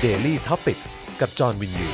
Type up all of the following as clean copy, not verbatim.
Daily Topics กับจอห์นวินยู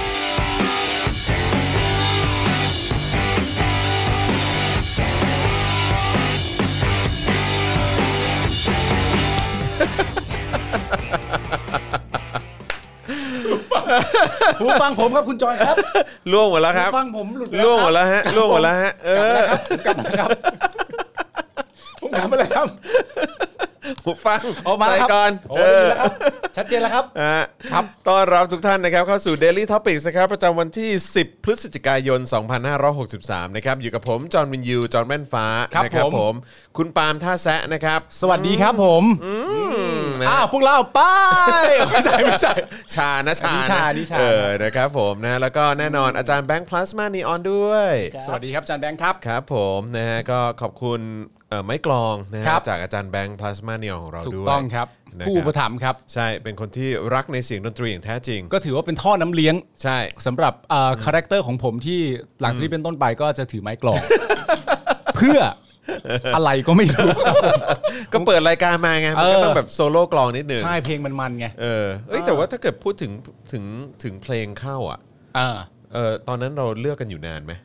หูฟังผมครับคุณจอยครับล่วงหมดแล้วครับหูฟังผมหลุดล่วงหมดแล้วฮะล่วงหมดแล้วฮะกลับมาครับผมกลับมาแล้วครับหูฟังใส่ก่อนครับชัดเจนแล้วครับครับต้อนรับทุกท่านนะครับเข้าสู่ Daily Topics นะครับประจำวันที่10พฤศจิกายน2563นะครับอยู่กับผมจอห์นวินยูจอห์นแว่นฟ้านะครับผมคุณปาล์มท่าแซะนะครับสวัสดีครับผมพวกเราไปไม่ใช่ชานะนะครับผมนะแล้วก็แน่นอนอาจารย์แบงค์พลาสมานีออนด้วยสวัสดีครับอาจารย์แบงค์ครับครับผมนะฮะก็ขอบคุณไม้กลองนะฮะจากอาจารย์แบงค์พลาสมานีออนของเราด้วยถูกต้องครับผู้อุปถัมภ์ครับใช่เป็นคนที่รักในเสียงดนตรีอย่างแท้จริงก็ถือว่าเป็นท่อน้ำเลี้ยงใช่สำหรับคาแรคเตอร์ของผมที่หลังจากนี้เป็นต้นไปก็จะถือไม้กลอง เพื่ออะไรก็ไม่รู้ก็เปิดรายการมาไงมันก็ต้องแบบโซโล่กลองนิดนึงใช่เพลงมันไงแต่ว่าถ้าเกิดพูดถึงเพลงเข้าอ่ะตอนนั้นเราเลือกกันอยู่นานไหม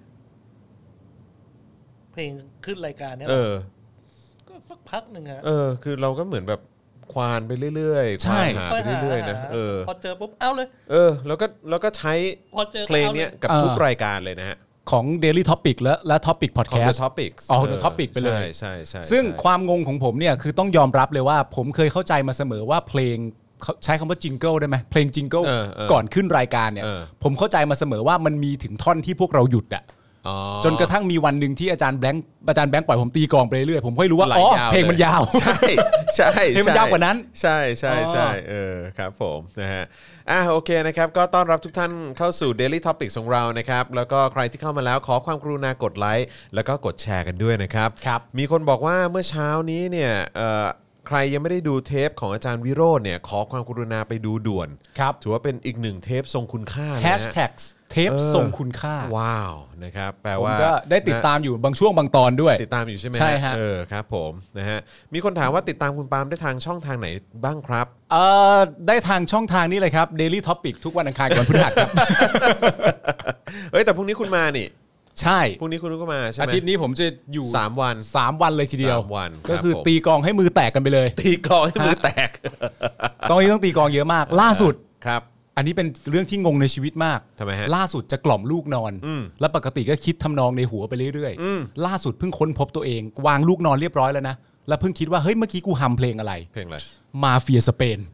เพลงขึ้นรายการเนี่ยก็สักพักหนึ่งฮะคือเราก็เหมือนแบบควานไปเรื่อยๆควานหาไปเรื่อยๆนะพอเจอปุ๊บเอาเลยแล้วก็ใช้เพลงเนี้ยกับทุกรายการเลยนะฮะของ Daily Topic และ Topic Podcast ของ The Topics The Topic ไปเลยใช่ซึ่งความงงของผมเนี่ยคือต้องยอมรับเลยว่าผมเคยเข้าใจมาเสมอว่าเพลงใช้คำว่าจิงเกิลได้ไหมเพลงจิงเกิลก่อนขึ้นรายการเนี่ยผมเข้าใจมาเสมอว่ามันมีถึงท่อนที่พวกเราหยุดอะจนกระทั่งมีวันหนึ่งที่อาจารย์แบงค์ปล่อยผมตีกลองไปเรื่อยๆผมค่อยรู้ว่าเพลงมันยาวใช่เพลงมันยาวกว่านั้นใช่ครับผมนะฮะโอเคนะครับก็ต้อนรับทุกท่านเข้าสู่ Daily Topics ของเรานะครับแล้วก็ใครที่เข้ามาแล้วขอความกรุณากดไลค์แล้วก็กดแชร์กันด้วยนะครับมีคนบอกว่าเมื่อเช้านี้เนี่ยใครยังไม่ได้ดูเทปของอาจารย์วิโรจน์เนี่ยขอความกรุณาไปดูด่วนถือว่าเป็นอีกหนึ่งเทปทรงคุณค่านะฮะเทปทรงคุณค่าว้าวนะครับแปลว่าผมก็ได้ติดตามอยู่บางช่วงบางตอนด้วยติดตามอยู่ใช่ไหมใช่ฮะครับผมนะฮะมีคนถามว่าติดตามคุณปาล์มได้ทางช่องทางไหนบ้างครับได้ทางช่องทางนี้เลยครับ Daily Topic ทุกวันอังคารกับวันพฤหัสครับแต่พรุ่งนี้คุณมานี่ใช่พรุ่งนี้คุณก็มาใช่ไหมอาทิตย์นี้ผมจะอยู่ 3วันเลยทีเดียว 3วันก็คือตีกลองให้มือแตกกันไปเลยตีกลองให้มือแตกต้องตีกลองเยอะมากล่าสุดครับอันนี้เป็นเรื่องที่งงในชีวิตมากทำไมฮะล่าสุดจะกล่อมลูกนอนแล้วปกติก็คิดทำนองในหัวไปเรื่อยๆล่าสุดเพิ่งค้นพบตัวเองวางลูกนอนเรียบร้อยแล้วนะแล้วเพิ่งคิดว่าเฮ้ยเมื่อกี้กูฮัมเพลงอะไรมาเฟียสเปน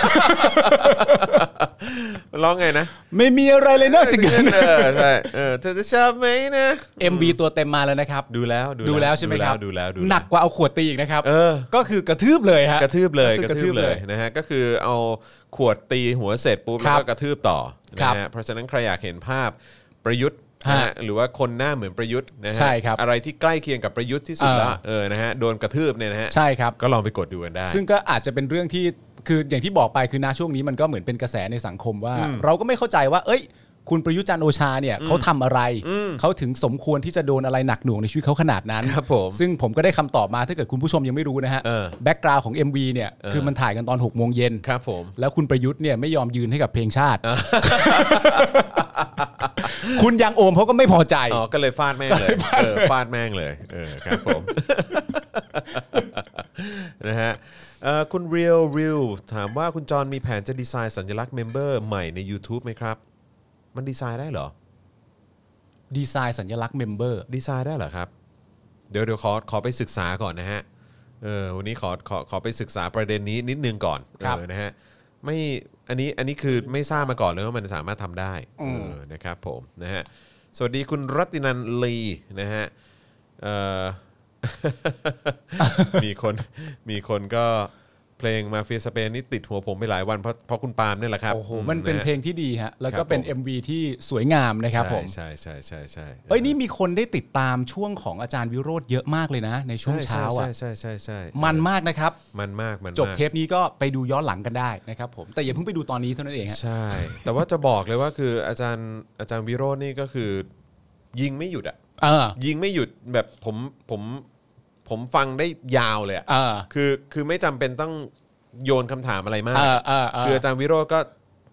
ร้องไงนะไม่มีอะไรเลยนอกจากนั้นใช่เธอจะชอบไหมนะ MV ตัวเต็มมาแล้วนะครับดูแล้วใช่ไหมครับดูแล้วหนักกว่าเอาขวดตีอีกนะครับก็คือกระทืบเลยฮะกระทืบเลยนะฮะก็คือเอาขวดตีหัวเสร็จปุ๊บแล้วก็กระทืบต่อนะฮะเพราะฉะนั้นใครอยากเห็นภาพประยุทธ์หรือว่าคนหน้าเหมือนประยุทธ์นะฮะอะไรที่ใกล้เคียงกับประยุทธ์ที่สุดละนะฮะโดนกระทืบเนี่ยนะฮะใช่ครับก็ลองไปกดดูกันได้ซึ่งก็อาจจะเป็นเรื่องที่คืออย่างที่บอกไปคือณช่วงนี้มันก็เหมือนเป็นกระแสในสังคมว่าเราก็ไม่เข้าใจว่าคุณประยุทธ์จันทร์โอชาเนี่ยเขาทำอะไรเขาถึงสมควรที่จะโดนอะไรหนักหน่วงในชีวิตเขาขนาดนั้นซึ่งผมก็ได้คำตอบมาถ้าเกิดคุณผู้ชมยังไม่รู้นะฮะแบ็กกราวด์ของ MV เนี่ยคือมันถ่ายกันตอน 6 โมงเย็นครับผมแล้วคุณประยุทธ์เนี่ยไม่ยอมยืนให้กับเพลงชาติคุณยังโอมเขาก็ไม่พอใจก็เลยฟาดแม่งเลยฟาดแม่งเลยครับผมนะฮะคุณเรียวถามว่าคุณจรมีแผนจะดีไซน์สัญลักษณ์เมมเบอร์ใหม่ใน YouTube ไหมครับมันดีไซน์ได้เหรอดีไซน์สัญลักษณ์เมมเบอร์ดีไซน์ได้เหรอครับเดี๋ยวขอไปศึกษาก่อนนะฮะวันนี้ขอไปศึกษาประเด็นนี้นิดนึงก่อนนะฮะไม่อันนี้คือไม่ทราบมาก่อนเลยว่ามันสามารถทำได้นะครับผมนะฮะสวัสดีคุณรัตินันลีนะฮะมีคนก็เพลงมาเฟียสเปนนี่ติดหัวผมไปหลายวันเพราะคุณปาล์มนี่แหละครับโอ้โหมันเป็นเพลงที่ดีฮะแล้วก็เป็น MV ที่สวยงามนะครับผมใช่นี่มีคนได้ติดตามช่วงของอาจารย์วิโรจน์เยอะมากเลยนะในช่วงเช้าอ่ะใช่มันมากนะครับมันมากจบเทปนี้ก็ไปดูย้อนหลังกันได้นะครับผมแต่อย่าเพิ่งไปดูตอนนี้เท่านั้นเองฮะใช่แต่ว่าจะบอกเลยว่าคืออาจารย์วิโรจน์นี่ก็คือยิงไม่หยุดอ่ะยิงไม่หยุดแบบผมฟังได้ยาวเลยคือไม่จำเป็นต้องโยนคำถามอะไรมากคืออาจารย์วิโรจน์ก็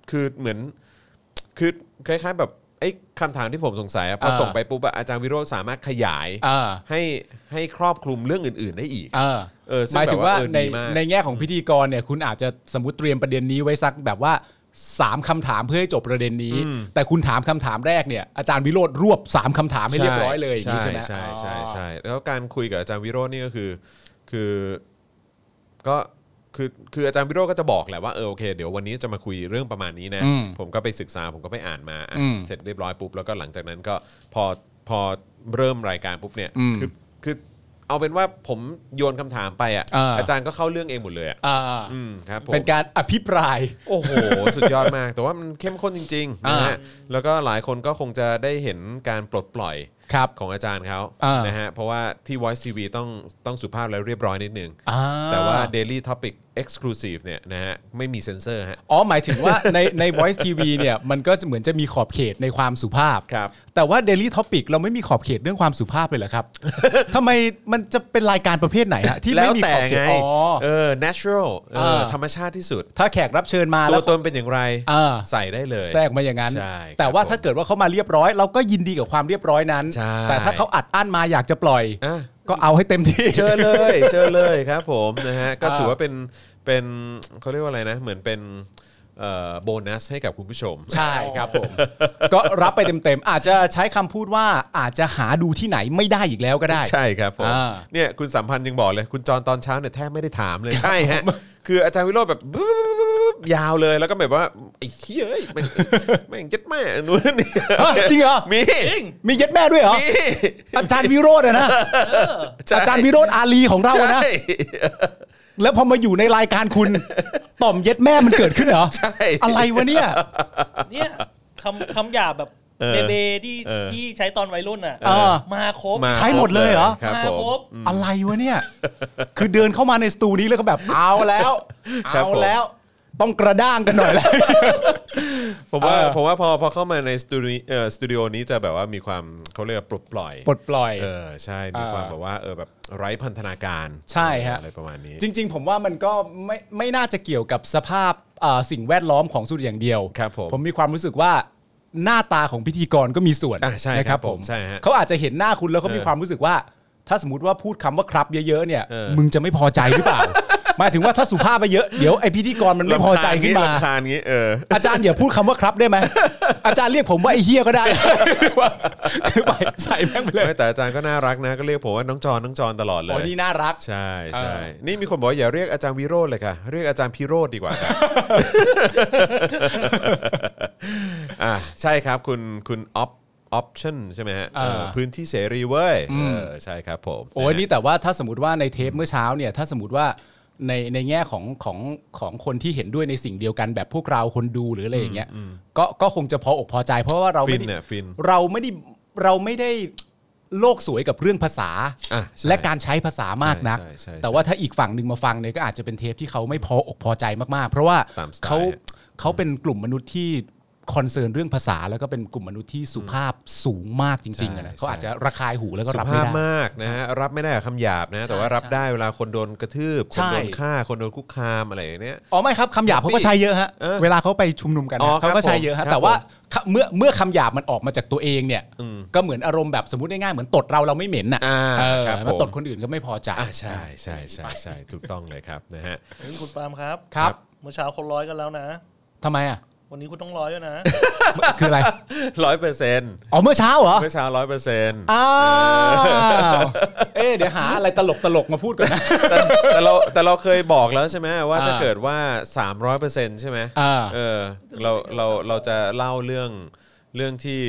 คือเหมือนคือคล้ายๆแบบไอ้คำถามที่ผมสงสัยพอส่งไปปุ๊บอาจารย์วิโรจน์สามารถขยายให้ครอบคลุมเรื่องอื่นๆได้อีกหมายถึงว่าในแง่ของพิธีกรเนี่ยคุณอาจจะสมมุติเตรียมประเด็นนี้ไว้สักแบบว่า3คำถามเพื่อให้จบประเด็นนี้แต่คุณถามคำถามแรกเนี่ยอาจารย์วิโรจน์รวบ3คำถามให้เรียบร้อยเลยอย่างนี้ใช่ไหมใช่แล้วการคุยกับอาจารย์วิโรจน์นี่ก็คือก็คืออาจารย์วิโรจน์ก็จะบอกแหละว่าโอเคเดี๋ยววันนี้จะมาคุยเรื่องประมาณนี้นะผมก็ไปศึกษาผมก็ไปอ่านมาเสร็จเรียบร้อยปุ๊บแล้วก็หลังจากนั้นก็พอเริ่มรายการปุ๊บเนี่ยคือเอาเป็นว่าผมโยนคำถามไปอาจารย์ก็เข้าเรื่องเองหมดเลยครับผมเป็นการอภิปรายโอ้โหสุดยอดมากแต่ว่ามันเข้มข้นจริงๆนะฮะแล้วก็หลายคนก็คงจะได้เห็นการปลดปล่อยของอาจารย์เขานะฮะเพราะว่าที่ Voice TV ต้องสุภาพและเรียบร้อยนิดนึงแต่ว่า Daily Topic Exclusive เนี่ยนะฮะไม่มีเซ็นเซอร์ฮะหมายถึงว่าใน Voice TV เนี่ยมันก็เหมือนจะมีขอบเขตในความสุภาพแต่ว่า Daily Topic เราไม่มีขอบเขตเรื่องความสุภาพเลยเหรอครับ ทำไมมันจะเป็นรายการประเภทไหนฮะที่ไม่มีขอบเขต natural ธรรมชาติที่สุดถ้าแขกรับเชิญมาแล้วตัวตนเป็นอย่างไรใส่ได้เลยแทรกมาอย่างนั้นแต่ว่าถ้าเกิดว่าเขามาเรียบร้อยเราก็ยินดีกับความเรียบร้อยนั้นแต่ถ้าเขาอัดอั้นมาอยากจะปล่อยก็เอาให้เต็มที่เชิญเลยครับผมนะฮะก็ถือว่าเป็นเขาเรียกว่าอะไรนะเหมือนเป็นโบนัสให้กับคุณผู้ชมใช่ครับผมก็รับไปเต็มๆอาจจะใช้คำพูดว่าอาจจะหาดูที่ไหนไม่ได้อีกแล้วก็ได้ใช่ครับผมเนี่ยคุณสัมพันธ์ยังบอกเลยคุณจรตอนเช้าเนี่ยแทบไม่ได้ถามเลยใช่ฮะคืออาจารย์วิโรจน์แบบยาวเลยแล้วก็แบบว่าไอ้เหี้ยเอ้ยแม่งยัดแม่นู่นนี่จริงเหรอมียัดแม่ด้วยเหรออาจารย์วิโรจน์นะอาจารย์วิโรจน์อาลีของเรานะแล้วพอมาอยู่ในรายการคุณต่อมเย็ดแม่มันเกิดขึ้นเหรอใช่อะไรวะเนี่ยคำหยาบแบบเบเบที่ใช้ตอนวัยรุ่นอ่ะมาครบใช้หมดเลยเหรอมาครบอะไรวะเนี่ยคือเดินเข้ามาในสตูนี้แล้วก็แบบเอาแล้วต้องกระด้างกันหน่อยแล้วผมว่าพอเข้ามาในสตูดิโอนี้จะแบบว่ามีความเขาเรียกปลดปล่อยใช่มีความแบบว่าแบบไร้พันธนาการใช่ฮะอะไรประมาณนี้จริงๆผมว่ามันก็ไม่น่าจะเกี่ยวกับสภาพสิ่งแวดล้อมของสตูดิโออย่างเดียวผมมีความรู้สึกว่าหน้าตาของพิธีกรก็มีส่วนนะครับผมเขาอาจจะเห็นหน้าคุณแล้วเขามีความรู้สึกว่าถ้าสมมติว่าพูดคำว่าครับเยอะๆเนี่ยมึงจะไม่พอใจหรือเปล่าหมายถึงว่าถ้าสุภาพไปเยอะเดี๋ยวไอพิธีกรมันไม่พอใจขึ้นมาอาจารย์อย่าพูดคำว่าครับได้ไหมอาจารย์เรียกผมว่าไอเฮียก็ได้คือไปใส่แม่งไปเลยแต่อาจารย์ก็น่ารักนะก็เรียกผมว่าน้องจอนตลอดเลยนี่น่ารักใช่นี่มีคนบอกอย่าเรียกอาจารย์วิโรจน์เลยค่ะเรียกอาจารย์พิโรจน์ดีกว่าครับใช่ครับคุณoption ใช่ไหมฮะพื้นที่เสรีเว้ยใช่ครับผมโอ้ยนี่แต่ว่าถ้าสมมติว่าในเทปเมื่อเช้าเนี่ยถ้าสมมติว่าในแง่ของคนที่เห็นด้วยในสิ่งเดียวกันแบบพวกเราคนดูหรืออะไรอย่างเงี้ยก็คงจะพออกพอใจเพราะว่าเราไม่ได้โลกสวยกับเรื่องภาษาและการใช้ภาษามากนักแต่ว่าถ้าอีกฝั่งนึงมาฟังเนี่ยก็อาจจะเป็นเทปที่เขาไม่พออกพอใจมากๆเพราะว่าเขาเป็นกลุ่มมนุษย์ที่คอนเซิร์นเรื่องภาษาแล้วก็เป็นกลุ่มมนุษย์ที่สุภาพสูงมากจริงๆนะเขาอาจจะระคายหูแล้วก็รับไม่ได้สุภาพมากนะฮะรับไม่ได้กับคำหยาบนะแต่ว่ารับได้เวลาคนโดนกระทืบคนโดนฆ่าคนโดนคุกคามอะไรอย่างเนี้ยไม่ครับคำหยาบเขาก็ใช้เยอะฮะเวลาเขาไปชุมนุมกันเขาก็ใช้เยอะฮะแต่ว่าเมื่อคำหยาบมันออกมาจากตัวเองเนี่ยก็เหมือนอารมณ์แบบสมมติง่ายๆเหมือนตดเราไม่เหม็นอ่ะมาตดคนอื่นก็ไม่พอใจใช่ถูกต้องเลยครับนะฮะคุณปาล์มครับเมื่อเช้าคนร้อยกันแล้วนะทำไมอ่ะวันนี้คุณต้องร้อยด้วยนะคืออะไร 100% เมื่อเช้าเหรอเมื่อเช้า 100% เดี๋ยวหาอะไรตลกมาพูดกันนะแต่เราเคยบอกแล้วใช่ไหมว่าถ้าเกิดว่า 300% ใช่ไหมเราจะเล่าเรื่องที่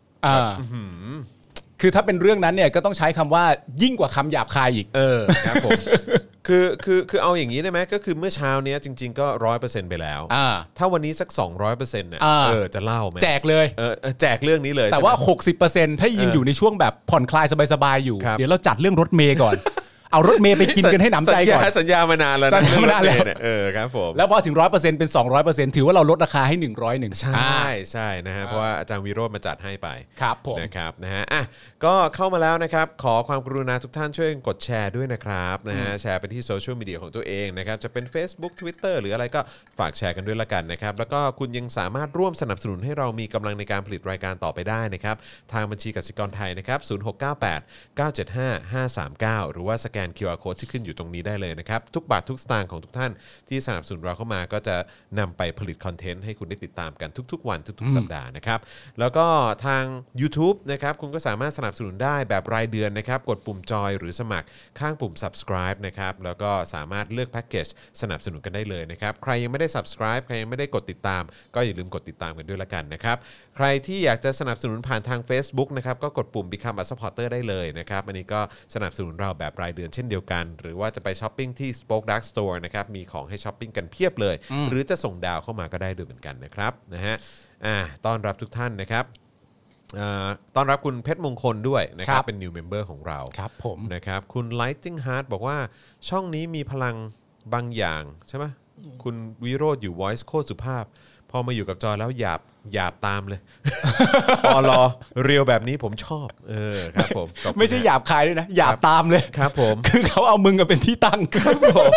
คือถ้าเป็นเรื่องนั้นเนี่ยก็ต้องใช้คำว่ายิ่งกว่าคำหยาบคายอีกครับผมคือเอาอย่างนี้ได้ไหมก็คือเมื่อเช้านี้จริงๆก็ 100% ไปแล้วถ้าวันนี้สัก 200% เนี่ยจะเล่าไหมแจกเลยแจกเรื่องนี้เลยแต่ว่า 60% ถ้ายิงอยู่ในช่วงแบบผ่อนคลายสบายๆอยู่เดี๋ยวเราจัดเรื่องรถเมย์ก่อนเอารถเมย์ไปกินกันให้หนำใจก่อนสัญญามานานแล้วสัญญามานานแล้วครับผมแล้วพอถึง 100% เป็น 200% ถือว่าเราลดราคาให้101 ใช่นะฮะเพราะว่าอาจารย์วิโรจน์มาจัดให้ไปครับผมนะครับนะฮะก็เข้ามาแล้วนะครับขอความกรุณาทุกท่านช่วยกดแชร์ด้วยนะครับนะฮะแชร์ไปที่โซเชียลมีเดียของตัวเองนะครับจะเป็น Facebook Twitter หรืออะไรก็ฝากแชร์กันด้วยละกันนะครับแล้วก็คุณยังสามารถร่วมสนับสนุนให้เรามีกำลังในการผลิตรายการต่อไปได้นะครับทางบัญชีกสิกรไทยนะครับ0698 975 539หรือว่าสแกน QR Code ที่ขึ้นอยู่ตรงนี้ได้เลยนะครับทุกบาททุกสตางค์ของทุกท่านที่สนับสนุนเราเข้ามาก็จะนำไปผลิตคอนเทนต์ให้คุณได้ติดตามกันทุกๆวันทุกๆสัปดาห์นะครับแล้วก็ทาง YouTube นะครับคุณก็สามารถสนับสนุนได้แบบรายเดือนนะครับกดปุ่มจอยหรือสมัครข้างปุ่ม subscribe นะครับแล้วก็สามารถเลือกแพ็กเกจสนับสนุนกันได้เลยนะครับใครยังไม่ได้ subscribe ใครยังไม่ได้กดติดตามก็อย่าลืมกดติดตามกันด้วยละกันนะครับใครที่อยากจะสนับสนุนผ่านทาง Facebook นะครับก็กดปุ่ม Become a supporter ได้เลยนะครับอันนี้ก็สนับสนุนเราแบบรายเดือนเช่นเดียวกันหรือว่าจะไปช้อปปิ้งที่ Spoke Dark Store นะครับมีของให้ช้อปปิ้งกันเพียบเลยหรือจะส่งดาวเข้ามาก็ได้ด้วยเหมือนกันนะครับนะฮะต้อนรับทุกท่านนะครับต้อนรับคุณเพชรมงคลด้วยนะครับเป็น new member ของเราครับผมนะครับคุณ Lighting Heart บอกว่าช่องนี้มีพลังบางอย่างใช่ไหมคุณวิโรจน์อยู่ voice โคตรสุภาพพอมาอยู่กับจอแล้วหยาบตามเลยพอรอเรียวแบบนี้ผมชอบครับผมไม่ใช่หยาบคายด้วยนะหยาบตามเลยครับผมคือเขาเอามึงเป็นที่ตั้งครับผม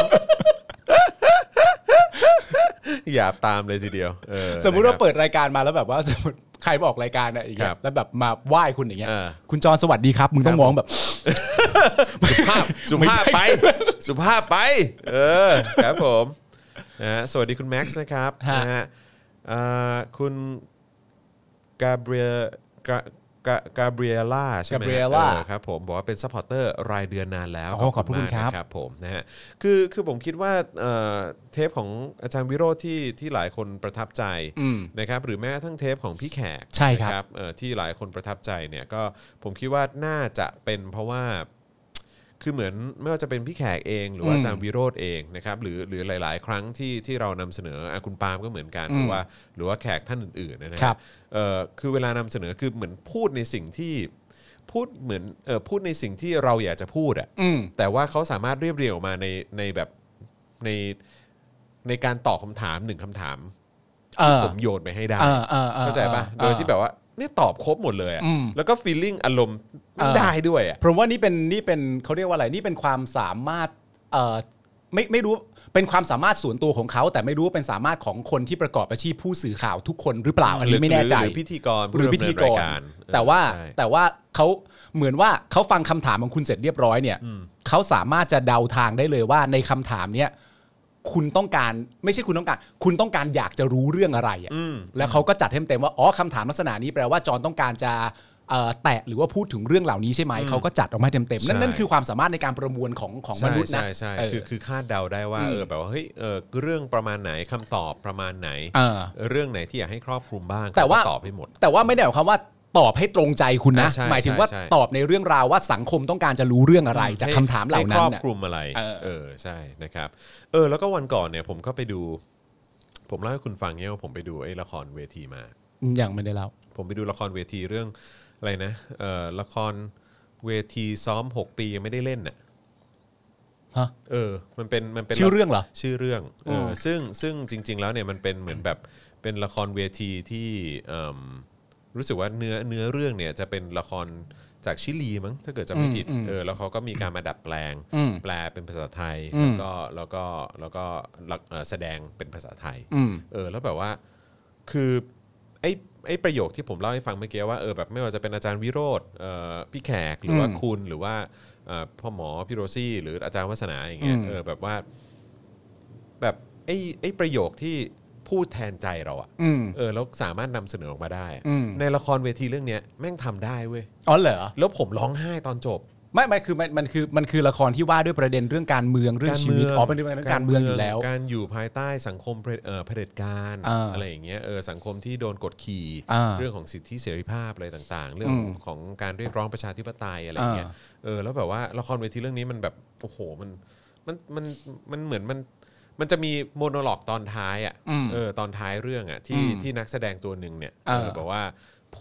หยาบตามเลยทีเดียวสมมุติว่าเปิดรายการมาแล้วแบบว่าสมมติใครบอกรายการอะไรอย่างเงี้ยแล้วแบบมาไหว้คุณอย่างเงี้ยคุณจรสวัสดีครับมึงต้องมองแบบสุภาพไปสุภาพไปครับผมสวัสดีคุณแม็กซ์นะครับนะฮะคุณกาเบรียล่าใช่ไหมครับผมบอกว่าเป็นซัพพอร์เตอร์รายเดือนนานแล้วขอบคุณครับครับผมนะฮะคือผมคิดว่าเทปของอาจารย์วิโรจน์ที่หลายคนประทับใจนะครับหรือแม้กระทั่งเทปของพี่แขกใช่ครับที่หลายคนประทับใจเนี่ยก็ผมคิดว่าน่าจะเป็นเพราะว่าคือเหมือนไม่ว่าจะเป็นพี่แขกเองหรือว่าอาจารย์วิโรจน์เองนะครับหรือหลายๆครั้งที่เรานำเสนอคุณปาล์มก็เหมือนกันหรือว่าแขกท่านอื่นๆนะครับคือเวลานำเสนอคือเหมือนพูดในสิ่งที่พูดเหมือนพูดในสิ่งที่เราอยากจะพูดอ่ะแต่ว่าเขาสามารถเรียบเรียงออกมาในแบบในการตอบคำถาม1คำถามที่ผมโยนไปให้ได้เข้าใจป่ะโดยที่แบบว่าเนี่ยตอบครบหมดเลยอ่ะแล้วก็ฟีลลิ่งอารมณ์ได้ด้วยอ่ะเพราะว่านี่เป็นเขาเรียกว่าอะไรนี่เป็นความสามารถไม่รู้เป็นความสามารถส่วนตัวของเขาแต่ไม่รู้ว่าเป็นสามารถของคนที่ประกอบอาชีพผู้สื่อข่าวทุกคนหรือเปล่าอันนี้ไม่แน่ใจหรือพิธีกรแต่ว่าเขาเหมือนว่าเขาฟังคำถามของคุณเสร็จเรียบร้อยเนี่ยเขาสามารถจะเดาทางได้เลยว่าในคำถามเนี้ยคุณต้องการไม่ใช่คุณต้องการอยากจะรู้เรื่องอะไรอ่ะแล้วเขาก็จัดให้เต็มว่าอ๋อคำถามลักษณะนี้แปลว่าจอนต้องการจะแตะหรือว่าพูดถึงเรื่องเหล่านี้ใช่ไหมเขาก็จัดออกมาเต็มๆนั่นคือความสามารถในการประมวลของมนุษย์นะใช่คือคาดเดาได้ว่าแบบว่าเฮ้ยเรื่องประมาณไหนคำตอบประมาณไหนเรื่องไหนที่อยากให้ครอบคลุมบ้างแต่ว่าตอบให้หมดแต่ว่าไม่ได้หมายความว่าตอบให้ตรงใจคุณนะหมายถึงว่าตอบในเรื่องราวว่าสังคมต้องการจะรู้เรื่องอะไรจากคำถามเหล่านั้นครอบคลุมอะไรใช่นะครับแล้วก็วันก่อนเนี่ยผมก็ไปดูผมเล่าให้คุณฟังเนี่ยว่าผมไปดูไอ้ละครเวทีมายังไม่ได้เล่าผมไปดูละครเวทีเรื่องอะไรนะละครเวทีซ้อม6ปียังไม่ได้เล่นน่ะฮะมันเป็นชื่อเรื่องเหรอชื่อเรื่องซึ่งจริงๆแล้วเนี่ยมันเป็นเหมือนแบบเป็นละครเวทีที่รู้สึกว่าเนื้อเรื่องเนี่ยจะเป็นละครจากชิลีมั้งถ้าเกิดจำไม่ผิดแล้วเขาก็มีการมาดัดแปลงแปลเป็นภาษาไทยแล้วก็แสดงเป็นภาษาไทยแล้วแบบว่าคือไอ้ประโยคที่ผมเล่าให้ฟังเมื่อกี้ว่าแบบไม่ว่าจะเป็นอาจารย์วิโรจน์พี่แขกหรือว่าคุณหรือว่าพ่อหมอพี่โรซี่หรืออาจารย์วัฒนาอย่างเงี้ยแบบว่าแบบไอ้ประโยคที่พูดแทนใจเราอ่ะแล้วสามารถนำเสนอออกมาได้ในละครเวทีเรื่องนี้แม่งทำได้เว้ยอ๋อเหรอแล้วผมร้องไห้ตอนจบมันคือละครที่ว่าด้วยประเด็นเรื่องการเมืองเรื่องชีวิตเป็นเรื่องการเมืองอยู่แล้วการอยู่ภายใต้สังคมเผด็จการอะไรอย่างเงี้ยสังคมที่โดนกดขี่เรื่องของสิทธิเสรีภาพอะไรต่างๆเรื่องของการเรียกร้องประชาธิปไตยอะไรเงี้ยแล้วแบบว่าละครเวทีเรื่องนี้มันแบบโอ้โหมันเหมือนมันจะมีโมโนโลกตอนท้ายอ่ะตอนท้ายเรื่องอ่ะที่นักแสดงตัวหนึ่งเนี่ยแบบว่าพูด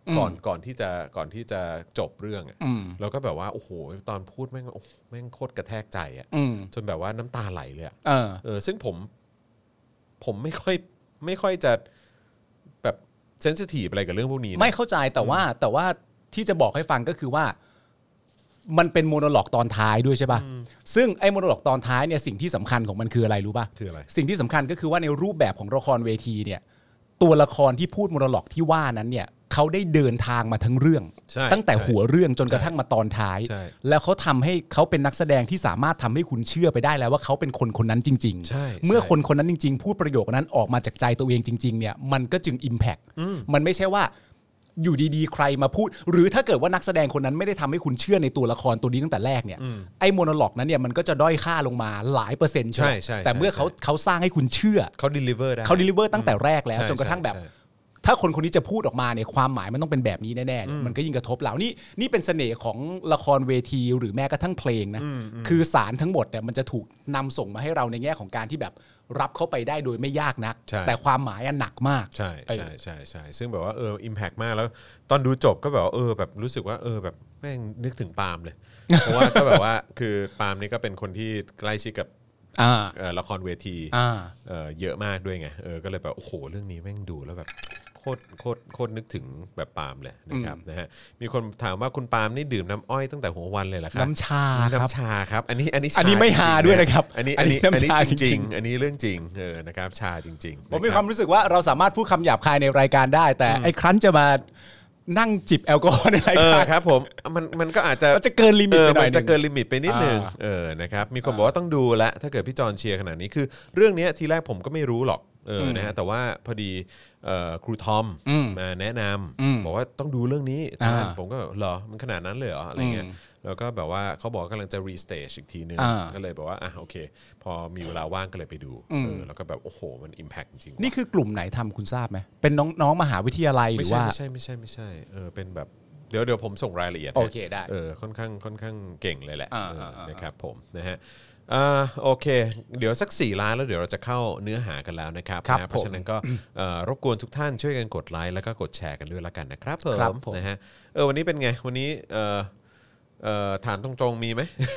ก่อนที่จะจบเรื่องเราก็แบบว่าโอ้โหตอนพูดแม่งโคตรกระแทกใจอ่ะจนแบบว่าน้ำตาไหลเลยอ่ะซึ่งผมไม่ค่อยจะแบบเซนซิทีฟอะไรกับเรื่องพวกนี้นะไม่เข้าใจแต่ว่าที่จะบอกให้ฟังก็คือว่ามันเป็นโมโนโลกตอนท้ายด้วยใช่ป่ะซึ่งไอ้โมโนโลกตอนท้ายเนี่ยสิ่งที่สำคัญของมันคืออะไรรู้ป่ะคืออะไรสิ่งที่สำคัญก็คือว่าในรูปแบบของละครเวทีเนี่ยตัวละครที่พูดโมโนโลกที่ว่านั้นเนี่ยเขาได้เดินทางมาทั้งเรื่องตั้งแต่หัวเรื่องจนกระทั่งมาตอนท้ายแล้วเขาทำให้เขาเป็นนักแสดงที่สามารถทำให้คุณเชื่อไปได้แล้วว่าเขาเป็นคนนั้นจริงๆเมื่อคนนั้นจริงๆพูดประโยคนั้นออกมาจากใจตัวเองจริงๆเนี่ยมันก็จึง impact มันไม่ใช่ว่าอยู่ดีๆใครมาพูดหรือถ้าเกิดว่านักแสดงคนนั้นไม่ได้ทำให้คุณเชื่อในตัวละครตัวนี้ตั้งแต่แรกเนี่ยไอ้โมโนโลกนั้นเนี่ยมันก็จะด้อยค่าลงมาหลายเปอร์เซ็นต์ใช่แต่เมื่อเขาสร้างให้คุณเชื่อเขา deliver ได้เขา deliver ตั้งแต่แรกแล้วจนกระทั่งแบบถ้าคนนี้จะพูดออกมาเนี่ยความหมายมันต้องเป็นแบบนี้แน่ๆมันก็ยิ่งกระทบเรานี่เป็นเสน่ห์ของละครเวทีหรือแม้กระทั่งเพลงนะคือสารทั้งหมดเนี่ยมันจะถูกนำส่งมาให้เราในแง่ของการที่แบบรับเข้าไปได้โดยไม่ยากนักแต่ความหมายหนักมากใช่ซึ่งแบบว่าimpact มากแล้วตอนดูจบก็แบบว่าแบบรู้สึกว่าแบบแม่งนึกถึงปาล์มเลยเพราะว่าก็แบบว่าคือปาล์มนี่ก็เป็นคนที่ใกล้ชิดกับละครเวทีเยอะมากด้วยไงก็เลยแบบโอ้โหเรื่องนี้แม่งดูแล้วแบบโคตรนึกถึงแบบปาล์มเลยนะครับนะฮะมีคนถามว่าคุณปาล์มนี่ดื่มน้ำอ้อยตั้งแต่หัววันเลยเหรอครับน้ำชาครับอันนี้ไม่ฮาด้วยนะครับอันนี้จริงอันนี้เรื่องจริงนะครับชาจริงๆผมมีความรู้สึกว่าเราสามารถพูดคำหยาบคายในรายการได้แต่ไอ้ครั้นจะมานั่งจิบแอลกอฮอล์ในรายการครับผมมันก็อาจจะเกินลิมิตไปหน่อยจะเกินลิมิตไปนิดนึงนะครับมีคนบอกว่าต้องดูแล้วถ้าเกิดพี่จอนเชียร์ขนาดนี้คือเรื่องนี้ทีแรกผมก็ไม่รู้หรอกนะฮะแต่ว่าพอดีครูทอมมาแนะนำบอกว่าต้องดูเรื่องนี้ผมก็เหรอมันขนาดนั้นเลยเหรออะไรเงี้ยแล้วก็แบบว่าเขาบอกกำลังจะรีสเตจอีกทีนึงก็เลยบอกว่าโอเคพอมีเวลาว่างก็เลยไปดูแล้วก็แบบโอ้โหมันอิมแพคจริงนี่คือกลุ่มไหนทำคุณทราบไหมเป็นน้องมหาวิทยาลัยหรือว่าไม่ใช่เป็นแบบเดี๋ยวผมส่งรายละเอียดโอเคได้ค่อนข้างเก่งเลยแหละนะครับผมนะฮะโอเคเดี๋ยวสัก4ล้านแล้วเดี๋ยวเราจะเข้าเนื้อหากันแล้วนะครับเพราะฉะนั้นก็รบกวนทุกท่านช่วยกันกดไลค์แล้วก็กดแชร์กันด้วยละกันนะครับผมนะฮะวันนี้เป็นไงวันนี้ฐานตรงๆมีไหม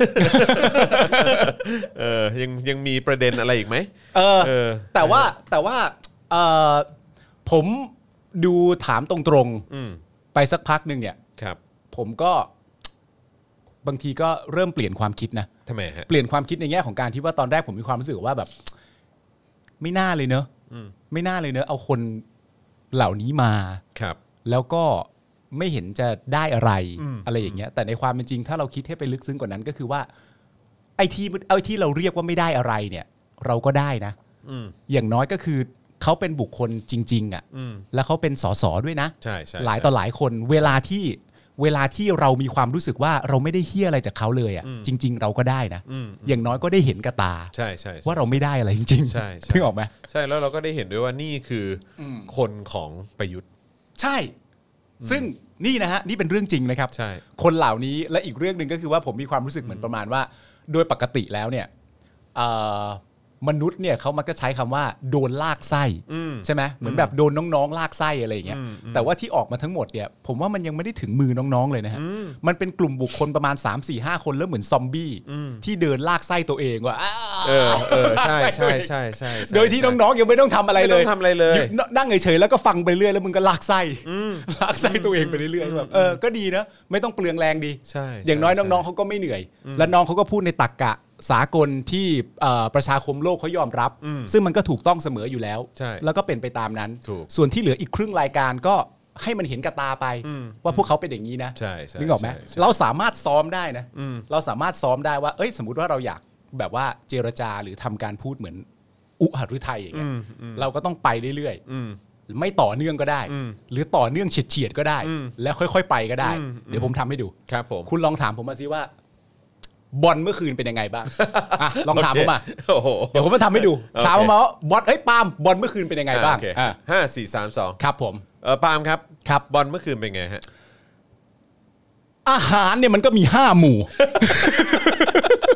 ยังมีประเด็นอะไรอีกไหมแต่ว่าผมดูถามตรงๆไปสักพักนึงเนี่ยผมก็บางทีก็เริ่มเปลี่ยนความคิดนะทำไมฮะเปลี่ยนความคิดในแง่ของการที่ว่าตอนแรกผมมีความรู้สึกว่าแบบไม่น่าเลยเนอะไม่น่าเลยเนอะเอาคนเหล่านี้มาแล้วก็ไม่เห็นจะได้อะไรอย่างเงี้ยแต่ในความเป็นจริงถ้าเราคิดให้ไปลึกซึ้งกว่านั้นก็คือว่าไอ้ที่เราเรียกว่าไม่ได้อะไรเนี่ยเราก็ได้นะอย่างน้อยก็คือเขาเป็นบุคคลจริงๆอ่ะแล้วเขาเป็นสสด้วยนะหลายต่อหลายคนเวลาที่เรามีความรู้สึกว่าเราไม่ได้เหี้ยอะไรจากเขาเลยอ่ะจริงๆเราก็ได้นะอย่างน้อยก็ได้เห็นกระตาว่าเราไม่ได้อะไรจริงๆใช่นึกออกไหมใช่แล้วเราก็ได้เห็นด้วยว่านี่คือคนของประยุทธ์ใช่ซึ่งนี่นะฮะนี่เป็นเรื่องจริงนะครับคนเหล่านี้และอีกเรื่องนึงก็คือว่าผมมีความรู้สึกเหมือนประมาณว่าโดยปกติแล้วเนี่ยมนุษย์เนี่ยเขามักจะใช้คำว่าโดนลากไส้ใช่ไหมเหมือนแบบโดนน้องๆลากไส้อะไรอย่างเงี้ยแต่ว่าที่ออกมาทั้งหมดเนี่ยผมว่ามันยังไม่ได้ถึงมือน้องๆเลยนะฮะมันเป็นกลุ่มบุคคลประมาณ 3-4-5 คนแล้วเหมือนซอมบี้ที่เดินลากไส้ตัวเองว่าใช่โดยที่น้องๆยังไม่ต้องทำอะไรเลยนั่งเฉยๆแล้วก็ฟังไปเรื่อยแล้วมึงก็ลากไส้ตัวเองไปเรื่อยๆแบบก็ดีนะไม่ต้องเปลืองแรงดีอย่างน้อยน้องๆเขาก็ไม่เหนื่อยและน้องเขาก็พูดในตรรกะสากลที่ประชาคมโลกเขายอมรับซึ่งมันก็ถูกต้องเสมออยู่แล้วแล้วก็เป็นไปตามนั้นส่วนที่เหลืออีกครึ่งรายการก็ให้มันเห็นกับตาไปว่าพวกเขาเป็นอย่างนี้นะนึกออกไหมเราสามารถซ้อมได้นะเราสามารถซ้อมได้ว่าสมมุติว่าเราอยากแบบว่าเจรจาหรือทำการพูดเหมือนอุหฤทัยอย่างเงี้ยเราก็ต้องไปเรื่อยๆไม่ต่อเนื่องก็ได้หรือต่อเนื่องเฉียดๆก็ได้แล้วค่อยๆไปก็ได้เดี๋ยวผมทำให้ดูครับผมคุณลองถามผมมาซิว่าบอลเมื่อคืนเป็นยังไงบ้างลองถามผมมาเดี๋ยวผมจะทำให้ดูถามมาว่าบอลปาล์มบอลเมื่อคืนเป็นยังไงบ้าง 5 4 3 2 ครับผมปาล์มครับบอลเมื่อคืนเป็นไงฮะอาหารเนี่ยมันก็มี5หมู่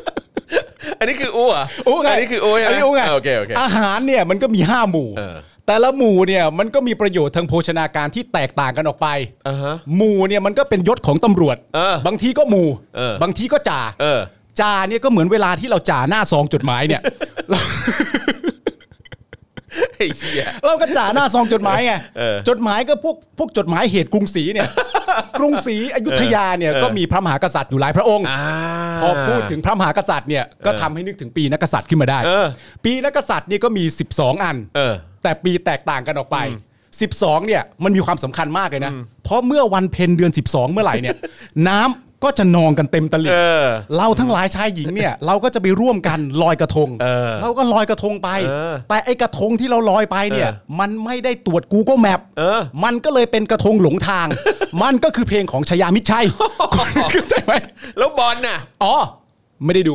อันนี้คืออู้อ่ะไงอันนี้คืออู้ไงโอเคอาหารเนี่ยมันก็มี5หมู่แต่ละหมู่เนี่ยมันก็มีประโยชน์ทางโภชนาการที่แตกต่างกันออกไปหมู่เนี่ยมันก็เป็นยศของตำรวจบางทีก็หมู่บางทีก็จ่าจ่าเนี่ยก็เหมือนเวลาที่เราจ่าหน้าซองจดหมายเนี่ยเราก็จ่าหน้าซองจดหมายไงจดหมายก็พวกจดหมายเหตุกรุงศรีเนี่ยกรุงศรีอยุธยาเนี่ยก็มีพระมหากษัตริย์อยู่หลายพระองค์พอพูดถึงพระมหากษัตริย์เนี่ยก็ทำให้นึกถึงปีนักกษัตริย์ขึ้นมาได้ปีนักกษัตริย์เนี่ยก็มี12อันแต่ปีแตกต่างกันออกไป12เนี่ยมันมีความสำคัญมากเลยนะเพราะเมื่อวันเพ็ญเดือน12เมื่อไหร่เนี่ยน้ำก็จะนองกันเต็มตลิ่งเราทั้งหลายชายหญิงเนี่ยเราก็จะไปร่วมกันลอยกระทงเราก็ลอยกระทงไปแต่ไอ้กระทงที่เราลอยไปเนี่ยมันไม่ได้ตรวจ Google Map มันก็เลยเป็นกระทงหลงทางมันก็คือเพลงของชยามิตรชัยเข้าใจไหมแล้วบอลน่ะอ๋อไม่ได้ดู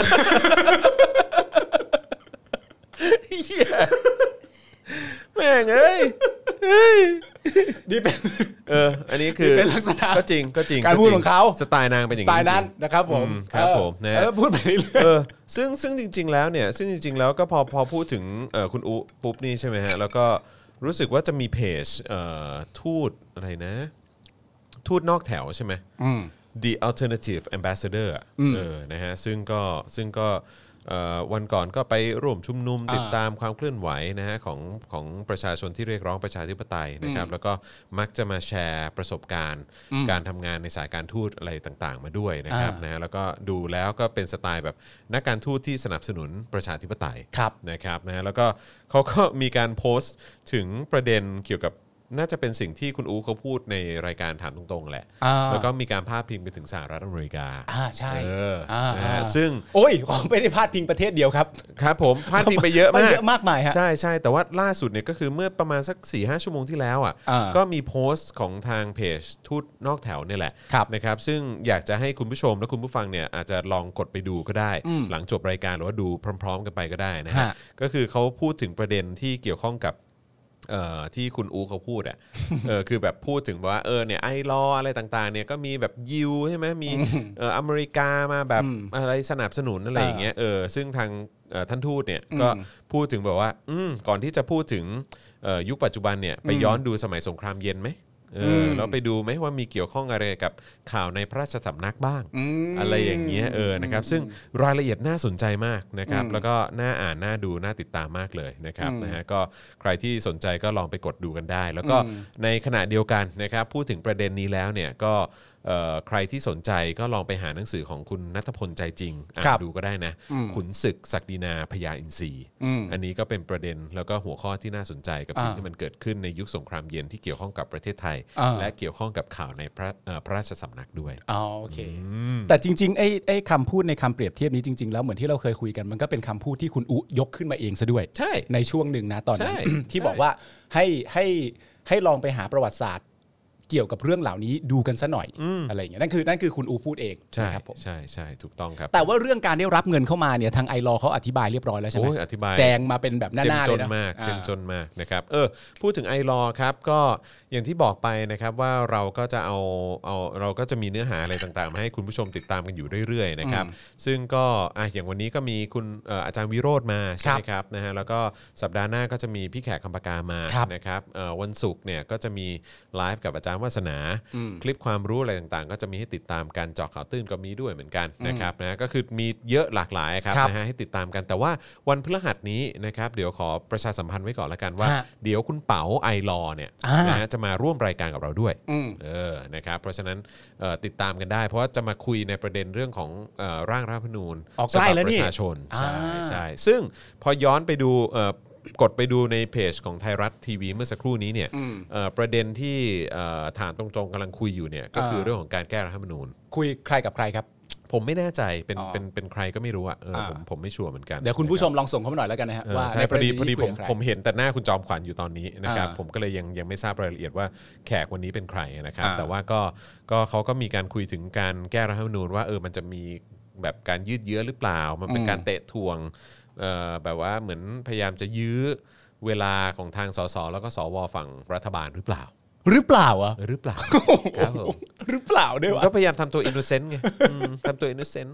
แม่งเอ้ยนี่เป็นอันนี้คือเป็นลักษณะก็จริงการพูดของเขาสไตล์นางเป็นอย่างนี้สไตล์นั้นนะครับผมครับผมนะพูดไปเรื่อยซึ่งจริงๆแล้วเนี่ยก็พอพูดถึงคุณอุ๊ปุ๊บนี่ใช่ไหมฮะแล้วก็รู้สึกว่าจะมีเพจทูตอะไรนะทูตนอกแถวใช่ไหมThe Alternative Ambassador นะฮะซึ่งก็วันก่อนก็ไปร่วมชุมนุมติดตามความเคลื่อนไหวนะฮะของประชาชนที่เรียกร้องประชาธิปไตยนะครับแล้วก็มักจะมาแชร์ประสบการณ์การทำงานในสายการทูตอะไรต่างๆมาด้วยนะครับนะฮะแล้วก็ดูแล้วก็เป็นสไตล์แบบนักการทูตที่สนับสนุนประชาธิปไตยนะครับนะฮะแล้วก็เขาก็มีการโพสต์ถึงประเด็นเกี่ยวกับน่าจะเป็นสิ่งที่คุณอู๋เขาพูดในรายการถามตรงๆแหละแล้วก็มีการพาดพิงไปถึงสหรัฐอเมริกาใช่ซึ่งโอ้ยไม่ได้พาดพิงประเทศเดียวครับครับผมพาดพิงไปเยอะมากเยอะมากมายฮะใช่แต่ว่าล่าสุดเนี่ยก็คือเมื่อประมาณสัก 4-5 ชั่วโมงที่แล้วก็มีโพสต์ของทางเพจทูตนอกแถวนี่แหละนะครับซึ่งอยากจะให้คุณผู้ชมและคุณผู้ฟังเนี่ยอาจจะลองกดไปดูก็ได้หลังจบรายการหรือว่าดูพร้อมๆกันไปก็ได้นะฮะก็คือเขาพูดถึงประเด็นที่เกี่ยวข้องกับที่คุณอูเขาพูดคือแบบพูดถึงว่าเนี่ยไอลออะไรต่างๆเนี่ยก็มีแบบยิวใช่ไหมมีอเมริกามาแบบอะไรสนับสนุนอะไรอย่างเงี้ยซึ่งทางท่านทูตเนี่ยก็พูดถึงแบบว่าก่อนที่จะพูดถึงยุคปัจจุบันเนี่ยไปย้อนดูสมัยสงครามเย็นไหมแล้วไปดูไหมว่ามีเกี่ยวข้องอะไรกับข่าวในพระราชสำนักบ้างอะไรอย่างเงี้ยนะครับซึ่งรายละเอียดน่าสนใจมากนะครับแล้วก็น่าอ่านน่าดูน่าติดตามมากเลยนะครับนะฮะก็ใครที่สนใจก็ลองไปกดดูกันได้แล้วก็ในขณะเดียวกันนะครับพูดถึงประเด็นนี้แล้วเนี่ยก็ใครที่สนใจก็ลองไปหาหนังสือของคุณณัฐพลใจจริงอ่านดูก็ได้นะขุนศึกศักดินาพญาอินทรีอันนี้ก็เป็นประเด็นแล้วก็หัวข้อที่น่าสนใจกับสิ่งที่มันเกิดขึ้นในยุคสงครามเย็นที่เกี่ยวข้องกับประเทศไทยและเกี่ยวข้องกับข่าวในพระราชสำนักด้วยโอเคแต่จริงๆไอ้คำพูดในคำเปรียบเทียบนี้จริงๆแล้วเหมือนที่เราเคยคุยกันมันก็เป็นคำพูดที่คุณอุยกขึ้นมาเองซะด้วยในช่วงหนึ่งนะตอนนั้นที่บอกว่าให้ลองไปหาประวัติศาสตร์เกี่ยวกับเรื่องเหล่านี้ดูกันซะหน่อยอะไรอย่างเงี้ยนั่นคือคุณอูพูดเองใช่ครับผมใช่ถูกต้องครับแต่ว่าเรื่องการได้รับเงินเข้ามาเนี่ยทางไอลอเขาอธิบายเรียบร้อยแล้วใช่ไหมอธิบายแจงมาเป็นแบบหน้าๆเลยนะเจ้มจนมากนะครับพูดถึงไอลอครับก็อย่างที่บอกไปนะครับว่าเราก็จะมีเนื้อหาอะไรต่างๆมาให้คุณผู้ชมติดตามกันอยู่เรื่อยๆนะครับซึ่งก็อย่างวันนี้ก็มีคุณอาจารย์วิโรจน์มาใช่ไหมครับนะฮะแล้วก็สัปดาห์หน้าก็จะมีพี่แขกคำปากามานะครับวันศุกร์เนี่ยก็จะมีไลฟ์กับอาจารย์วาสนาคลิปความรู้อะไรต่างๆก็จะมีให้ติดตามการเจาะข่าวตื้นก็มีด้วยเหมือนกันนะครับนะก็คือมีเยอะหลากหลายครับนะฮะให้ติดตามกันแต่ว่าวันพฤหัสนี้นะครับเดี๋ยวขอประชาสัมพันธ์ไว้ก่อนละกันว่าเดี๋ยวคุณเป๋าไอลอเนี่ยนะจะมาร่วมรายการกับเราด้วยนะครับเพราะฉะนั้นติดตามกันได้เพราะว่าจะมาคุยในประเด็นเรื่องของร่างรัฐธรรมนูญฉบับประชาชนใช่ซึ่งพอย้อนไปดูกดไปดูในเพจของไทยรัฐทีวีเมื่อสักครู่นี้เนี่ยประเด็นที่ถามตรงๆกำลังคุยอยู่เนี่ยก็คือเรื่องของการแก้รัฐธรรมนูญคุยใครกับใครครับผมไม่แน่ใจเป็นใครก็ไม่รู้ผมไม่ชัวร์เหมือนกันเดี๋ยวคุณผู้ชมลองส่งเข้ามาหน่อยแล้วกันนะฮะว่าในพอดีผมเห็นแต่หน้าคุณจอมขวัญอยู่ตอนนี้นะครับผมก็เลยยังไม่ทราบรายละเอียดว่าแขกวันนี้เป็นใครนะครับแต่ว่าก็เขาก็มีการคุยถึงการแก้รัฐธรรมนูญว่ามันจะมีแบบการยืดเยื้อหรือเปล่ามันเป็นการเตะทวงแบบว่าเหมือนพยายามจะยื้อเวลาของทางสสแล้วก็สวฝั่งรัฐบาลหรือเปล่าหรือเปล่าหรือเปล่าครับผมหรือเปล่าด้วยวะก็พยายามทำตัวอินโนเซนต์ไงทำตัวอินโนเซนต์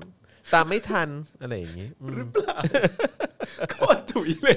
ตามไม่ทันอะไรอย่างนี้หรือเปล่าก็ถุยเลย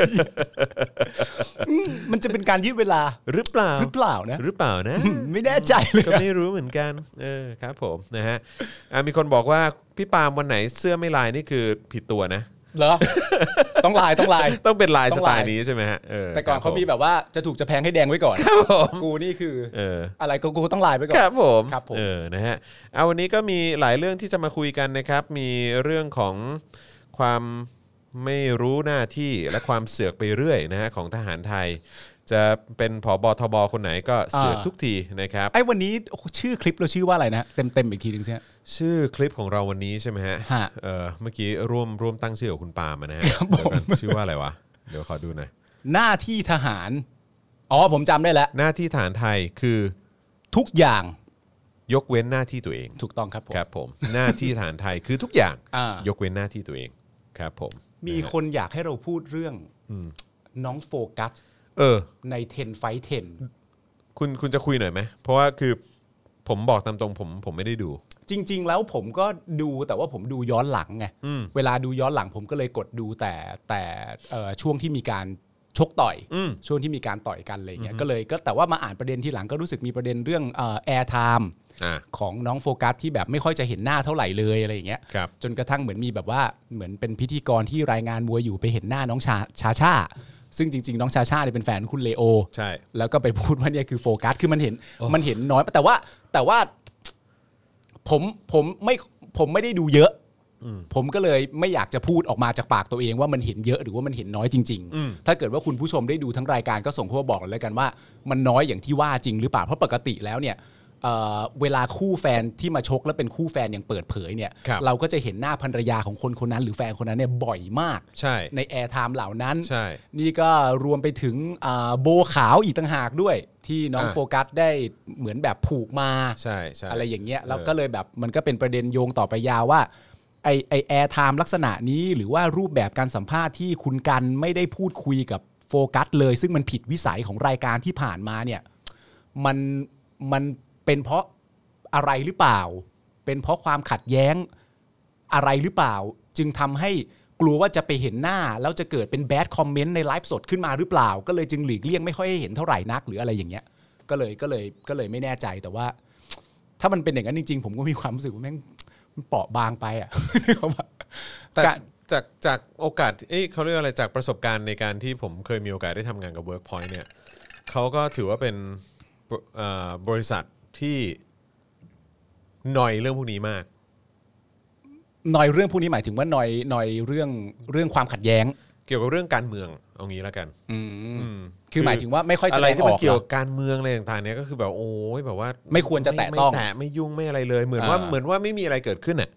มันจะเป็นการยืดเวลาหรือเปล่านะหรือเปล่านะไม่แน่ใจเลยก็ไม่รู้เหมือนกันครับผมนะฮะมีคนบอกว่าพี่ปาล์มวันไหนเสื้อไม่ลายนี่คือผิดตัวนะเหรอต้องลายต้องเป็นลายสไตล์นี้ใช่ไหมฮะแต่ก่อนเขามีแบบว่าจะถูกจะแพงให้แดงไว้ก่อนครับผมกูนี่คืออะไรกูต้องลายไปก่อนครับผมนะฮะเอาวันนี้ก็มีหลายเรื่องที่จะมาคุยกันนะครับมีเรื่องของความไม่รู้หน้าที่และความเสือกไปเรื่อยนะฮะของทหารไทยจะเป็นผบทบคนไหนก็เสือกทุกทีนะครับไอ้วันนี้ชื่อคลิปเราชื่อว่าอะไรนะเต็มอีกทีนึงใช่ไหมชื่อคลิปของเราวันนี้ใช่ไหมฮะเมื่อกี้ร่วมตั้งชื่อกับคุณปาล์มนะฮะชื่อว่าอะไรวะเดี๋ยวขอดูหน่อยหน้าที่ทหารผมจำได้แล้วหน้าที่ทหารไทยคือทุกอย่างยกเว้นหน้าที่ตัวเองถูกต้องครับผมครับผมหน้าที่ทหารไทยคือทุกอย่างยกเว้นหน้าที่ตัวเองครับผมมีคนอยากให้เราพูดเรื่องน้องโฟกัสใน10 Fight 10 คุณจะคุยหน่อยไหมเพราะว่าคือผมบอกตามตรงผมไม่ได้ดูจริงๆแล้วผมก็ดูแต่ว่าผมดูย้อนหลังไงเวลาดูย้อนหลังผมก็เลยกดดูแต่ช่วงที่มีการชกต่อยช่วงที่มีการต่อยกันอะไรเงี้ยก็เลยก็แต่ว่ามาอ่านประเด็นที่หลังก็รู้สึกมีประเด็นเรื่องแอร์ไทม์ของน้องโฟกัสที่แบบไม่ค่อยจะเห็นหน้าเท่าไหร่เลยอะไรอย่างเงี้ยจนกระทั่งเหมือนมีแบบว่าเหมือนเป็นพิธีกรที่รายงานมวยอยู่ไปเห็นหน้าน้องชาซึ่งจริงๆน้องชาเนี่ยเป็นแฟนคุณเลโอใช่แล้วก็ไปพูดว่าเนี่ยคือโฟกัสคือมันเห็นน้อยแต่ว่าผมไม่ได้ดูเยอะผมก็เลยไม่อยากจะพูดออกมาจากปากตัวเองว่ามันเห็นเยอะหรือว่ามันเห็นน้อยจริงๆถ้าเกิดว่าคุณผู้ชมได้ดูทั้งรายการก็ส่งเข้ามาบอกเลยกันว่ามันน้อยอย่างที่ว่าจริงหรือเปล่าเพราะปกติแล้วเนี่ยเวลาคู่แฟนที่มาชกแล้วเป็นคู่แฟนอย่างเปิดเผยเนี่ยเราก็จะเห็นหน้าภรรยาของคนนั้นหรือแฟนคนนั้นเนี่ยบ่อยมากในแอร์ไทม์เหล่านั้นนี่ก็รวมไปถึงโบขาวอีกต่างหากด้วยที่น้องโฟกัสได้เหมือนแบบผูกมาอะไรอย่างเงี้ยแล้วก็เลยแบบมันก็เป็นประเด็นโยงต่อไปยาวว่าไอแอร์ไทม์ลักษณะนี้หรือว่ารูปแบบการสัมภาษณ์ที่คุณกันไม่ได้พูดคุยกับโฟกัสเลยซึ่งมันผิดวิสัยของรายการที่ผ่านมาเนี่ยมันเป็นเพราะอะไรหรือเปล่าเป็นเพราะความขัดแย้งอะไรหรือเปล่าจึงทำให้กลัวว่าจะไปเห็นหน้าแล้วจะเกิดเป็นแบดคอมเมนต์ในไลฟ์สดขึ้นมาหรือเปล่าก็เลยจึงหลีกเลี่ยงไม่ค่อยให้เห็นเท่าไหร่นักหรืออะไรอย่างเงี้ยก็เลยไม่แน่ใจแต่ว่าถ้ามันเป็นอย่างนั้นจริงๆผมก็มีความรู้สึกว่าแม่งมันเปราะบางไปอ่ะแต่จากโอกาสเขาเรียกอะไรจากประสบการณ์ในการที่ผมเคยมีโอกาสได้ทำงานกับ Workpoint เนี่ยเขาก็ถือว่าเป็นบริษัทที่หน่อยเรื่องพวกนี้มากหน่อยเรื่องพวกนี้หมายถึงว่าหน่อยเรื่องความขัดแย้งเกี่ยวกับเรื่องการเมืองเอางี้แล้วกันคือหมายถึงว่าไม่ค่อยแสดงออกอะไรที่มันเกี่ยวกับการเมืองอะไรต่างๆเนี่ยก็คือแบบโอ้ยแบบว่าไม่ควรจะแตะต้องไม่ยุ่งไม่อะไรเลยเหมือนว่าไม่มีอะไรเกิดขึ้นอ่ะ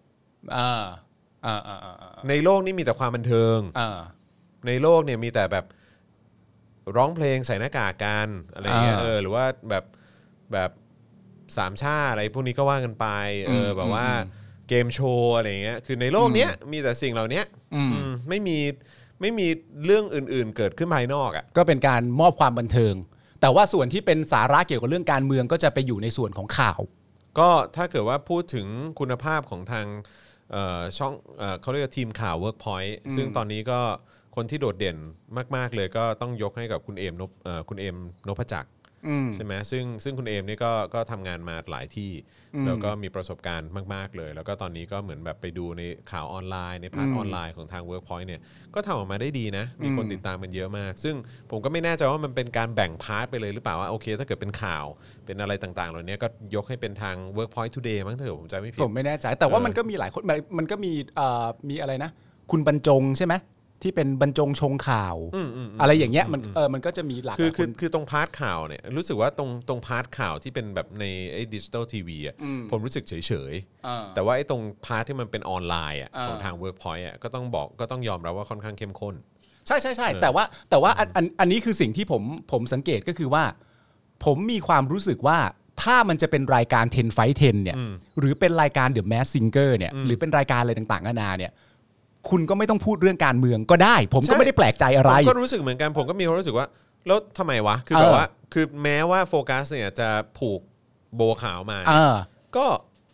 ในโลกนี้มีแต่ความบันเทิงในโลกเนี่ยมีแต่แบบร้องเพลงใส่หน้ากากกันอะไรเงี้ยหรือว่าแบบสามชาอะไรพวกนี้ก็ว่ากันไปแบบว่าเกมโชว์อะไรเงี้ยคือในโลกเนี้ยมีแต่สิ่งเหล่านี้ไม่มีเรื่องอื่นๆเกิดขึ้นภายนอกอ่ะก็เป็นการมอบความบันเทิงแต่ว่าส่วนที่เป็นสาระเกี่ยวกับเรื่องการเมืองก็จะไปอยู่ในส่วนของข่าวก็ถ้าเกิดว่าพูดถึงคุณภาพของทางช่องเขาเรียกทีมข่าว Workpoint ซึ่งตอนนี้ก็คนที่โดดเด่นมากๆเลยก็ต้องยกให้กับคุณเอมนพจักรใช่ไหมซึ่งคุณเอมนี่ก็ทำงานมาหลายที่แล้วก็มีประสบการณ์มากๆเลยแล้วก็ตอนนี้ก็เหมือนแบบไปดูในข่าวออนไลน์ในพาร์ทออนไลน์ของทาง Workpoint เนี่ยก็ทำออกมาได้ดีนะมีคนติดตามมันเยอะมากซึ่งผมก็ไม่แน่ใจว่ามันเป็นการแบ่งพาร์ทไปเลยหรือเปล่าว่าโอเคถ้าเกิดเป็นข่าวเป็นอะไรต่างๆเหล่านี้ก็ยกให้เป็นทาง Workpoint Today มั้งถ้าเกิดผมจำไม่ผิดผมไม่แน่ใจแต่ว่ามันก็มีหลายคนมันก็มีอะไรนะคุณบรรจงใช่ไหมที่เป็นบรรจงชงข่าวอะไรอย่างเงี้ยมันก็จะมีหลากคือตรงพาร์ทข่าวเนี่ยรู้สึกว่าตรงพาร์ทข่าวที่เป็นแบบในดิจิตอลทีวีอ่ะผมรู้สึกเฉยๆแต่ว่าไอ้ตรงพาร์ทที่มันเป็นออนไลน์อ่ะของทาง Workpoint อ่ะก็ต้องยอมรับว่าค่อนข้างเข้มข้นใช่แต่ว่าอันนี้คือสิ่งที่ผมสังเกตก็คือว่าผมมีความรู้สึกว่าถ้ามันจะเป็นรายการ10 Fight 10เนี่ยหรือเป็นรายการ The Masked Singer เนี่ยหรือเป็นรายการอะไรต่างๆนานาเนี่ยคุณก็ไม่ต้องพูดเรื่องการเมืองก็ได้ผมก็ไม่ได้แปลกใจอะไรผมก็รู้สึกเหมือนกันผมก็มีความรู้สึกว่าแล้วทำไมวะคือแบบว่าคือแม้ว่าโฟกัสเนี่ยจะผูกโบขาวมา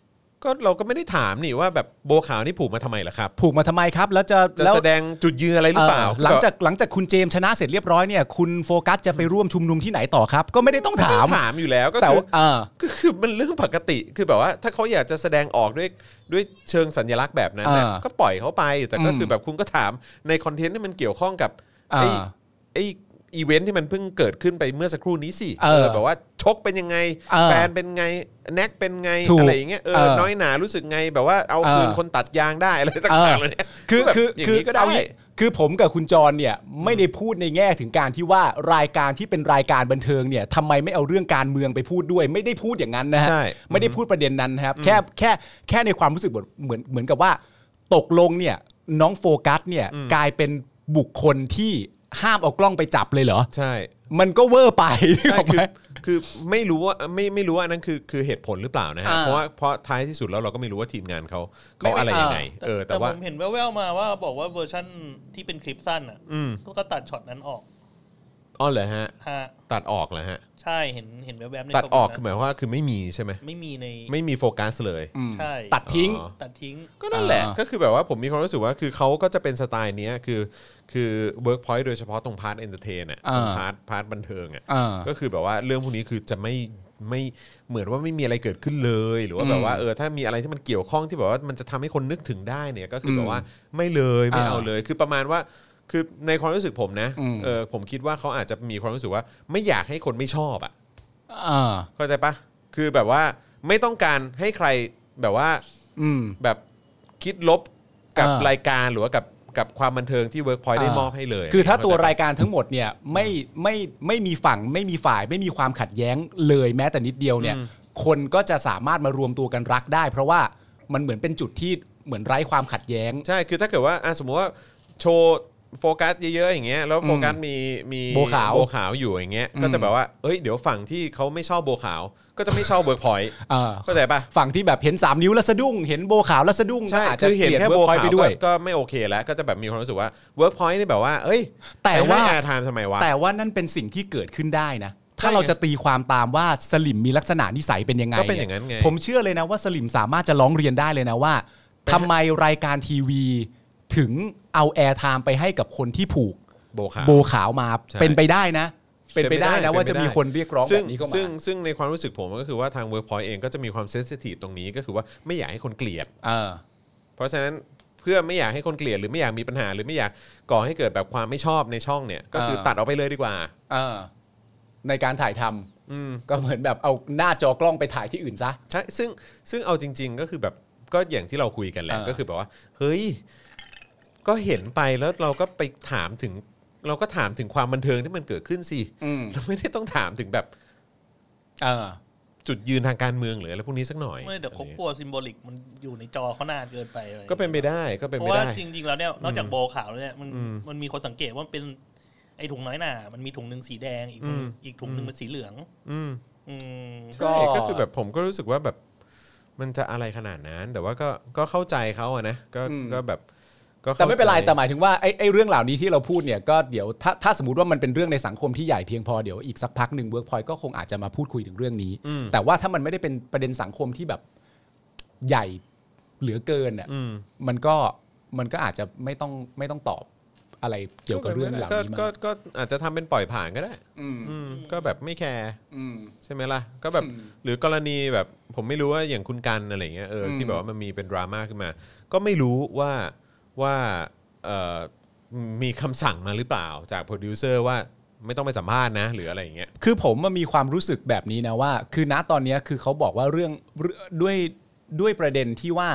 ก็เราก็ไม่ได้ถามนี่ว่าแบบโบขาวนี่ผูกมาทำไมล่ะครับผูกมาทำไมครับแล้วจะแสดงจุดยืนอะไรหรือเปล่าหลังจากคุณเจมส์ชนะเสร็จเรียบร้อยเนี่ยคุณโฟกัสจะไปร่วมชุมนุมที่ไหนต่อครับก็ไม่ได้ต้องถามอยู่แล้วก็คือมันเรื่องปกติคือแบบว่าถ้าเขาอยากจะแสดงออกด้วยเชิงสัญลักษณ์แบบนั้นก็ปล่อยเขาไปแต่ก็คือแบบคุณก็ถามในคอนเทนต์ที่มันเกี่ยวข้องกับไอ้อีเวนท์ที่มันเพิ่งเกิดขึ้นไปเมื่อสักครู่นี้สิแบบว่าชกเป็นยังไงแฟนเป็นไงแน็กเป็นไงอะไรอย่างเงี้ยน้อยหนารู้สึกไงแบบว่าเอาคืนคนตัดยางได้อะไรต่างๆเลยเนี่ยคืออย่างนี้ก็ได้คือผมกับคุณจรเนี่ยไม่ได้พูดในแง่ถึงการที่ว่ารายการที่เป็นรายการบันเทิงเนี่ยทำไมไม่เอาเรื่องการเมืองไปพูดด้วยไม่ได้พูดอย่างนั้นนะฮะไม่ได้พูดประเด็นนั้นครับแค่ในความรู้สึกเหมือนกับว่าตกลงเนี่ยน้องโฟกัสเนี่ยกลายเป็นบุคคลที่ห้ามเอากล้องไปจับเลยเหรอใช่มันก็เวอร์ไปคือไม่รู้ว่าไม่รู้ว่านั้นคือเหตุผลหรือเปล่านะฮะเพราะท้ายที่สุดแล้วเราก็ไม่รู้ว่าทีมงานเขาอะไรยังไงแต่ผมเห็นแว่วๆมาว่าบอกว่าเวอร์ชั่นที่เป็นคลิปสั้นอ่ะก็ตัดช็อตนั้นออกอ๋อเหรอฮะตัดออกเหรอฮะใช่เห็นแวบๆในตัดออกคือหมายว่าคือไม่มีใช่ไหมไม่มีโฟกัสเลยใช่ตัดทิ้งก็นั่นแหละก็คือแบบว่าผมมีความรู้สึกว่าคือเขาก็จะเป็นสไตล์นี้คือเวิร์กพอยต์โดยเฉพาะตรงพาร์ทเอนเตอร์เทนอ่ะพาร์ทบันเทิงอ่ะก็คือแบบว่าเรื่องพวกนี้คือจะไม่เหมือนว่าไม่มีอะไรเกิดขึ้นเลยหรือว่าแบบว่าถ้ามีอะไรที่มันเกี่ยวข้องที่แบบว่ามันจะทำให้คนนึกถึงได้เนี่ยก็คือแบบว่าไม่เลยไม่เอาเลยคือประมาณว่าคือในความรู้สึกผมนะผมคิดว่าเขาอาจจะมีความรู้สึกว่าไม่อยากให้คนไม่ชอบอ่ะเข้าใจปะคือแบบว่าไม่ต้องการให้ใครแบบว่าแบบคิดลบกับรายการหรือว่ากับความบันเทิงที่ Workpoint ได้มอบให้เลยคือถ้าตัวรายการทั้งหมดเนี่ยไม่มีฝั่งไม่มีฝ่ายไม่มีความขัดแย้งเลยแม้แต่นิดเดียวเนี่ยคนก็จะสามารถมารวมตัวกันรักได้เพราะว่ามันเหมือนเป็นจุดที่เหมือนไร้ความขัดแย้งใช่คือถ้าเกิดว่าสมมติว่าโชว์โฟกัสเยอะๆอย่างเงี้ยแล้วโฟกัสมีโบขาวอยู่อย่างเงี้ยก็จะแบบว่าเอ้ยเดี๋ยวฝั่งที่เขาไม่ชอบโบขาวก็จะไม่ชอบเวิร์กพอยต์เข้าใจป่ะฝั่งที่แบบเห็น3นิ้วแล้วสะดุ้งเห็นโบขาวแล้วสะดุ้งก็อาจจะเห็นแค่โบขาวก็ไม่โอเคแล้วก็จะแบบมีความรู้สึกว่าเวิร์กพอยต์นี่แบบว่าเอ้ยแต่ว่าแอร์ไทม์ทำไมวะแต่ว่านั่นเป็นสิ่งที่เกิดขึ้นได้นะถ้าเราจะตีความตามว่าสลิมมีลักษณะนิสัยเป็นยังไงก็เป็นอย่างนั้นไงผมเชื่อเลยนะว่าสลิมสามารถจะร้องเรียนได้เลยนะว่าทำไมรายการทีวีถึงเอาแอร์ไทม์ไปให้กับคนที่ผูกโบขาวมาเป็นไปได้นะเป็นไปได้นะว่าจะมีคนเรียกร้องแบบนี้เข้ามาซึ่งในความรู้สึกผมก็คือว่าทาง Workpoint เองก็จะมีความเซนซิทีฟตรงนี้ก็คือว่าไม่อยากให้คนเกลียดเพราะฉะนั้นเพื่อไม่อยากให้คนเกลียดหรือไม่อยากมีปัญหาหรือไม่อยากก่อให้เกิดแบบความไม่ชอบในช่องเนี่ยก็คือตัดออกไปเลยดีกว่าในการถ่ายทำก็เหมือนแบบเอาหน้าจอกล้องไปถ่ายที่อื่นซะใช่ซึ่งเอาจริงๆก็คือแบบก็อย่างที่เราคุยกันแหละก็คือแบบว่าเฮ้ยก็เห็นไปแล้วเราก็ไปถามถึงความบันเทิงที่มันเกิดขึ้นสิเราไม่ได้ต้องถามถึงแบบจุดยืนทางการเมืองหรืออะไรพวกนี้สักหน่อยไม่เดี๋ยวเขากลัวซิมโบลิกมันอยู่ในจอเขานานเกินไปก็เป็นไปได้เพราะว่าจริงๆแล้วเนี่ยนอกจากโบขาวเนี่ยมันมีคนสังเกตว่าเป็นไอ้ถุงน้อยหน่ามันมีถุงนึงสีแดงอีกถุงนึงมันสีเหลืองก็คือแบบผมก็รู้สึกว่าแบบมันจะอะไรขนาดนั้นแต่ว่าก็เข้าใจเขาอะนะก็แบบแต่ไม่เป็นไรแต่หมายถึงว่าไอ้เรื่องเหล่านี้ที่เราพูดเนี่ยก็เดี๋ยวถ้าสมมติว่ามันเป็นเรื่องในสังคมที่ใหญ่เพียงพอเดี๋ยวอีกสักพักหนึ่ง Workpoint ก็คงอาจจะมาพูดคุยถึงเรื่องนี้แต่ว่าถ้ามันไม่ได้เป็นประเด็นสังคมที่แบบใหญ่เหลือเกินอ่ะมันก็อาจจะไม่ต้องตอบอะไรเกี่ยวกับเรื่องเหล่านี้มาก็อาจจะทำเป็นปล่อยผ่านก็ได้ก็แบบไม่แคร์ใช่ไหมล่ะก็แบบหรือกรณีแบบผมไม่รู้ว่าอย่างคุณกันอะไรเงี้ยที่แบบว่ามันมีเป็นดราม่าขึ้นมาก็ไม่รู้ว่ามีคำสั่งมาหรือเปล่าจากโปรดิวเซอร์ว่าไม่ต้องไปสัมภาษณ์นะหรืออะไรอย่างเงี้ยคือผมมันมีความรู้สึกแบบนี้นะว่าคือณตอนนี้คือเขาบอกว่าเรื่องด้วยประเด็นที่ว่า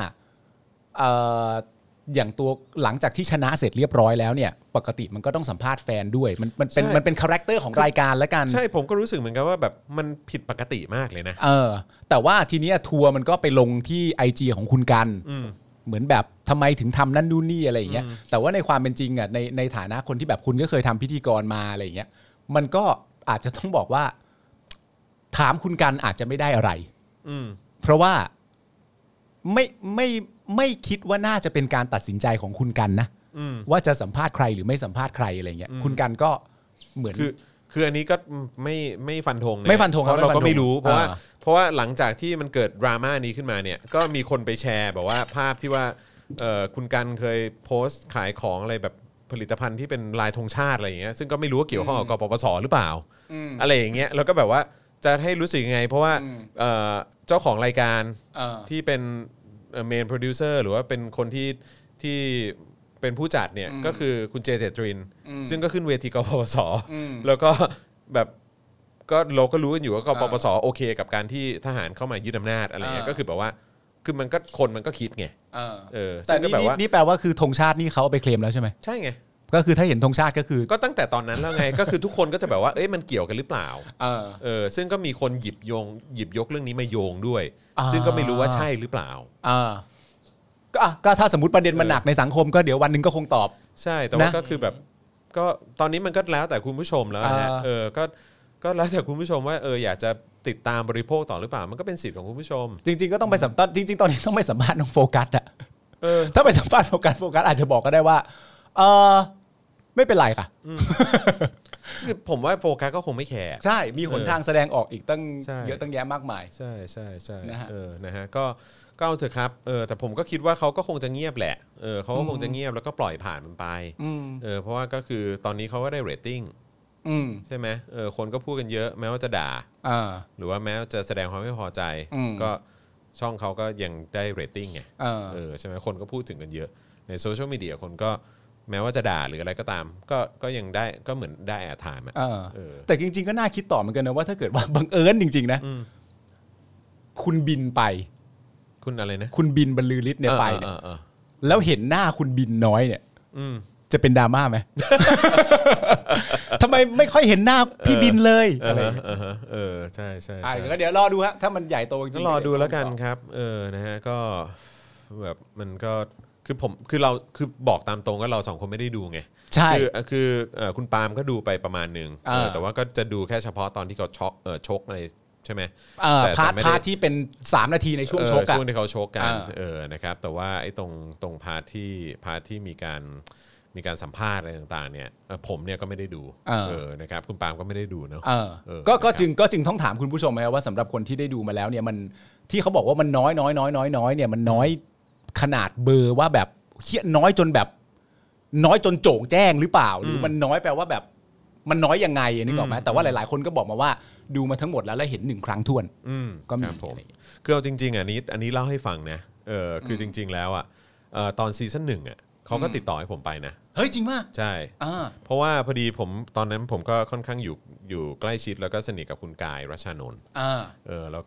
อย่างตัวหลังจากที่ชนะเสร็จเรียบร้อยแล้วเนี่ยปกติมันก็ต้องสัมภาษณ์แฟนด้วยมันเป็นคาแรคเตอร์ของรายการแล้วกันใช่ผมก็รู้สึกเหมือนกันว่าแบบมันผิดปกติมากเลยนะแต่ว่าทีนี้ทัวร์มันก็ไปลงที่ IG ของคุณกันเหมือนแบบทำไมถึงทำนั่นนู่นนี่อะไรอย่างเงี้ยแต่ว่าในความเป็นจริงอ่ะในฐานะคนที่แบบคุณก็เคยทำพิธีกรมาอะไรอย่างเงี้ยมันก็อาจจะต้องบอกว่าถามคุณกันอาจจะไม่ได้อะไรเพราะว่าไม่คิดว่าน่าจะเป็นการตัดสินใจของคุณกันนะว่าจะสัมภาษณ์ใครหรือไม่สัมภาษณ์ใครอะไรเงี้ยคุณกันก็เหมือนคืออันนี้ก็ไม่ฟันธงนะไม่ฟันธงเพราะเราก็ไม่รู้เพราะว่าหลังจากที่มันเกิดดราม่านี้ขึ้นมาเนี่ยก็มีคนไปแชร์แบบว่าภาพที่ว่าคุณกันเคยโพสต์ขายของอะไรแบบผลิตภัณฑ์ที่เป็นลายธงชาติอะไรอย่างเงี้ยซึ่งก็ไม่รู้ว่าเกี่ยวข้องกับกปปสหรือเปล่าอะไรอย่างเงี้ยแล้วก็แบบว่าจะให้รู้สึกยังไงเพราะว่าเจ้าของรายการที่เป็นเมนโปรดิวเซอร์หรือว่าเป็นคนที่เป็นผู้จัดเนี่ยก็คือคุณเจเจตรินซึ่งก็ขึ้นเวทีกปปสแล้วก็แบบก็เราก็รู้กันอยู่ว่ากปปสโอเคกับการที่ทหารเข้ามายึดอำนาจอะไรเงี้ยก็คือแบบว่าคือมันก็คนมันก็คิดไงแต่นี่แปลว่าคือธงชาตินี่เขาเอาไปเคลมแล้วใช่ไหมใช่ไงก็คือถ้าเห็นธงชาติก็คือก็ตั้งแต่ตอนนั้นแล้วไง ก็คือทุกคนก็จะแบบว่าเอ้ยมันเกี่ยวกันหรือเปล่าซึ่งก็มีคนหยิบยกเรื่องนี้มาโยงด้วยซึ่งก็ไม่รู้ว่าใช่หรือเปล่าก็ถ้าสมมติประเด็นมันหนักในสังคมก็เดี๋ยววันหนึ่งก็คงตอบใช่แต่ว่าก็คือแบบก็ตอนนี้มันก็แล้วแต่คุณผู้ชมแล้วนะก็แล้วแต่คุณผู้ชมว่าอยากจะติดตามบริโภคต่อหรือเปล่ามันก็เป็นสิทธิ์ของคุณผู้ชมจริงๆก็ต้องไปสัมภาษณ์จริงๆตอนนี้ต้องไปสัมภาษณ์น้องโฟกัสอะถ้าไปสัมภาษณ์โฟกัสอาจจะบอกก็ได้ว่าไม่เป็นไรค่ะคือผมว่าโฟกัสก็คงไม่แคร์ใช่มีหนทางแสดงออกอีกตั้งเยอะตั้งแยะมากมายใช่ใช่ใช่นะฮะก็เอาเถอะครับแต่ผมก็คิดว่าเขาก็คงจะเงียบแหละเขาก็คงจะเงียบแล้วก็ปล่อยผ่านมันไปเพราะว่าก็คือตอนนี้เขาก็ได้เรตติ้งใช่ไหมคนก็พูดกันเยอะแม้ว่าจะด่าหรือว่าแม้จะแสดงความไม่พอใจก็ช่องเขาก็ยังได้เรตติ้งไงใช่ไหมคนก็พูดถึงกันเยอะในโซเชียลมีเดียคนก็แม้ว่าจะด่าหรืออะไรก็ตามก็ยังได้ก็เหมือนได้แอร์ไทม์แต่จริงๆก็น่าคิดต่อเหมือนกันนะว่าถ้าเกิดว่าบังเอิญจริงๆนะคุณบินไปคุณอะไรนะคุณบินบรรลือฤทธิ์เนี่ยไปเนี่ยแล้วเห็นหน้าคุณบินน้อยเนี่ยจะเป็นดราม่าไหม ทำไมไม่ค่อยเห็นหน้าพี่บินเลยอะไรใช่ใช่ก็เดี๋ยวรอดูฮะถ้ามันใหญ่โตจริงๆรอดูแล้วกันครับนะฮะก็แบบมันก็คือเราคือบอกตามตรงว่าเราสองคนไม่ได้ดูไงใช่คือคุณปาล์มก็ดูไปประมาณนึงแต่ว่าก็จะดูแค่เฉพาะตอนที่เขาชกอะไรใช่ไหมพาร์ทที่เป็น3นาทีในช่วงชกช่วงที่เขาชกกันนะครับแต่ว่าไอ้ตรงพาร์ทที่มีการสัมภาษณ์อะไรต่างๆเนี่ยผมเนี่ยก็ไม่ได้ดูนะครับคุณปาล์มก็ไม่ได้ดูเนาะก็จึงต้องถามคุณผู้ชมว่าสำหรับคนที่ได้ดูมาแล้วเนี่ยมันที่เขาบอกว่ามันน้อยเนี่ยมันน้อยขนาดเบอร์ว่าแบบเหี้ยน้อยจนแบบน้อยจนโจ่งแจ้งหรือเปล่าหรือมันน้อยแปลว่าแบบมันน้อยยังไงนึกออกไหมแต่ว่าหลายๆคนก็บอกมาว่าดูมาทั้งหมดแล้วเห็น1ครั้งท้วนก็มีผมคือเอาจริงๆอันนี้เล่าให้ฟังนะคือจริงๆแล้วอ่ะตอนซีซั่น1อ่ะเขาก็ติดต่อให้ผมไปนะเฮ้ยจริงมากใช่เพราะว่าพอดีผมตอนนั้นผมก็ค่อนข้างอยู่ใกล้ชิดแล้วก็สนิทกับคุณกายรัชานนท์แล้ว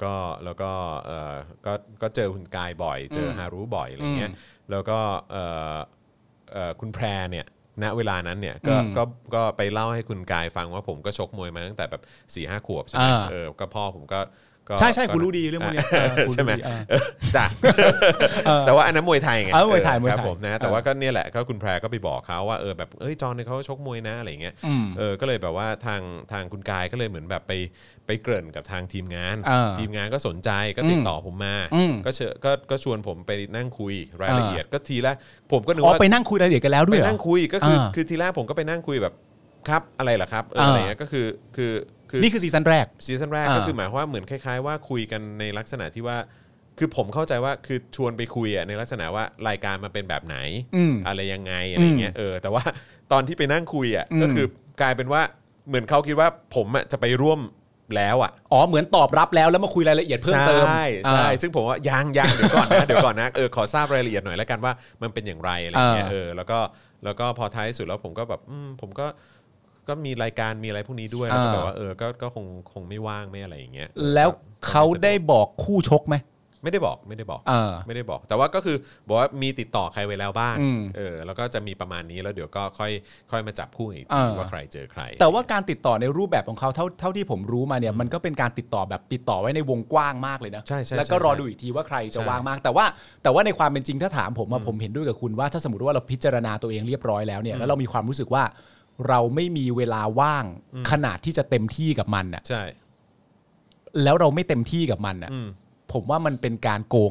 ก็เจอคุณกายบ่อยเจอฮารุบ่อยอะไรเงี้ยแล้วก็คุณแพรเนี่ยณเวลานั้นเนี่ยก็ไปเล่าให้คุณกายฟังว่าผมก็ชกมวยมาตั้งแต่แบบ 4-5 ขวบใช่ไหมก็พ่อผมก็ใช่คุณรู้ดีเรื่องพวกนี้ใช่ไหมจ้ะแต่ว่าอันนั้นมวยไทยไงมวยไทยครับผมนะแต่ว่าก็เนี่ยแหละก็คุณแพรก็ไปบอกเขาว่าแบบจอห์นเนี่ยเขาชกมวยนะอะไรเงี้ยก็เลยแบบว่าทางคุณกายก็เลยเหมือนแบบไปเกริ่นกับทางทีมงานก็สนใจก็ติดต่อผมมาก็ชวนผมไปนั่งคุยรายละเอียดก็ทีแรกผมก็นึกว่าไปนั่งคุยรายละเอียดกันแล้วด้วยไปนั่งคุยก็คือทีแรกผมก็ไปนั่งคุยแบบครับอะไรล่ะครับอะไรเงี้ยก็คือนี่คือซีซั่นแรกก็คือหมายว่าเหมือนคล้ายๆว่าคุยกันในลักษณะที่ว่าคือผมเข้าใจว่าคือชวนไปคุยในลักษณะว่ารายการมาเป็นแบบไหนอะไรยังไงอะไรเงี้ยแต่ว่าตอนที่ไปนั่งคุยก็คือกลายเป็นว่าเหมือนเขาคิดว่าผมจะไปร่วมแล้วเหมือนตอบรับแล้วมาคุยรายละเอียดเพิ่มเติมใช่ซึ่งผมว่ายังเดี๋ยวก่อนนะขอทราบรายละเอียดหน่อยแล้วกันว่ามันเป็นอย่างไรอะไรเงี้ยแล้วก็พอท้ายสุดแล้วผมก็แบบผมก็มีรายการมีอะไรพวกนี้ด้วยแล้วก็แบบว่าก็คงไม่ว่างไม่อะไรอย่างเงี้ยแล้วเขาได้บอกคู่ชกไหมไม่ได้บอกไม่ได้บอกแต่ว่าก็คือบอกว่ามีติดต่อใครไว้แล้วบ้างแล้วก็จะมีประมาณนี้แล้วเดี๋ยวก็ค่อยมาจับคู่อีกทีว่าใครเจอใครแต่ว่าการติดต่อในรูปแบบของเขาเท่าที่ผมรู้มาเนี่ยมันก็เป็นการติดต่อแบบติดต่อไว้ในวงกว้างมากเลยนะแล้วก็รอดูอีกทีว่าใครจะว่างมากแต่ว่าในความเป็นจริงถ้าถามผมเห็นด้วยกับคุณว่าถ้าสมมติว่าเราพิจารณาตัวเองเรียบร้อยแล้วเนี่ยแล้วเรามีความรู้สึกว่าเราไม่มีเวลาว่างขนาดที่จะเต็มที่กับมันน่ะใช่แล้วเราไม่เต็มที่กับมันน่ะผมว่ามันเป็นการโกงนะ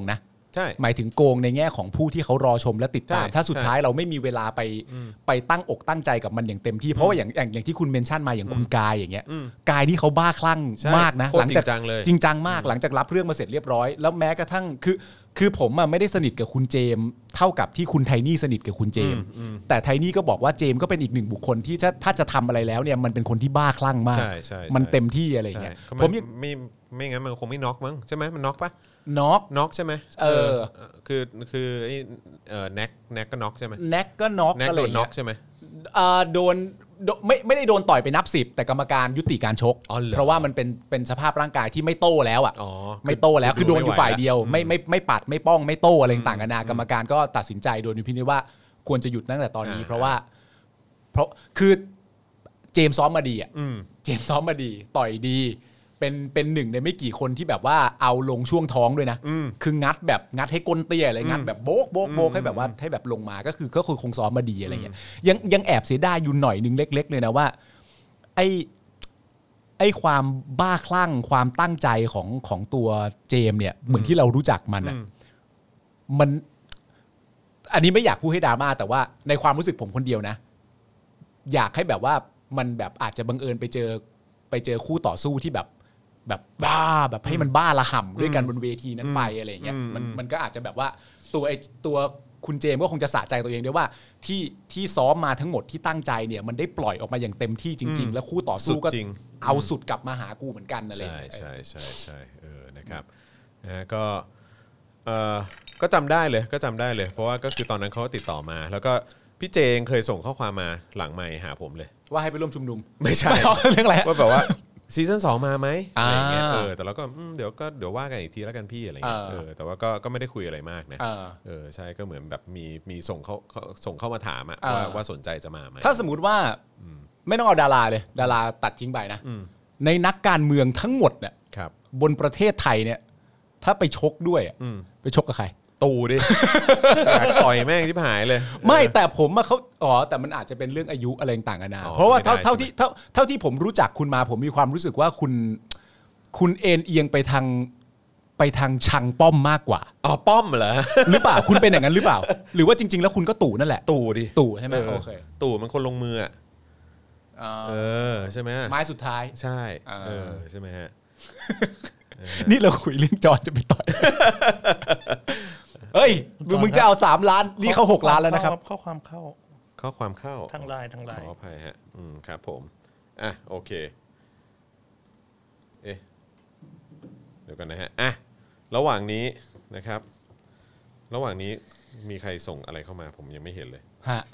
ใช่หมายถึงโกงในแง่ของผู้ที่เขารอชมและติดตามใช่ถ้าสุดท้ายเราไม่มีเวลาไปตั้งอกตั้งใจกับมันอย่างเต็มที่เพราะว่าอย่างที่คุณเมนชั่นมาอย่างคุณกายอย่างเงี้ยกายนี่เขาบ้าคลั่งใช่มากนะโคตรหลัจากจริงจังเลยจริงจังมากหลังจากรับเรื่องมาเสร็จเรียบร้อยแล้วแม้กระทั่งคือผมไม่ได้สนิทกับคุณเจมส์เท่ากับที่คุณไทนี่สนิทกับคุณเจมส์แต่ไทนี่ก็บอกว่าเจมส์ก็เป็นอีกหนึ่งบุคคลที่ถ้าจะทำอะไรแล้วเนี่ยมันเป็นคนที่บ้าคลั่งมากใช่มันเต็มที่อะไรอย่างเงี้ยผมไม่งั้นมันคงไม่น็อกมั้งใช่ไหมมันน็อกปะ น็อกใช่ไหมคือไอ้แน็กก็น็อกใช่ไหมแน็กก็น็อกแน็กอะไรโดอน ย่างน็เงี้อกยใช่ไหมโดนไม่ได้โดนต่อยไปนับ10แต่กรรมการยุติการชกอ๋อเหรอเพราะว่ามันเป็นสภาพร่างกายที่ไม่โต้แล้วอ่ะอ๋อไม่โต้แล้วคือโดนอยู่ฝ่ายเดียวไม่ไหวแล้วไม่ปัดไม่ป้องไม่โต้อะไรต่างกันานากรรมการก็ตัดสินใจโดยพินิจว่าควรจะหยุดตั้งแต่ตอนนี้เพราะคือเจมส์ซ้อมมาดีอ่ะเจมส์ซ้อมมาดีต่อยดีเป็นหนึ่งในไม่กี่คนที่แบบว่าเอาลงช่วงท้องด้วยนะคืองัดให้ก้นเตี้ยเลยงัดแบบโบกให้แบบว่าให้แบบลงมาก็คือคงซ้อมมาดีอะไรเงี้ยยังแอบเสียดายอยู่หน่อยนึงเล็กๆเลยนะว่าไอ้ความบ้าคลั่งความตั้งใจของตัวเจมเนี่ยเหมือนที่เรารู้จักมันอ่ะมันอันนี้ไม่อยากพูดให้ดราม่าแต่ว่าในความรู้สึกผมคนเดียวนะอยากให้แบบว่ามันแบบอาจจะบังเอิญไปเจอคู่ต่อสู้ที่แบบบ้าแบบให้มันบ้าระห่ำด้วยกันบนเวทีนั้นไปอะไรอย่างเงี้ยมันก็อาจจะแบบว่าตัวคุณเจมก็คงจะสะใจตัวเองด้วยว่าที่ซ้อมมาทั้งหมดที่ตั้งใจเนี่ยมันได้ปล่อยออกมาอย่างเต็มที่จริงๆแล้วคู่ต่อสู้ก็เอาสุดกลับมาหากูเหมือนกันอะไรใช่นะครับก็จำได้เลยเพราะว่าก็คือตอนนั้นเขาติดต่อมาแล้วก็พี่เจงเคยส่งข้อความมาหลังไมค์หาผมเลยว่าให้ไปร่วมชุมนุมไม่ใช่เรื่องอะไรว่าแบบว่าซีซั่น2มาไหมอะไรเงี้ยแต่เราก็เดี๋ยวว่ากันอีกทีแล้วกันพี่อะไรเงี้ยแต่ว่าก็ไม่ได้คุยอะไรมากนะใช่ก็เหมือนแบบมีส่งเข้ามาถามว่าสนใจจะมาไหมถ้าสมมติว่าไม่ต้องเอาดาราเลยดาราตัดทิ้งไปนะในนักการเมืองทั้งหมดเนี่ยบนประเทศไทยเนี่ยถ้าไปชกด้วยไปชกกับใครตู่ดิอยากต่อยแม่งที่หายเลยไม่แต่ผมเขาแต่มันอาจจะเป็นเรื่องอายุอะไรต่างกันนะเพราะว่าเท่าที่ผมรู้จักคุณมาผมมีความรู้สึกว่าคุณเอ็นเอียงไปทางชังป้อมมากกว่าป้อมเหรอหรือเปล่าคุณเป็นอย่างนั้นหรือเปล่าหรือว่าจริงๆแล้วคุณก็ตู่นั่นแหละตู่ดิตู่ใช่ไหมโอเคตู่มันคนลงมือใช่ไหมไม้สุดท้ายใช่ใช่ไหมฮะนี่เราคุยเรื่องจอจะไปต่อยเฮ้ยมึงจะเอา3 ล้านนี่เขา6 ล้านแล้วนะครับข้อความเข้าทางไลน์ขออภัยฮะครับผมโอเคเดี๋ยวกันนะฮะระหว่างนี้นะครับระหว่างนี้มีใครส่งอะไรเข้ามาผมยังไม่เห็นเลยฮะ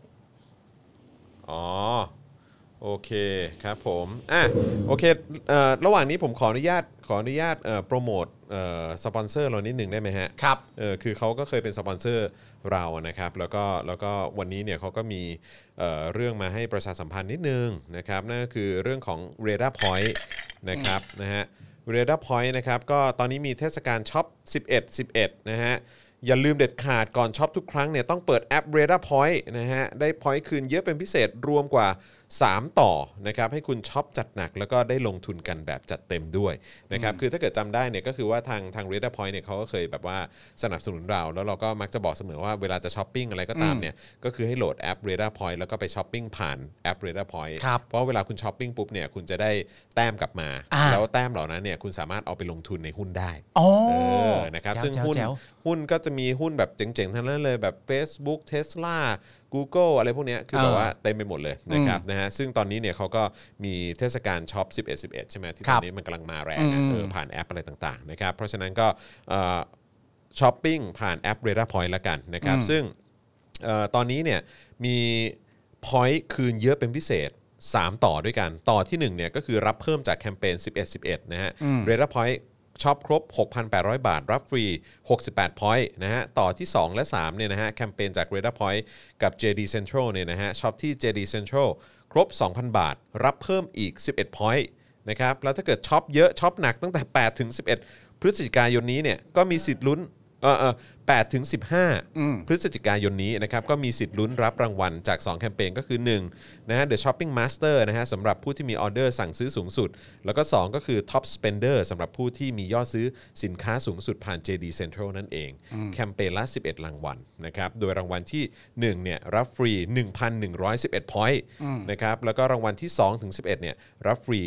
โอเคครับผมโอเคระหว่างนี้ผมขออนุญาตโปรโมทสปอนเซอร์เรานิดนึงได้ไหมฮะครับคือเขาก็เคยเป็นสปอนเซอร์เรานะครับแล้วก็วันนี้เนี่ยเขาก็มีเรื่องมาให้ประชาสัมพันธ์นิดนึงนะครับนั่นก็คือเรื่องของ Radar Point นะครับนะฮะ Radar Point นะครับก็ตอนนี้มีเทศกาลช็อป11นะฮะอย่าลืมเด็ดขาดก่อนช็อปทุกครั้งเนี่ยต้องเปิดแอป Radar Point นะฮะได้ point คืนเยอะเป็นพิเศษรวมกว่า3ต่อนะครับให้คุณช็อปจัดหนักแล้วก็ได้ลงทุนกันแบบจัดเต็มด้วยนะครับคือถ้าเกิดจำได้เนี่ยก็คือว่าทาง Radar Point เนี่ยเขาก็เคยแบบว่าสนับสนุนเราแล้วเราก็มักจะบอกเสมอว่าเวลาจะช้อปปิ้งอะไรก็ตามเนี่ยก็คือให้โหลดแอป Radar Point แล้วก็ไปช้อปปิ้งผ่านแอป Radar Point เพราะเวลาคุณช้อปปิ้งปุ๊บเนี่ยคุณจะได้แต้มกลับมาแล้วแต้มเหล่านั้นเนี่ยคุณสามารถเอาไปลงทุนในหุ้นได้นะครับซึ่งหุ้นก็จะมีหุ้นแบบเจ๋งๆทั้งนั้นเลยแบบ Facebook Tesla Google อะไรพวกนี้คือแบบว่าเต็มไปหมดเลยนะครับนะฮะซึ่งตอนนี้เนี่ยเขาก็มีเทศกาลช็อป11ใช่ไหมที่ตอนนี้มันกำลังมาแรงผ่านแอปอะไรต่างๆนะครับเพราะฉะนั้นก็ช้อปปิ้งผ่านแอป Radar Point ละกันนะครับซึ่งตอนนี้เนี่ยมี point คืนเยอะเป็นพิเศษ3ต่อด้วยกันต่อที่1เนี่ยก็คือรับเพิ่มจากแคมเปญ11นะฮะ Radar Pointช็อปครบ 6,800 บาทรับฟรี68 point นะฮะต่อที่2และ3เนี่ยนะฮะแคมเปญจาก Radar Point กับ JD Central เนี่ยนะฮะช็อปที่ JD Central ครบ 2,000 บาทรับเพิ่มอีก11 point นะครับแล้วถ้าเกิดช็อปเยอะช็อปหนักตั้งแต่8ถึง11พฤศจิกายนนี้เนี่ยก็มีสิทธิ์ลุ้น 8-15 พฤศจิกายนนี้นะครับก็มีสิทธิ์ลุ้นรับรางวัลจาก2แคมเปญก็คือ1นะฮะ The Shopping Master นะฮะสำหรับผู้ที่มีออเดอร์สั่งซื้อสูงสุดแล้วก็2ก็คือ Top Spender สำหรับผู้ที่มียอดซื้อสินค้าสูงสุดผ่าน JD Central นั่นเองแคมเปญละ11รางวัลนะครับโดยรางวัลที่1เนี่ยรับฟรี 1,111 point นะครับแล้วก็รางวัลที่2ถึง11เนี่ยรับฟรี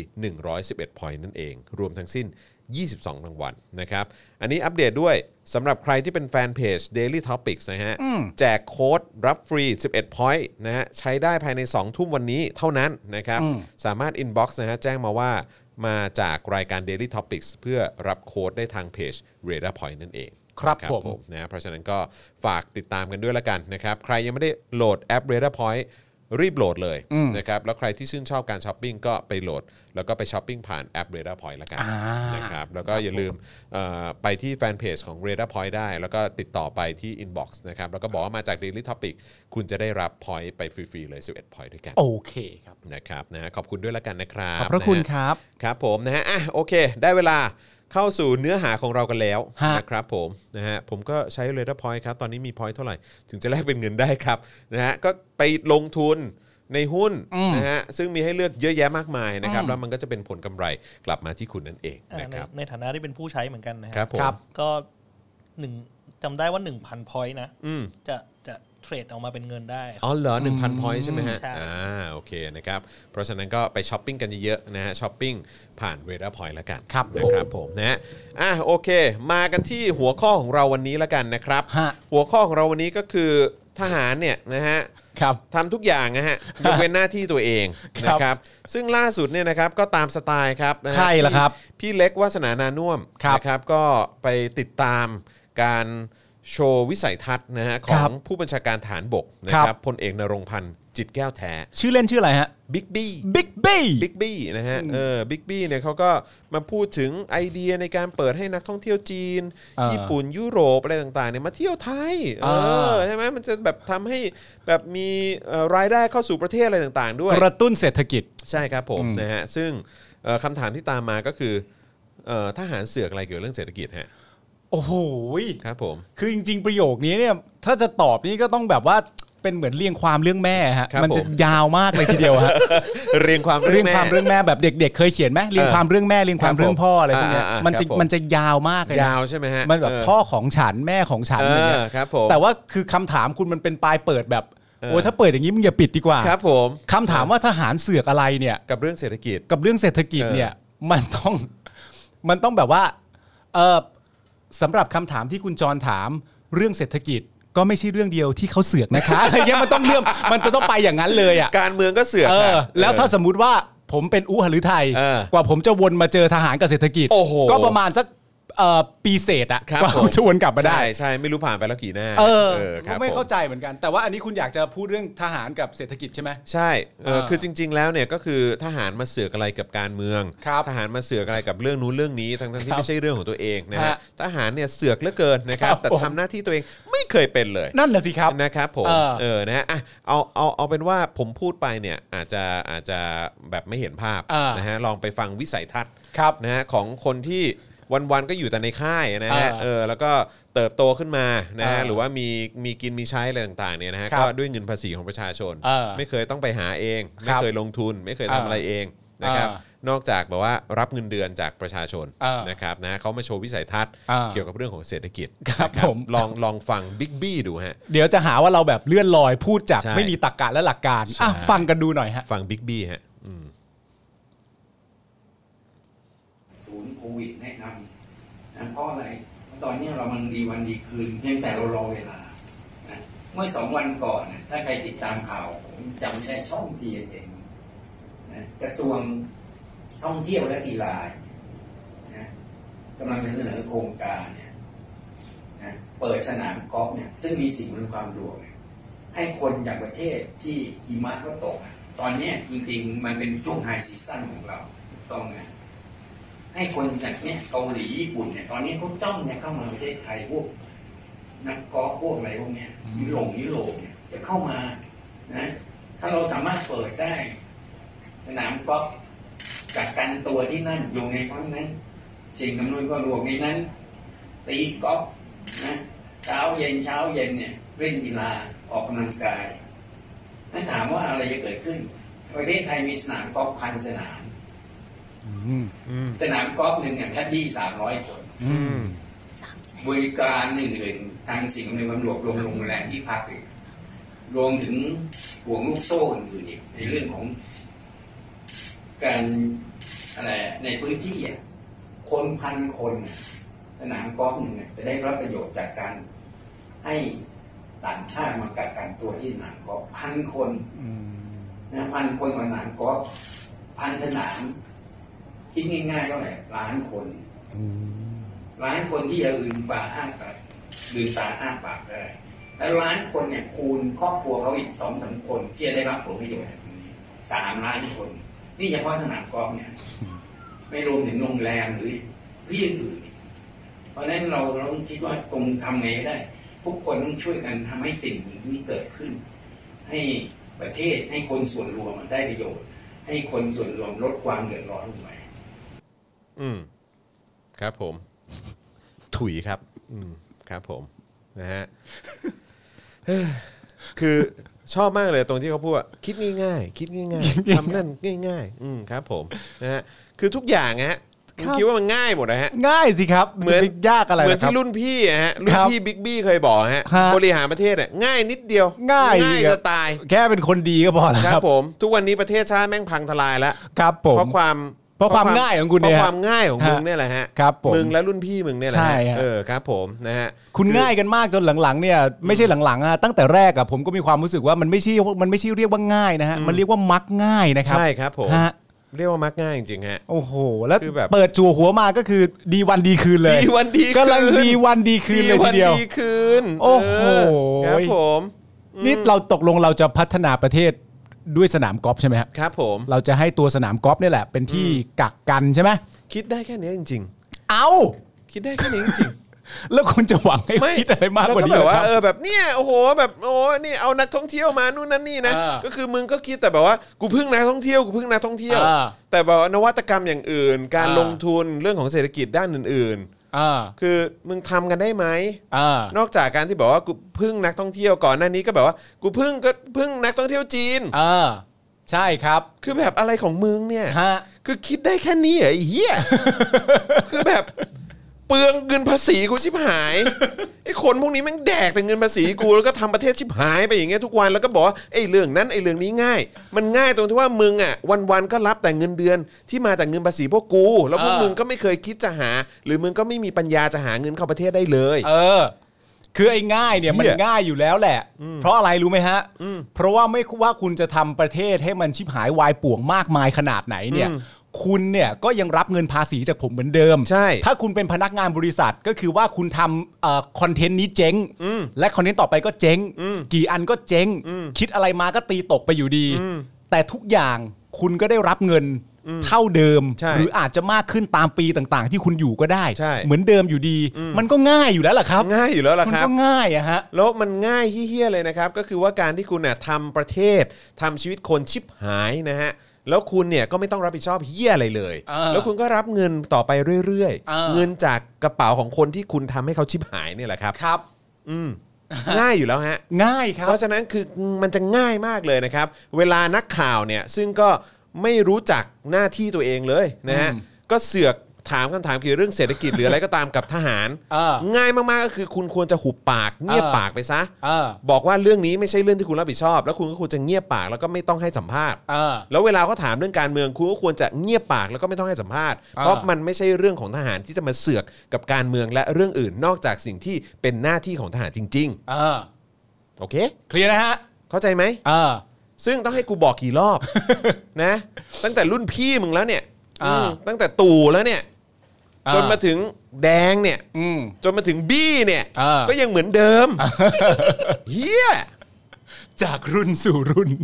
111 point นั่นเองรวมทั้งสิ้น22รางวัลนะครับอันนี้อัปเดตด้วยสำหรับใครที่เป็นแฟนเพจ Daily Topics นะฮะแจกโค้ดรับฟรี11 point นะฮะใช้ได้ภายใน2ทุ่มวันนี้เท่านั้นนะครับสามารถ inbox นะฮะแจ้งมาว่ามาจากรายการ Daily Topics เพื่อรับโค้ดได้ทางเพจ Radar Point นั่นเองครับผมนะเพราะฉะนั้นก็ฝากติดตามกันด้วยละกันนะครับใครยังไม่ได้โหลดแอป Radar Pointรีบโหลดเลยนะครับแล้วใครที่ชื่นชอบการช้อปปิ้งก็ไปโหลดแล้วก็ไปช้อปปิ้งผ่านแอป Radar Point ละกันนะครับแล้วก็อย่าลืมไปที่แฟนเพจของ Radar Point ได้แล้วก็ติดต่อไปที่ inbox นะครับแล้วก็บอกว่ามาจาก Daily Topic คุณจะได้รับ point ไปฟรีๆเลย11 point ด้วยกันโอเคครับนะครับนะขอบคุณด้วยละกันนะครับขอบพระคุณครับครับผมนะฮะโอเคได้เวลาเข้าสู่เนื้อหาของเรากันแล้วนะครับผมนะฮะผมก็ใช้ Radar Point ครับตอนนี้มี point เท่าไหร่ถึงจะแลกเป็นเงินได้ครับนะฮะก็ไปลงทุนในหุ้นนะฮะซึ่งมีให้เลือกเยอะแยะมากมายนะครับแล้วมันก็จะเป็นผลกำไรกลับมาที่คุณนั่นเองนะครับในฐานะที่เป็นผู้ใช้เหมือนกันนะครับผมก็จำได้ว่า 1,000 point นะจะเทรดออกมาเป็นเงินได้อ๋อเหรอ 1,000 point ใช่ไหมฮะโอเคนะครับเพราะฉะนั้นก็ไปช้อปปิ้งกันเยอะๆนะฮะช้อปปิ้งผ่าน Radar Point แล้วกันนะครับผมนะฮะโอเคมากันที่หัวข้อของเราวันนี้แล้วกันนะครับหัวข้อของเราวันนี้ก็คือทหารเนี่ยนะฮะทำทุกอย่างนะฮะยกเว้นหน้าที่ตัวเองนะครับซึ่งล่าสุดเนี่ยนะครับก็ตามสไตล์ครับนะฮะใช่แล้วครับพี่เล็กวาสนานานุ่มนะครับก็ไปติดตามการโชว์วิสัยทัศน์นะฮะของผู้บัญชาการฐานบกนะครับพลเอกนรงค์พันธ์จิตแก้วแท้ชื่อเล่นชื่ออะไรฮะบิ๊กบี้บิ๊กบี้นะฮะบิ๊กบี้เนี่ยเขาก็มาพูดถึงไอเดียในการเปิดให้นักท่องเที่ยวจีนญี่ปุ่นยุโรปอะไรต่างๆเนี่ยมาเที่ยวไทยใช่ไหมมันจะแบบทำให้แบบมีรายได้เข้าสู่ประเทศอะไรต่างๆด้วยกระตุ้นเศรษฐกิจใช่ครับผมนะฮะซึ่งคำถามที่ตามมาก็คือทหารเสือกอะไรเกี่ยวกับเรื่องเศรษฐกิจฮะโอ้โหครับผมคือจริงๆประโยคนี้เนี่ยถ้าจะตอบนี่ก็ต้องแบบว่าเป็นเหมือนเรียงความเรื่องแม่ฮะมันจะยาวมากเลยทีเดียวฮะเรียงความเรื่องแม่แบบเด็กๆเคยเขียนไหมเรียงความเรื่องแม่เรียงความเรื่องพ่ออะไรพวกนี้มันจะยาวมากเลยยาวใช่ไหมฮะมันแบบพ่อของฉันแม่ของฉันอะไรเงี้ยแต่ว่าคือคำถามคุณมันเป็นปลายเปิดแบบโอ้ถ้าเปิดอย่างนี้มึงอย่าปิดดีกว่าครับผมคำถามว่าทหารเสือกอะไรเนี่ยกับเรื่องเศรษฐกิจเนี่ยมันต้องแบบว่าสำหรับคำถามที่คุณจรถามเรื่องเศรษฐกิจก็ไม่ใช่เรื่องเดียวที่เขาเสือกนะคะอะไรเงี้ยมันจะต้องไปอย่างนั้นเลยอ่ะการเมืองก็เสือกแล้วถ้าสมมุติว่าผมเป็นอุหฤทัยกว่าผมจะวนมาเจอทหารกับเศรษฐกิจก็ประมาณสักปีเศษอะกว่าจะวนกลับมาได้ใช่ไม่รู้ผ่านไปแล้วกี่หน้าไม่เข้าใจเหมือนกันแต่ว่าอันนี้คุณอยากจะพูดเรื่องทหารกับเศรษฐกิจใช่ไหมใช่คือจริงๆแล้วเนี่ยก็คือทหารมาเสือกอะไรกับการเมืองทหารมาเสือกอะไรกับเรื่องนู้นเรื่องนี้ทั้งที่ไม่ใช่เรื่องของตัวเองนะฮะทหารเนี่ยเสือกเหลือเกินนะครับแต่ทำหน้าที่ตัวเองไม่เคยเป็นเลยนั่นน่ะสิครับนะครับผมนะฮะเอาเป็นว่าผมพูดไปเนี่ยอาจจะแบบไม่เห็นภาพนะฮะลองไปฟังวิสัยทัศน์นะฮะของคนที่วันๆก็อยู่แต่ในค่ายนะฮะแล้วก็เติบโตขึ้นมานะฮะหรือว่ามีกินมีใช้อะไรต่างๆเนี่ยนะฮะก็ด้วยเงินภาษีของประชาชนไม่เคยต้องไปหาเองไม่เคยลงทุนไม่เคยทำอะไรเองนะครับนอกจากแบบว่ารับเงินเดือนจากประชาชนนะครับนะเขามาโชว์วิสัยทัศน์เกี่ยวกับเรื่องของเศรษฐกิจครับผมลองฟังบิ๊กบี้ดูฮะเดี๋ยวจะหาว่าเราแบบเลื่อนลอยพูดจากไม่มีตรรกะและหลักการฟังกันดูหน่อยฮะฟังบิ๊กบี้ฮะศูนย์โควิดแนะนำเพราะอะไรตอนนี้เรามันดีวันดีคืนเพียงแต่เรารอเวลาเมื่อ2 วันก่อนถ้าใครติดตามข่าวผมจำได้ช่องทีเองกระทรวงท่องเที่ยวและกีฬากำลังจะเสนอโครงการเปิดสนามกอล์ฟเนี่ยซึ่งมีสิ่งอำนวยความสะดวกให้คนจากประเทศที่หิมะก็ตกตอนนี้จริงๆมันเป็นช่วงไฮซีซั่นของเราต้องให้คนจากเนี่ยเกาหลีญี่ปุ่นเนี่ยตอนนี้เขาจ้องเนี่ยเข้ามาประเทศไทยพวกนักกอล์ฟพวกอะไรพวกเนี้ยยุโรปเนี่ยจะเข้ามานะถ้าเราสามารถเปิดได้สนามกอล์ฟกักกันตัวที่นั่นอยู่ในห้องนั้นสิ่งอำนวยความสะดวกในนั้นตีกอล์ฟนะถเช้าเย็นเนี่ยเล่นกีฬาออกกำลังกายนั่นถามว่าอะไรจะเกิดขึ้นประเทศไทยมีสนามกอล์ฟ1,000 สนามสนามกอล์ฟหนึ่งเนี่ยแคดดี้300 คนบริการอื่นๆทางสิ่งอำนวยความสะดวกโรงแรมที่พักอีกรวมถึงห่วงลูกโซ่อื่นๆอีกในเรื่องของการอะไรในพื้นที่คน1,000 คนสนามกอล์ฟหนึ่งจะได้รับประโยชน์จากการให้ต่างชาติมากักกันตัวที่สนามกอล์ฟ1,000 คนนะ1,000 คนของสนามกอล์ฟ1,000 สนามคิดง่ายๆเท่าไหร่1,000,000 คน1,000,000 คนที่จะลืมตาอ้าปากได้แล้ว1,000,000 คนเนี่ยคูณครอบครัวเขาอีก 2-3 คนที่จะได้รับผลประโยชน์3,000,000 คนนี่เฉพาะสนามกอล์ฟเนี่ยไม่รวมถึงโรงแรมหรือที่อื่นเพราะฉะนั้นเราต้องคิดว่าตรงทำไงได้ทุกคนต้องช่วยกันทำให้สิ่งนี้เกิดขึ้นให้ประเทศให้คนส่วนรวมได้ประโยชน์ให้คนส่วนรวมลดความเดือดร้อนลงไปครับผมถุยครับครับผมนะฮะ คือชอบมากเลยตรงที่เขาพูดว่าคิดง่ายๆคิดง่ายๆทำนั่นง่ายๆครับผมนะฮะคือทุกอย่างฮะคิดว่ามันง่ายหมดนะฮะง่ายสิครับเหมือนยากอะไรเหมือนที่รุ่นพี่ฮะรุ่นพี่บิ๊กบี้เคยบอกฮะบริหารประเทศเนี่ยง่ายนิดเดียวง่ายจะตายแค่เป็นคนดีก็พอแล้วครับผมทุกวันนี้ประเทศชาติแม่งพังทลายแล้วครับผมเพราะความง่ายของคุณเนี่ยเพราะความง่ายของมึงเนี่ยแหละฮะมึงและรุ่นพี่มึงเนี่ยแหละครับผมนะฮะคุณง่ายกันมากจนหลังๆเนี่ยไม่ใช่หลังๆตั้งแต่แรกอะผมก็มีความรู้สึกว่ามันไม่ใช่เรียกว่าง่ายนะฮะมันเรียกว่ามักง่ายนะครับใช่ครับผมเรียกว่ามักง่ายจริงๆฮะโอ้โหแล้วเปิดจั่วหัวมาก็คือดีวันดีคืนเลยดีวันดีคืนกำลังดีวันดีคืนเลยทีเดียวดีคืนโอ้โหครับผมนี่เราตกลงเราจะพัฒนาประเทศด้วยสนามกอล์ฟใช่ไหมครับผมเราจะให้ตัวสนามกอล์ฟนี่แหละเป็นที่กักกันใช่ไหมคิดได้แค่นี้จริงๆเอาคิดได้แค่นี้จริงแล้วคุณจะหวังให้คิดอะไรมากกว่านี้แบบว่าแบบเนี่ยโอ้โหแบบโอ้นี่เอานักท่องเที่ยวมานู่นนั่นนี่นะก็คือมึงก็คิดแต่แบบว่ากูพึ่งนักท่องเที่ยวแต่แบบนวัตกรรมอย่างอื่นการลงทุนเรื่องของเศรษฐกิจด้านอื่นๆคือมึงทำกันได้ไหมนอกจากการที่บอกว่ากูพึ่งนักท่องเที่ยวก่อนหน้านี้ก็แบบว่ากูพึ่งนักท่องเที่ยวจีนใช่ครับคือแบบอะไรของมึงเนี่ยคือคิดได้แค่นี้เหรอไอ้เหี้ยคือแบบเปลืองเงินภาษีกูชิบหายไอ้คนพวกนี้แม่งแดกแต่เงินภาษีกูแล้วก็ทำประเทศชิบหายไปอย่างเงี้ยทุกวันแล้วก็บอกว่าไอ้เรื่องนั้นไอ้เรื่องนี้ง่ายมันง่ายตรงที่ว่ามึงอ่ะวันๆก็รับแต่เงินเดือนที่มาจากเงินภาษีพวกกูแล้วพวกมึงก็ไม่เคยคิดจะหาหรือมึงก็ไม่มีปัญญาจะหาเงินเข้าประเทศได้เลยคือไอ้ง่ายเนี่ยมันง่ายอยู่แล้วแหละเพราะอะไรรู้ไหมฮะเพราะว่าไม่ว่าคุณจะทำประเทศให้มันชิบหายวายป่วงมากมายขนาดไหนเนี่ยคุณเนี่ยก็ยังรับเงินภาษีจากผมเหมือนเดิมใช่ถ้าคุณเป็นพนักงานบริษัทก็คือว่าคุณทำคอนเทนต์นี้เจ๊งและคอนเทนต์ต่อไปก็เจ๊งกี่อันก็เจ๊งคิดอะไรมาก็ตีตกไปอยู่ดีแต่ทุกอย่างคุณก็ได้รับเงินเท่าเดิมหรืออาจจะมากขึ้นตามปีต่างๆที่คุณอยู่ก็ได้เหมือนเดิมอยู่ดีมันก็ง่ายอยู่แล้วล่ะครับง่ายอยู่แล้วล่ะครับมันก็ง่ายอะฮะแล้วมันง่ายเหี้ยๆเลยนะครับก็คือว่าการที่คุณเนี่ยทำประเทศทำชีวิตคนชิบหายนะฮะแล้วคุณเนี่ยก็ไม่ต้องรับผิดชอบเหี้ยอะไรเลยแล้วคุณก็รับเงินต่อไปเรื่อยๆเงินจากกระเป๋าของคนที่คุณทำให้เขาชิบหายเนี่ยแหละครับครับง่ายอยู่แล้วฮะง่ายครับเพราะฉะนั้นคือมันจะง่ายมากเลยนะครับเวลานักข่าวเนี่ยซึ่งก็ไม่รู้จักหน้าที่ตัวเองเลยนะฮะก็เสือกถามคำถามเกี่ยวกับเรื่องเศรษฐกิจหรืออะไรก็ตามกับทหารง่ายมากๆก็คือคุณควรจะหุบปากเงียบปากไปซะบอกว่าเรื่องนี้ไม่ใช่เรื่องที่คุณรับผิดชอบแล้วคุณก็ควรจะเงียบปากแล้วก็ไม่ต้องให้สัมภาษณ์แล้วเวลาเขาถามเรื่องการเมืองคุณก็ควรจะเงียบปากแล้วก็ไม่ต้องให้สัมภาษณ์เพราะมันไม่ใช่เรื่องของทหารที่จะมาเสือกกับการเมืองและเรื่องอื่นนอกจากสิ่งที่เป็นหน้าที่ของทหารจริงๆโอเคเคลียร์นะฮะเข้าใจไหมซึ่งต้องให้กูบอกกี่รอบนะตั้งแต่รุ่นพี่มึงแล้วเนี่ยตั้งแต่ตู่แล้วเนี่ยจนมาถึงแดงเนี่ยจนมาถึงบี้เนี่ยก็ยังเหมือนเดิมเฮียจากรุ่นสู่รุ่น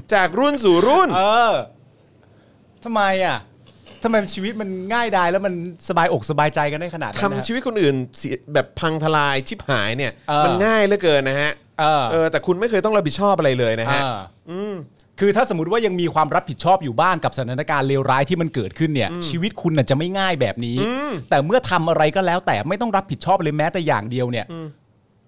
ทำไมชีวิตมันง่ายดายแล้วมันสบายอกสบายใจกันได้ขนาดนั้นทำชีวิตคนอื่นแบบพังทลายชิบหายเนี่ยมันง่ายเหลือเกินนะฮะแต่คุณไม่เคยต้องรับผิดชอบอะไรเลยนะฮะคือถ้าสมมติว่ายังมีความรับผิดชอบอยู่บ้างกับสถานการณ์เลวร้ายที่มันเกิดขึ้นเนี่ยชีวิตคุณจะไม่ง่ายแบบนี้แต่เมื่อทำอะไรก็แล้วแต่ไม่ต้องรับผิดชอบเลยแม้แต่อย่างเดียวเนี่ย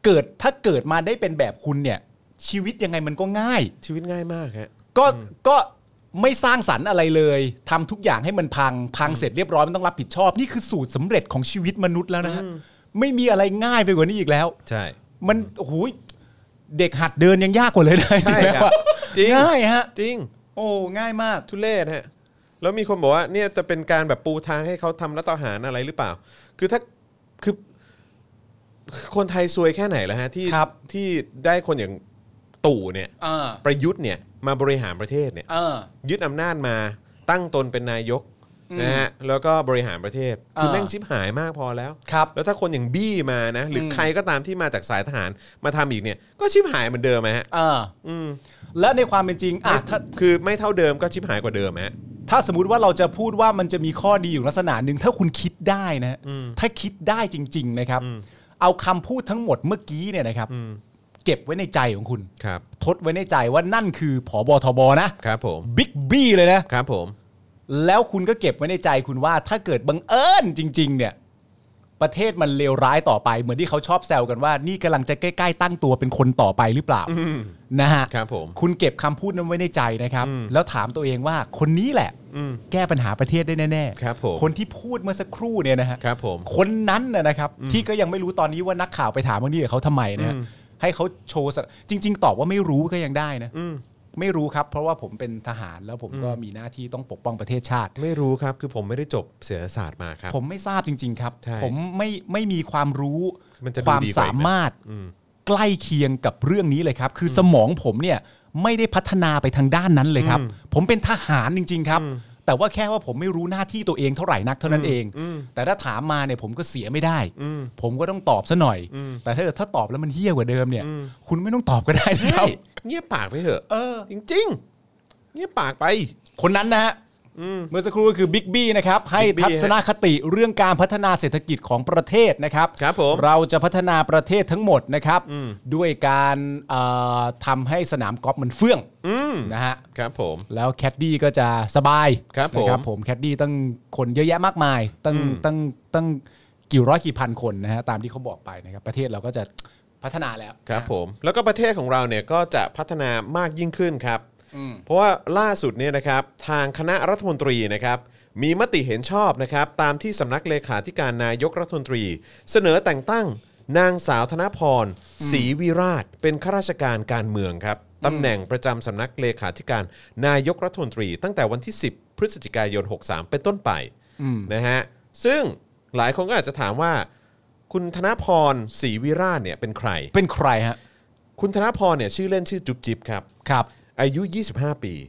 ถ้าเกิดมาได้เป็นแบบคุณเนี่ยชีวิตยังไงมันก็ง่ายชีวิตง่ายมากฮะก็ไม่สร้างสรรค์อะไรเลยทำทุกอย่างให้มันพังเสร็จเรียบร้อยมันต้องรับผิดชอบนี่คือสูตรสำเร็จของชีวิตมนุษย์แล้วนะฮะไม่มีอะไรง่ายไปกว่านี้อีกแล้วใช่มันโอ้โหเด็กหัดเดินยังยากกว่าเลยนะจริงครับจริงง่ายฮะจริงโอ้ง่ายมากทุเรศฮะแล้วมีคนบอกว่าเนี่ยจะเป็นการแบบปูทางให้เขาทำรัฐประหารอะไรหรือเปล่าคือถ้าคือคนไทยซวยแค่ไหนแล้วฮะที่ได้คนอย่างตู่เนี่ยประยุทธ์เนี่ยมาบริหารประเทศเนี่ยยึดอำนาจมาตั้งตนเป็นนายกนะฮะแล้วก็บริหารประเทศคือแม่งชิบหายมากพอแล้วแล้วถ้าคนอย่างบี้มานะหรือใครก็ตามที่มาจากสายทหารมาทำอีกเนี่ยก็ชิบหายเหมือนเดิมฮะและในความเป็นจริงถ้าคือไม่เท่าเดิมก็ชิบหายกว่าเดิมฮะถ้าสมมุติว่าเราจะพูดว่ามันจะมีข้อดีอยู่ลักษณะหนึ่งถ้าคุณคิดได้นะถ้าคิดได้จริงๆนะครับเอาคำพูดทั้งหมดเมื่อกี้เนี่ยนะครับเก็บไว้ในใจของคุณทดไว้ในใจว่านั่นคือผบทบนะครับผมบิ๊กบี้เลยนะครับผมแล้วคุณก็เก็บไว้ในใจคุณว่าถ้าเกิดบังเอิญจริงๆเนี่ยประเทศมันเลวร้ายต่อไปเหมือนที่เขาชอบแซวกันว่านี่กำลังจะใกล้ๆตั้งตัวเป็นคนต่อไปหรือเปล่านะฮะครับผมคุณเก็บคำพูดนั้นไว้ในใจนะครับแล้วถามตัวเองว่าคนนี้แหละแก้ปัญหาประเทศได้แน่ๆครับผมคนที่พูดเมื่อสักครู่เนี่ยนะฮะครับผมคนนั้นนะครับที่ก็ยังไม่รู้ตอนนี้ว่านักข่าวไปถามว่านี่เขาทำไมนะให้เขาโชว์จริงๆตอบว่าไม่รู้ก็ยังได้นะไม่รู้ครับเพราะว่าผมเป็นทหารแล้วผมก็มีหน้าที่ต้องปกป้องประเทศชาติไม่รู้ครับคือผมไม่ได้จบเศรษฐศาสตร์มาครับผมไม่ทราบจริงๆครับผมไม่มีความรู้ความสามารถใกล้เคียงกับเรื่องนี้เลยครับคือสมองผมเนี่ยไม่ได้พัฒนาไปทางด้านนั้นเลยครับผมเป็นทหารจริงๆครับแต่ว่าแค่ว่าผมไม่รู้หน้าที่ตัวเองเท่าไหร่นักเท่านั้นเองแต่ถ้าถามมาเนี่ยผมก็เสียไม่ได้ผมก็ต้องตอบซะหน่อยแต่ถ้าตอบแล้วมันเหี้ยกว่าเดิมเนี่ยคุณไม่ต้องตอบก็ได้นะครับเงียบปากไปเถอะจริงๆเงียบปากไปคนนั้นนะฮะเมื่อสักครู่ก็คือบิ๊กบี้นะครับให้ทัศนคติเรื่องการพัฒนาเศรษฐกิจของประเทศนะครับเราจะพัฒนาประเทศทั้งหมดนะครับด้วยการทำให้สนามกอล์ฟมันเฟื่องนะฮะครับผมแล้วแคดดี้ก็จะสบายนะครับผมแคดดี้ตั้งคนเยอะแยะมากมายตั้งกี่ร้อยกี่พันคนนะฮะตามที่เขาบอกไปนะครับประเทศเราก็จะพัฒนาแล้วครับผมแล้วก็ประเทศของเราเนี่ยก็จะพัฒนามากยิ่งขึ้นครับเพราะว่าล่าสุดเนี่ยนะครับทางคณะรัฐมนตรีนะครับมีมติเห็นชอบนะครับตามที่สำนักเลขาธิการนายกรัฐมนตรีเสนอแต่งตั้งนางสาวธนพรศรีวิราชเป็นข้าราชการการเมืองครับตำแหน่งประจำสำนักเลขาธิการนายกรัฐมนตรีตั้งแต่วันที่10พฤศจิกายน63เป็นต้นไปนะฮะซึ่งหลายคนก็อาจจะถามว่าคุณธนพรศรีวิราชเนี่ยเป็นใครฮะคุณธนพรเนี่ยชื่อเล่นชื่อจุ๊บจิ๊บครับอายุ25ปี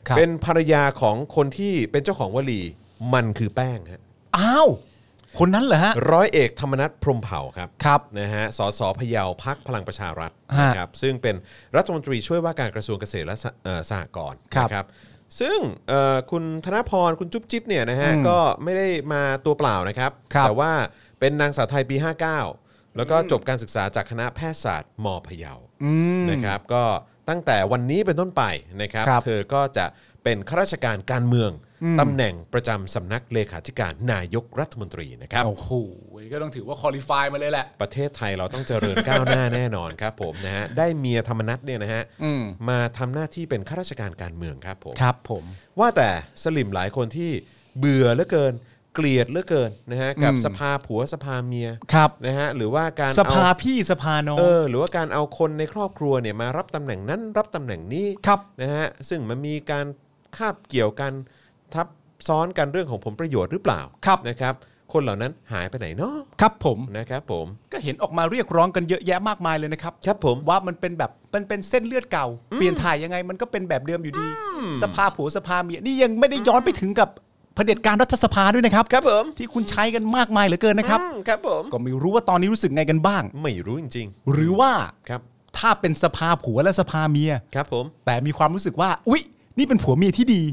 เป็นภรรยาของคนที่เป็นเจ้าของวลีมันคือแป้งฮะอ้าวคนนั้นเหรอฮะร้อยเอกธรรมนัสพรหมเผ่าครับนะฮะสสพะเยาพรรคพลังประชารัฐนะครับซึ่งเป็นรัฐมนตรีช่วยว่าการกระทรวงเกษตรและสหกรณ์นะครับซึ่งคุณธนพรคุณจุ๊บจิ๊บเนี่ยนะฮะก็ไม่ได้มาตัวเปล่านะครับแต่ว่าเป็นนางสาวไทยปี59แล้วก็จบการศึกษาจากคณะแพทยศาสตร์ม.พะเยานะครับก็ตั้งแต่วันนี้เป็นต้นไปนะครับเธอก็จะเป็นข้าราชการการเมืองตำแหน่งประจำสำนักเลขาธิการนายกรัฐมนตรีนะครับโอ้โหก็ต้องถือว่าคอลิฟายมาเลยแหละประเทศไทยเราต้องเจริญก้าวหน้าแน่นอนครับผมนะฮะได้เมียธรรมนัสเนี่ยนะฮะมาทำหน้าที่เป็นข้าราชการการเมืองครับผมครับผมว่าแต่สลิมหลายคนที่เบื่อเหลือเกินเกลียดเหลือเกินนะฮะกับสภาผัวสภาเมียนะฮะหรือว่าการสภาพี่สภาน้องหรือว่าการเอาคนในครอบครัวเนี่ยมารับตำแหน่งนั้นรับตำแหน่งนี้นะฮะซึ่งมันมีการคาบเกี่ยวกันทับซ้อนกันเรื่องของผลประโยชน์หรือเปล่านะครับคนเหล่านั้นหายไปไหนเนาะครับผมนะครับผมก็เห็นออกมาเรียกร้องกันเยอะแยะมากมายเลยนะครับครับผมว่ามันเป็นแบบมันเป็นเส้นเลือดเก่าเปลี่ยนถ่ายยังไงมันก็เป็นแบบเดิมอยู่ดีสภาผัวสภาเมียนี่ยังไม่ได้ย้อนไปถึงกับเผด็จการรัฐสภาด้วยนะครับครับผมที่คุณใช้กันมากมายเหลือเกินนะครับครับผมก็ไม่รู้ว่าตอนนี้รู้สึกไงกันบ้างไม่รู้จริงๆหรือว่าครับถ้าเป็นสภาผัวและสภาเมียครับผมแต่มีความรู้สึกว่าอุ๊ยนี่เป็นผัวเมียที่ดี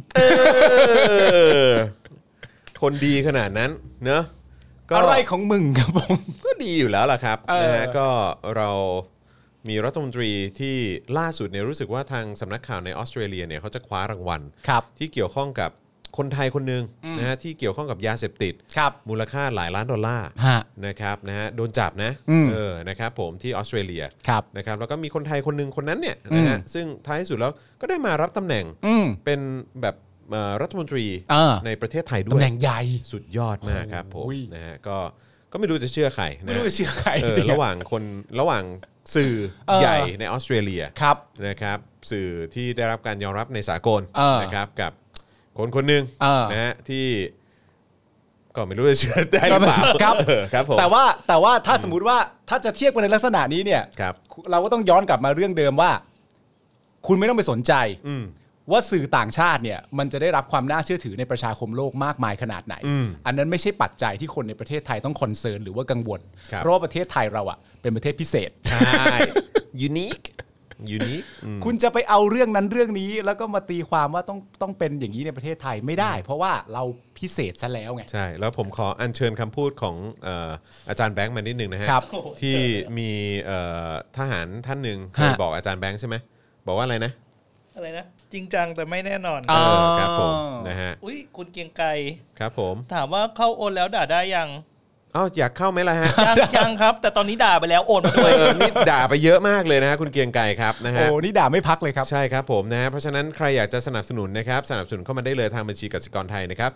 คนดีขนาดนั้นเนอะอะไรของมึงครับผมก็ดีอยู่แล้วล่ะครับนะฮะก็เรามีรัฐมนตรีที่ล่าสุดเนี่ยรู้สึกว่าทางสำนักข่าวในออสเตรเลียเนี่ยเขาจะคว้ารางวัลที่เกี่ยวข้องกับคนไทยคนหนึ่งนะฮะที่เกี่ยวข้องกับยาเสพติดมูลค่าหลายล้านดอลลาร์นะครับนะฮะโดนจับนะนะครับผมที่ออสเตรเลียนะครับแล้วก็มีคนไทยคนหนึ่งคนนั้นเนี่ยนะฮะซึ่งท้ายที่สุดแล้วก็ได้มารับตำแหน่งเป็นแบบรัฐมนตรีในประเทศไทยด้วยตำแหน่งใหญ่สุดยอดมากครับผมนะฮะก็ไม่รู้จะเชื่อใครนะไม่รู้จะเชื่อใครระหว่างสื่อใหญ่ในออสเตรเลียนะครับสื่อที่ได้รับการยอมรับในสากลนะครับกับคนหนึ่งนะฮะที่ก็ไม่รู้จะเชื่อได้หรือเปล่าครับผมแต่ว่าถ้าสมมุติว่าถ้าจะเทียบกันในลักษณะนี้เนี่ยเราก็ต้องย้อนกลับมาเรื่องเดิมว่าคุณไม่ต้องไปสนใจว่าสื่อต่างชาติเนี่ยมันจะได้รับความน่าเชื่อถือในประชาคมโลกมากมายขนาดไหนอันนั้นไม่ใช่ปัจจัยที่คนในประเทศไทยต้องคอนเซิร์นหรือว่ากังวลเพราะว่าประเทศไทยเราอะเป็นประเทศพิเศษใช่ยูนิคคุณจะไปเอาเรื่องนั้นเรื่องนี้แล้วก็มาตีความว่าต้องเป็นอย่างนี้ในประเทศไทยไม่ได้เพราะว่าเราพิเศษซะแล้วไงใช่แล้วผมขออัญเชิญคำพูดของอาจารย์แบงค์มานิดนึงนะฮะที่มีทหารท่านหนึ่งเคยบอกอาจารย์แบงค์ใช่ไหมบอกว่าอะไรนะจริงจังแต่ไม่แน่นอนครับผมนะฮะอุ้ยคุณเกียงไกรครับผมถามว่าเข้าโอนแล้วด่าได้ยังอยากเข้าไหมล่ะฮะยังครับแต่ตอนนี้ด่าไปแล้วโอนด้วยนี่ด่าไปเยอะมากเลยนะคุณเกียงไกรครับนะฮะนี่ด่าไม่พักเลยครับใช่ครับผมนะเพราะฉะนั้นใครอยากจะสนับสนุนนะครับสนับสนุนเข้ามาได้เลยทางบัญชีกสิกรไทยนะครับ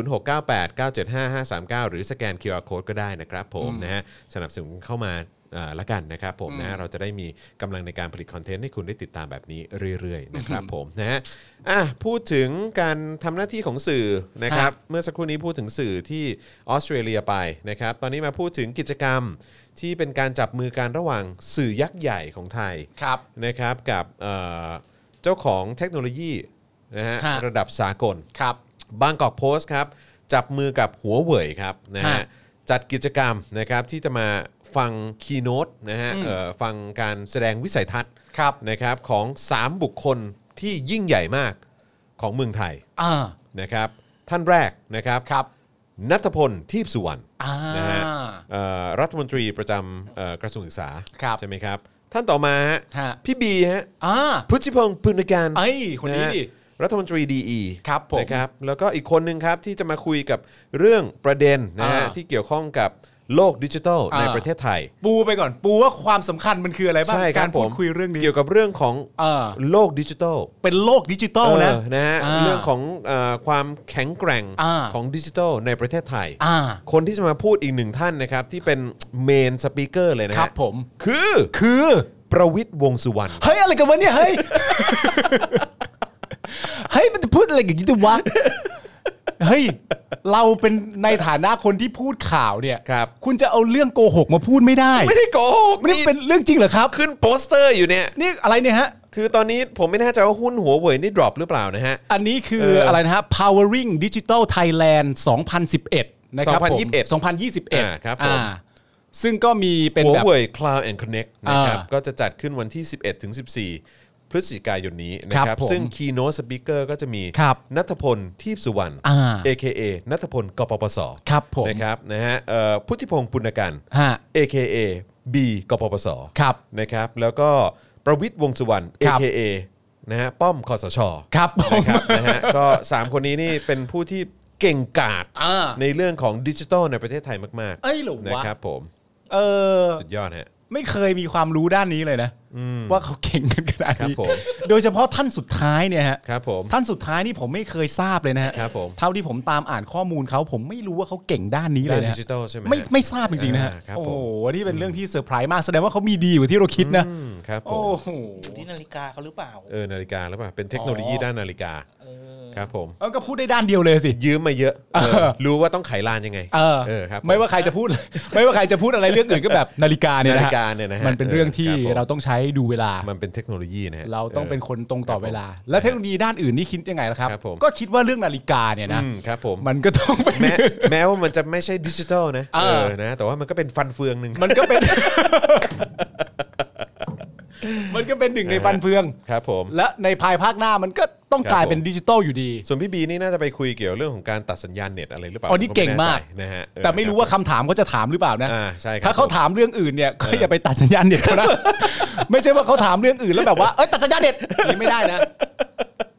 0698975539หรือสแกน QR Code ก็ได้นะครับผมนะฮะสนับสนุนเข้ามาละกันนะครับผมนะเราจะได้มีกำลังในการผลิตคอนเทนต์ให้คุณได้ติดตามแบบนี้เรื่อยๆนะครับผมนะฮะพูดถึงการทำหน้าที่ของสื่อนะครับเมื่อสักครู่นี้พูดถึงสื่อที่ออสเตรเลียไปนะครับตอนนี้มาพูดถึงกิจกรรมที่เป็นการจับมือกันระหว่างสื่อยักษ์ใหญ่ของไทยนะครับกับเจ้าของเทคโนโลยีนะฮะระดับสากลบางกอกโพสต์ครับจับมือกับหัวเว่ยครับนะฮะจัดกิจกรรมนะครับที่จะมาฟังคีย์โน้ตนะฮะฟังการแสดงวิสัยทัศน์นะครับของ3บุคคลที่ยิ่งใหญ่มากของเมืองไทยนะครับท่านแรกนะครับณัฐพลทีพสุวรรณนะฮะรัฐมนตรีประจำกระทรวงศึกษาใช่ไหมครับท่านต่อมาพี่บีฮะพุทธิพงศ์ปุณการคนนี้รัฐมนตรีดีนะครับแล้วก็อีกคนนึงครับที่จะมาคุยกับเรื่องประเด็นนะฮะที่เกี่ยวข้องกับโลกดิจิทัลในประเทศไทยปูไปก่อนปูว่าความสำคัญมันคืออะไรบ้างการพูดคุยเรื่องนี้เกี่ยวกับเรื่องของโลกดิจิทัลเป็นโลกดิจิทัลนะฮะเรื่องของความแข็งแกร่งของดิจิทัลในประเทศไทยคนที่จะมาพูดอีกหนึ่งท่านนะครับที่เป็นเมนสปีกเกอร์เลยนะครับผมคือประวิตรวงษ์สุวรรณเฮ้ยอะไรกันวะเนี่ยเฮ้ยมันจะพูดอะไรกันกี่ตัววะเฮ้ยเราเป็นในฐานะคนที่พูดข่าวเนี่ยคุณจะเอาเรื่องโกหกมาพูดไม่ได้โกหกนี่เป็นเรื่องจริงเหรอครับขึ้นโปสเตอร์อยู่เนี่ยนี่อะไรเนี่ยฮะคือตอนนี้ผมไม่แน่ใจว่าหุ้นหัวเว่ยนี่ดรอปหรือเปล่านะฮะอันนี้คืออะไรนะฮะ Powering Digital Thailand 2011นะครับ2021 ครับผมซึ่งก็มีเป็นแบบหัวเว่ย Cloud and Connect นะครับก็จะจัดขึ้นวันที่11ถึง14พฤศจิกายนนี้นะครับซึ่ง Keynote Speaker ก็จะมีณัฐพลทีพสุวรรณ AKA ณัฐพลกปปสนะครับนะฮะพุทธิพงศ์ปุณกัน AKA B กปปสนะครับแล้วก็ประวิตรวงษ์สุวรรณ AKA นะฮะป้อมคสชนะครับนะฮะก็3คนนี้นี่เป็นผู้ที่เก่งกาจในเรื่องของดิจิทัลในประเทศไทยมากๆนะครับผมสุดยอดฮะไม่เคยมีความรู้ด้านนี้เลยนะว่าเขาเก่งกันขนาดนี้โดยเฉพาะท่านสุดท้ายเนี่ยฮะท่านสุดท้ายนี่ผมไม่เคยทราบเลยนะฮะเท่าที่ผมตามอ่านข้อมูลเขาผมไม่รู้ว่าเขาเก่งด้านนี้เลยนะไม่ทราบจริงๆนะฮะโอ้โหนี่เป็นเรื่องที่เซอร์ไพรส์มากแสดงว่าเขามีดีกว่าที่เราคิดนะครับโอ้โหที่นาฬิกาเขาหรือเปล่านาฬิกาหรือเปล่าเป็นเทคโนโลยีด้านนาฬิกาครับผมก็พูดได้ด้านเดียวเลยสิยืมมาเยอะรู้ว่าต้องไขลานยังไงครับไม่ว่าใครจะพูดอะไรเรื่องอื่นก็แบบนาฬิกาเนี่ยนะมันเป็นเรื่องที่เราต้องใช้ดูเวลามันเป็นเทคโนโลยีนะฮะเราต้องเป็นคนตรงต่อเวลาแล้วเทคโนโลยีด้านอื่นนี่คิดยังไงล่ะครับก็คิดว่าเรื่องนาฬิกาเนี่ยนะครับผมมันก็ต้องเป็นแม้ว่ามันจะไม่ใช่ดิจิทัลนะนะแต่ว่ามันก็เป็นฟันเฟืองนึงมันก็เป็นหนึ่งในฟันเฟืองครับผมและในภายภาคหน้ามันก็ต้องกลายเป็นดิจิทัลอยู่ดีส่วนพี่บีนี่น่าจะไปคุยเกี่ยวเรื่องของการตัดสัญญาณเน็ตอะไรหรือเปล่านี่เก่งมากนะฮะแต่ไม่รู้ว่าคำถามเขาจะถามหรือเปล่านะใช่ถ้าเขาถามเรื่องอื่นเนี่ยก็อย่าไปตัดสัญญาณเน็ตเขานะไม่ใช่ว่าเขาถามเรื่องอื่นแล้วแบบว่าตัดสัญญาณเน็ตนี่ไม่ได้นะ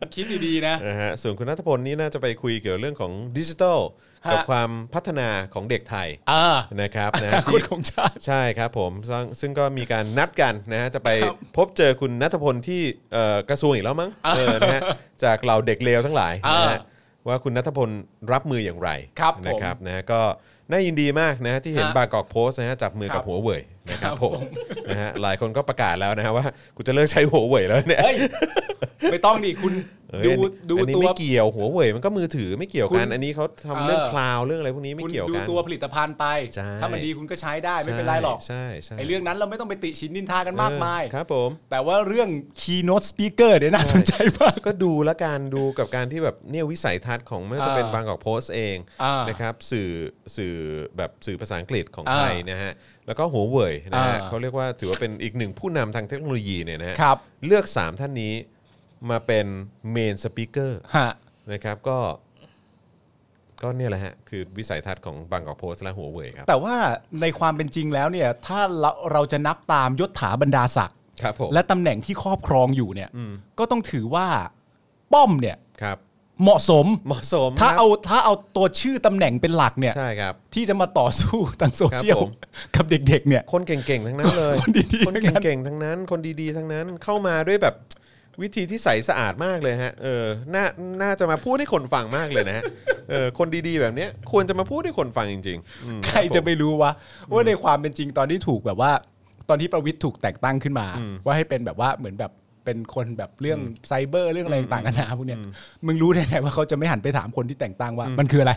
คิดดีๆนะฮะส่วนคุณณัฐพลนี่น่าจะไปคุยเกี่ยวกับเรื่องของดิจิทัลกับความพัฒนาของเด็กไทยนะครับนะที่ของชาติใช่ครับผมซึ่งก็มีการนัดกันนะฮะจะไปพบเจอคุณณัฐพลที่กระทรวงอีกแล้วมั้งนะฮะจากเหล่าเด็กเลวทั้งหลายนะฮะว่าคุณณัฐพลรับมืออย่างไรนะครับนะก็น่ายินดีมากนะที่เห็นบางกอกโพสต์นะฮะจับมือกับหัวเว่ยนะครับผมนะฮะหลายคนก็ประกาศแล้วนะฮะว่ากูจะเลิกใช้หัวเว่ยแล้วเนี่ยไม่ต้องดิคุณดูอันนี้ตัวไม่เกี่ยวหัวเว่ยมันก็มือถือไม่เกี่ยวกันอันนี้เขาทำเรื่องคลาวเรื่องอะไรพวกนี้ไม่เกี่ยวกันดูตัวผลิตภัณฑ์ไปถ้ามันดีคุณก็ใช้ได้ไม่เป็นไรหรอกใช่ไอ้เรื่องนั้นเราไม่ต้องไปติชินนินทากันมากมายครับผมแต่ว่าเรื่อง keynote speaker เนี่ยน่าสนใจมากก็ดูแล้วกันดูกับการที่แบบเนี่ยวิสัยทัศน์ของไม่ว่าจะเป็นบางกอกโพสต์เองนะครับสื่อแบบสื่อภาษาอังกฤษของไทยนะฮะแล้วก็หัวเว่ยนะฮะเขาเรียกว่าถือว่าเป็นอีกหนึ่งผู้นำทางเทคโนโลยีเนี่ยนะฮะเลือก3ท่านนี้มาเป็นเมนสปีกเกอร์นะครับก็เนี่ยแหละฮะคือวิสัยทัศน์ของบางกอกโพสต์และหัวเว่ยครับแต่ว่าในความเป็นจริงแล้วเนี่ยถ้าเราจะนับตามยศถาบรรดาศักดิ์และตำแหน่งที่ครอบครองอยู่เนี่ยก็ต้องถือว่าป้อมเนี่ยเหมาะสมถ้าเอาตัวชื่อตำแหน่งเป็นหลักเนี่ยใช่ครับที่จะมาต่อสู้ทางโซเชียลกับเด็กๆเนี่ยคนเก่งๆทั้งนั้นเลยคนเก่งๆทั้งนั้นคนดีๆทั้งนั้นเข้ามาด้วยแบบวิธีที่ใสสะอาดมากเลยฮะน่าจะมาพูดให้คนฟังมากเลยนะฮะคนดีๆแบบนี้ควรจะมาพูดให้คนฟังจริงๆใครจะไปรู้ว่าในความเป็นจริงตอนที่ถูกแบบว่าตอนที่ประวิตรถูกแต่งตั้งขึ้นมาว่าให้เป็นแบบว่าเหมือนแบบเป็นคนแบบเรื่องไซเบอร์เรื่องอะไรต่างๆนะพวกเนี้ยมึงรู้ได้ไงว่าเขาจะไม่หันไปถามคนที่แต่งตั้งว่ามันคืออะไร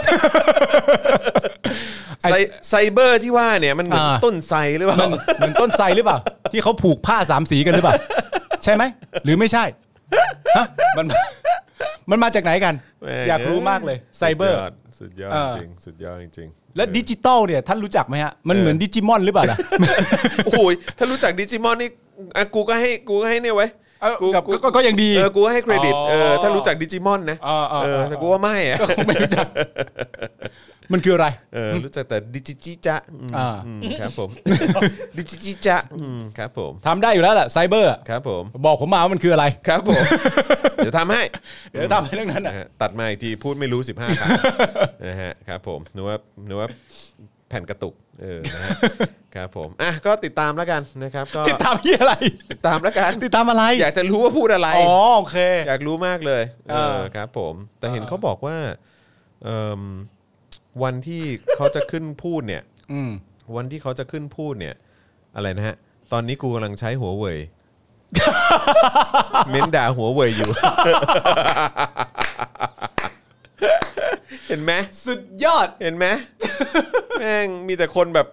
ไซเบอร์ที่ว่าเนี่ยมันเหมือนต้นไทรหรือเปล่ามันต้นไทรหรือเปล่าที่เขาผูกผ้า3 สีกันหรือเปล่าใช่ไหมหรือไม่ใช่ฮะมันมาจากไหนกันอยากรู้มากเลยไซเบอร์สุดยอดจริงสุดยอดจริงแล้วดิจิตอลเนี่ยท่านรู้จักไหมฮะมันเหมือนดิจิมอนหรือเปล่าล่ะโอ้ยถ้ารู้จักดิจิมอนนี่กูก็ให้เนี่ยไว้ก็ยังดีกูให้เครดิตถ้ารู้จักดิจิมอนนะแต่กูว่าไม่อะไม่รู้จักมันคืออะไรรู้จักแต่ดิจิจิจะครับผมดิจิจิจะครับผมทำได้อยู่แล้วแหละไซเบอร์ครับผมบอกผมมาว่ามันคืออะไรครับผมเดี๋ยวทำให้เรื่องนั้นตัดมาอีกทีพูดไม่รู้15 ครั้งนะฮะครับผมนึกว่าแผ่นกระตุกนะฮะครับผมก็ติดตามแล้วกันนะครับก็ติดตามที่อะไรติดตามแล้วกันติดตามอะไรอยากจะรู้ว่าพูดอะไรโอเคอยากรู้มากเลยครับผมแต่เห็นเขาบอกว่าวันที่เขาจะขึ้นพูดเนี่ยวันที่เขาจะขึ้นพูดเนี่ยอะไรนะฮะตอนนี้กูกำลังใช้หัวเว่ยเม้นด่าหัวเว่ยอยู่เห็นไหมสุดยอดเห็นไหมแม่งมีแต่คนแบบ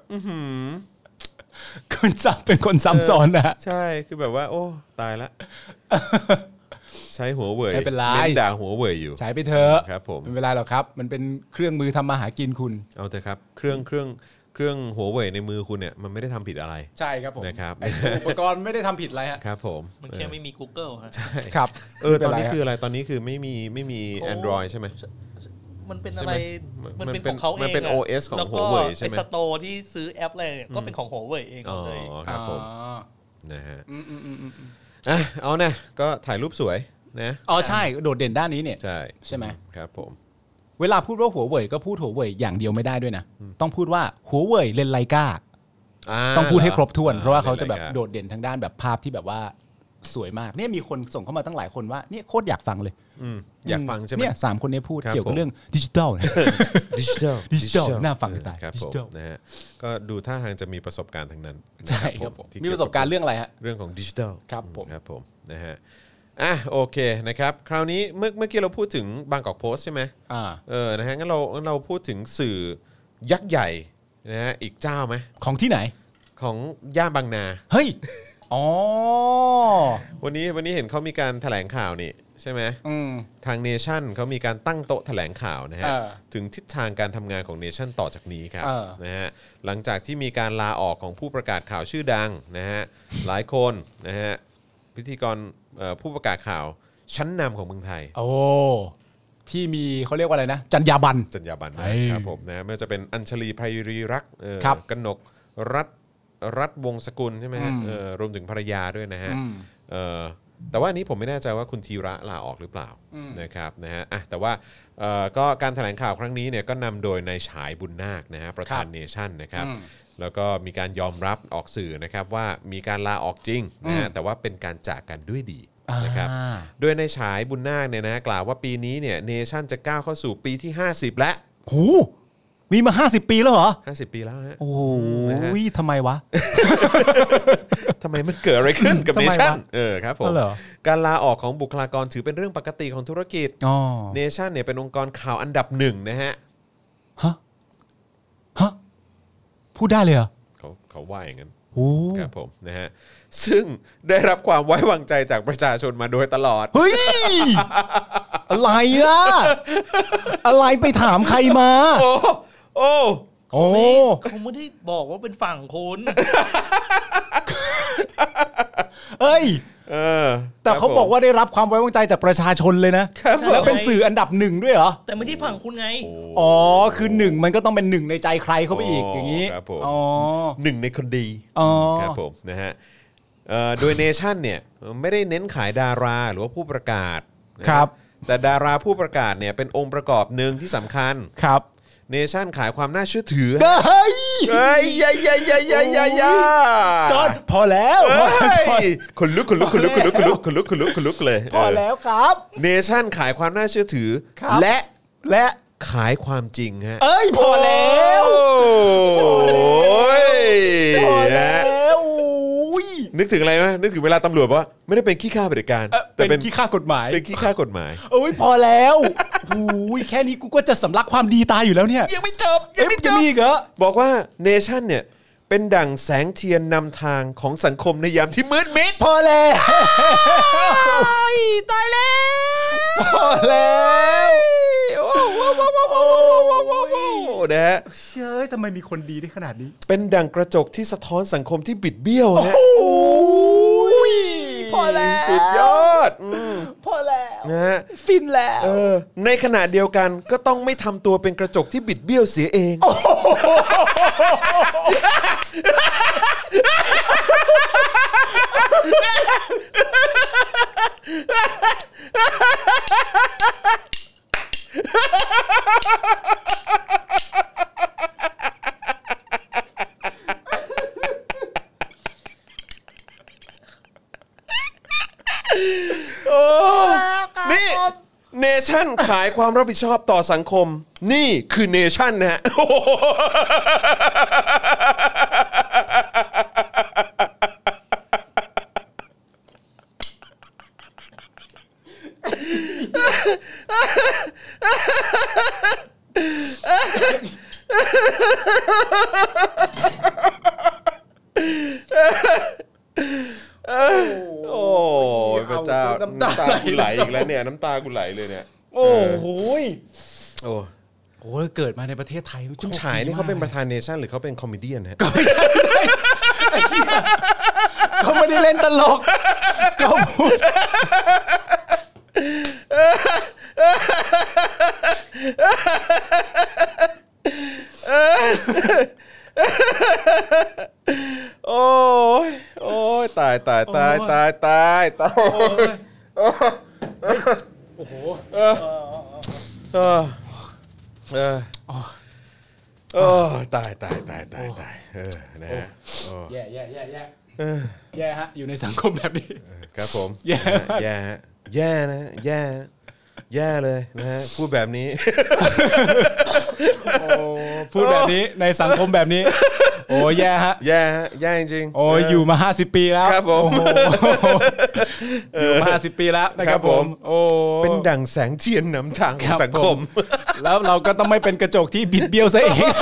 คนซ้ำเป็นคนซ้ำซ้อนนะใช่คือแบบว่าโอ้ตายละใช้หัวเว่ยไม่เป็นไรเม้นด่าหัวเว่ยอยู่ใช้ไปเถอะครับผมไม่เป็นไรหรอกครับมันเป็นเครื่องมือทำมาหากินคุณเอาเถอะครับเครื่องหัวเว่ยในมือคุณเนี่ยมันไม่ได้ทำผิดอะไรใช่ครับผมนะครับอุปกรณ์ไม่ได้ทำผิดอะไรฮะครับผมมันแค่ไม่มี Google ฮะใช่ครับตอนนี้คืออะไรตอนนี้คือไม่มี Android ใช่ไหมมันเป็นอะไรมันเป็นของเขาเองมันเป็น OS ของหัวเว่ยใช่ไหมไอ้สโตร์ที่ซื้อแอปอะไรเนี่ยก็เป็นของหัวเว่ยเองเลยครับผมนะฮะเอานะก็ถ่ายรูปสวยนะใช่โดดเด่นด้านนี้เนี่ยใช่ไหมครับผมเวลาพูดว่าหัวเว่ยก็พูดหัวเว่ยอย่างเดียวไม่ได้ด้วยนะต้องพูดว่าหัวเว่ยเลนไลกาต้องพูดให้ครบถ้วนเพราะว่าเขาจะแบบโดดเด่นทางด้านแบบภาพที่แบบว่าสวยมากเนี่ยมีคนส่งเข้ามาตั้งหลายคนว่าเนี่ยโคตรอยากฟังเลยอยากฟังใช่ไหมเนี่ย3 คนนี้พูดเกี่ยวกับเรื่องดิจิทัลดิจิทัลน่าฟังกันตายดิจิทัลนะฮะก็ดูท่าทางจะมีประสบการณ์ทั้งนั้นใช่ครับผมมีประสบการณ์เรื่องอะไรฮะเรื่องของดิจิทัลครับผมนะฮะโอเคนะครับคราวนี้เมื่อกี้เราพูดถึงบางกอกโพสต์ใช่ไหมนะฮะงั้นเราพูดถึงสื่อยักษ์ใหญ่นะฮะอีกเจ้าไหมของที่ไหนของย่านบางนาเฮ้ยวันนี้เห็นเขามีการแถลงข่าวนี่ใช่ไหมทางเนชั่นเขามีการตั้งโต๊ะแถลงข่าวนะฮะถึงทิศทางการทำงานของเนชั่นต่อจากนี้ครับนะฮะหลังจากที่มีการลาออกของผู้ประกาศข่าวชื่อดังนะฮะหลายคนนะฮะพิธีกรผู้ประกาศข่าวชั้นนำของเมืองไทยที่มีเขาเรียกว่าอะไรนะจรรยาบรรณครับผมนะไม่ว่าจะเป็นอัญชลีไพรีรักษ์กนกรัฐวงศ์สกุลใช่ไหมฮะรวมถึงภรรยาด้วยนะฮะแต่ว่าอันนี้ผมไม่แน่ใจว่าคุณธีระลาออกหรือเปล่านะครับนะฮะแต่ว่าก็การแถลงข่าวครั้งนี้เนี่ยก็นำโดยนายฉายบุญนาคนะฮะประธานเนชั่นนะครับแล้วก็มีการยอมรับออกสื่อนะครับว่ามีการลาออกจริงนะฮะแต่ว่าเป็นการจากกันด้วยดีนะครับโดยนายฉายบุญนาคเนี่ยนะกล่าวว่าปีนี้เนี่ยเนชั่นจะก้าวเข้าสู่ปีที่50แล้วโหมีมา50ปีแล้วเหรอ 50ปีแล้วฮะโอ้โหทำไมวะทำไมมันเกิดอะไรขึ้นกับเนชั่นครับผมการลาออกของบุคลากรถือเป็นเรื่องปกติของธุรกิจเนชั่นเนี่ยเป็นองค์กรข่าวอันดับ1นะฮะพูดได้เลยเหรอเขาว่าอย่างนั้นครับผมนะฮะซึ่งได้รับความไว้วางใจจากประชาชนมาโดยตลอดเฮ้ยอะไรล่ะอะไรไปถามใครมาโอ้เขาไม่ได้บอกว่าเป็นฝั่งคนเอ้ยแต่เขาบอกว่าได้รับความไว้วางใจจากประชาชนเลยนะแล้วเป็นสื่ออันดับ1ด้วยเหรอแต่ไม่ใช่ฝั่งคุณไงอ๋อคือ1มันก็ต้องเป็น1ในใจใครเข้าไปอีกอย่างนี้อ๋อ1ในคนดีครับผมนะฮะโดยเนชั่นเนี่ยไม่ได้เน้นขายดาราหรือว่าผู้ประกาศครับแต่ดาราผู้ประกาศเนี่ยเป็นองค์ประกอบหนึ่งที่สำคัญครับเนชั่นขายความน่าเชื่อถือเฮ้ยจอดพอแล้วคนลุกเลยพอแล้วครับเนชั่นขายความน่าเชื่อถือและขายความจริงฮะพอแล้วพอแล้วนึกถึงอะไรไหมนึกถึงเวลาตำรวจว่าไม่ได้เป็นขี้ข้าเผด็จการแต่เป็นขี้ข้ากฎหมายเป็นขี้ข้ากฎหมายพอแล้วแค่นี้กูก็จะสำลักความดีตายอยู่แล้วเนี่ยยังไม่จบมีเหรอบอกว่าเนชั่นเนี่ยเป็นดั่งแสงเทียนนำทางของสังคมในยามที่มืดมิดพอแล้วตายแล้วพอแล้วนะฮะเชื่อทำไมมีคนดีได้ขนาดนี้เป็นดั่งกระจกที่สะท้อนสังคมที่บิดเบี้ยวฮะพอแล้วสุดยอดพอแล้วนะฮะฟินแล้วในขณะเดียวกันก็ต้องไม่ทำตัวเป็นกระจกที่บิดเบี้ยวเสียเองนี่เนชั่นขายความรับผิดชอบต่อสังคมนี่คือเนชั่นนะฮะพระเจ้าน้ำตากูไหลอีกแล้วเนี่ยน้ำตากูไหลเลยเนี่ยโอ้โหโอ้เกิดมาในประเทศไทยคุณฉายนี่เขาเป็นประธานเนชั่นหรือเขาเป็นคอมเมเดี้ฮะก็ไม่ใช่เขาไม่ได้เล่นตลกเขาพูดโอ้ยตายโอ้โหตายนะฮะแย่ฮะอยู่ในสังคมแบบนี้ครับผมแย่นะแย่เลยนะฮะพูดแบบนี้พูดแบบนี้ในสังคมแบบนี้โอ้แย่ฮะแย่จริงโอ้อยู่มา50ปีแล้วครับผมอยู่มา50ปีแล้วนะครับผมโอ้เป็นดั่งแสงเทียนนำทางของสังคมแล้วเราก็ต้องไม่เป็นกระจกที่บิดเบี้ยวซะเอง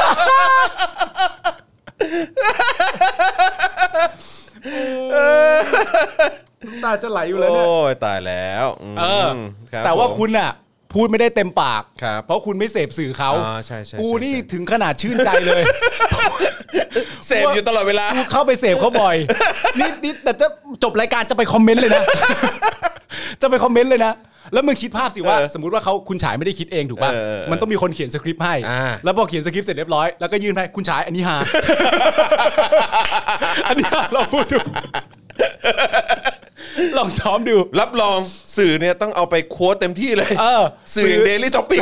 ตาจะไหลอยู่เลยเนี่ยโอ้ยตายแล้วแต่ว่าคุณน่ะพูดไม่ได้เต็มปากเพราะคุณไม่เสพสื่อเขากูนี่ถึงขนาดชื่นใจเลยเสพอยู่ตลอดเวลากูเข้าไปเสพเขาบ่อยนี่แต่จะจบรายการจะไปคอมเมนต์เลยนะจะไปคอมเมนต์เลยนะแล้วมึงคิดภาพสิว่าสมมุติว่าคุณฉายไม่ได้คิดเองถูกป่ะมันต้องมีคนเขียนสคริปต์ให้แล้วพอเขียนสคริปต์เสร็จเรียบร้อยแล้วก็ยื่นให้คุณฉายอันนี้ฮาอันนี้เราพูดถูกลองซ้อมดูรับรองสื่อเนี่ยต้องเอาไปโค้ดเต็มที่เลยสื่อ Daily Topic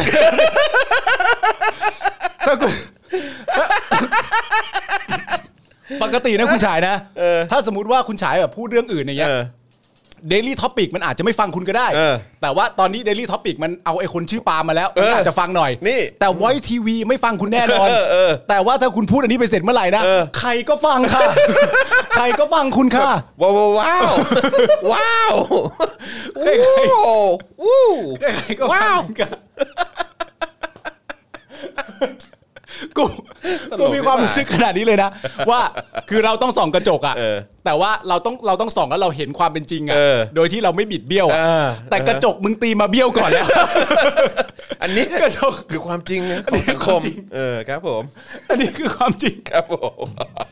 ถ้าปกตินะคุณฉายนะถ้าสมมติว่าคุณฉายแบบพูดเรื่องอื่นอย่างเงี้ยDaily Topic มันอาจจะไม่ฟังคุณก็ได้แต่ว่าตอนนี้ Daily Topic มันเอาไอ้คนชื่อปามาแล้วอาจจะฟังหน่อยแต่ Voice TV ไม่ฟังคุณแน่นอนแต่ว่าถ้าคุณพูดอันนี้ไปเสร็จเมื่อไหร่นะใครก็ฟังค่ะใครก็ฟังคุณค่ะว้าวว้าวว้าวใครก็ฟังค่ะกูมีความรู้สึกขนาดนี้เลยนะว่าคือเราต้องส่องกระจกอ่ะแต่ว่าเราต้องส่องแล้วเราเห็นความเป็นจริงอ่ะโดยที่เราไม่บิดเบี้ยวแต่กระจกมึงตีมาเบี้ยวก่อนแล้วอันนี้กระจกคือความจริงนะของสังคมครับผมอันนี้คือความจริงครับผม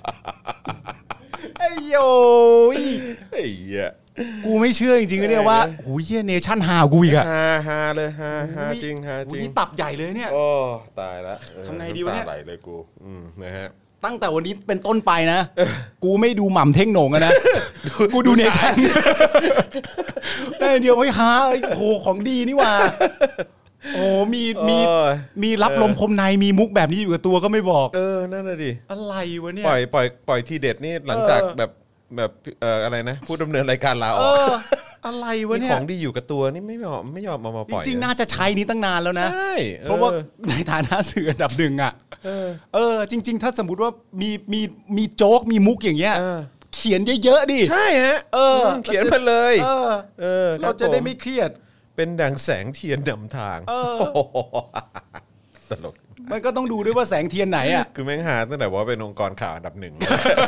ไอ้โยไอ้เหี้ยกูไม่เชื่อจริงๆเนี่ยว่าโหเหี้ยเนชั่นฮากูอีกอะฮาเลยฮาจริงฮาจริงนี่ตับใหญ่เลยเนี่ยโอ้ตายแล้วทำไงดีวะเนี่ยไหลเลยกูนะฮะตั้งแต่วันนี้เป็นต้นไปนะกูไม่ดูหม่ำเท่งโหน่งนะกูดูเนชั่นเดี๋ยวไม่ฮาโหของดีนี่ว่าโอ้มีรับลมคมในมีมุกแบบนี้อยู่กับตัวก็ไม่บอกนั่นน่ะดิอะไรวะเนี่ยปล่อยทีเด็ดนี่หลังจากแบบอะไรนะผู้ดำเนินรายการลาออกอะไรวะเนี่ยของดีอยู่กับตัวนี่ไม่ยอมมาปล่อยจริงๆน่าจะใช้นี้ตั้งนานแล้วนะใช่เพราะว่าในฐานะสื่ออันดับหนึ่งอ่ะจริงๆถ้าสมมติว่ามีโจ๊กมีมุกอย่างเงี้ยเขียนเยอะๆดิใช่ฮะเขียนมาเลยเราจะได้ไม่เครียดเป็นดังแสงเทียนนำทางตลกมันก็ต้องดูด้วยว่าแสงเทียนไหนอ่ะคือแม่งหาตั้งแต่ว่าเป็นองค์กรข่าวอันดับหนึ่ง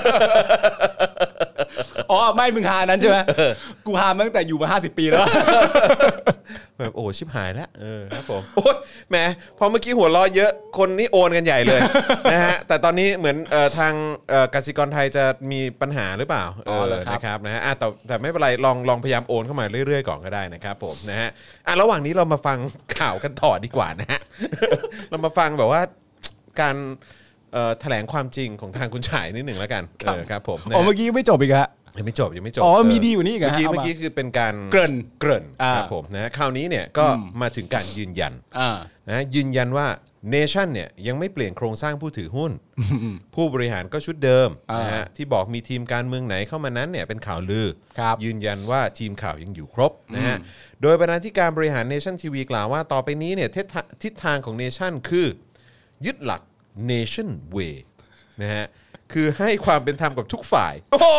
อ๋อไม่มึงหานั้นใช่ไหมกูหาตั้งแต่อยู่มา50 ปีแล้วแบบโอ้ชิบหายแล้วครับผมโอ้ยแหมพอเมื่อกี้หัวเราะเยอะคนนี่โอนกันใหญ่เลยนะฮะแต่ตอนนี้เหมือนทางกสิกรไทยจะมีปัญหาหรือเปล่านะครับนะฮะแต่ไม่เป็นไรลองพยายามโอนเข้ามาเรื่อยๆก่อนก็ได้นะครับผมนะฮะระหว่างนี้เรามาฟังข่าวกันต่อดีกว่านะฮะเรามาฟังแบบว่าการแถลงความจริงของทางคุณฉายนิดหนึ่งแล้วกันครับผมเมื่อกี้ไม่จบอีกฮะยังไม่จบมีดีกว่านี้อีกเมื่อกี้คือเป็นการเกริ่นครับผมนะคราวนี้เนี่ยก็มาถึงการยืนยันนะยืนยันว่าเนชั่นเนี่ยยังไม่เปลี่ยนโครงสร้างผู้ถือหุ้นผู้บริหารก็ชุดเดิมนะฮะที่บอกมีทีมการเมืองไหนเข้ามานั้นเนี่ยเป็นข่าวลือยืนยันว่าทีมข่าวยังอยู่ครบนะฮะโดยบรรณาธิการบริหารเนชั่นทีวีกล่าวว่าต่อไปนี้เนี่ยทิศทางของเนชั่นคือยึดหลัก Nation Way นะฮะคือให้ความเป็นธรรมกับทุกฝ่าย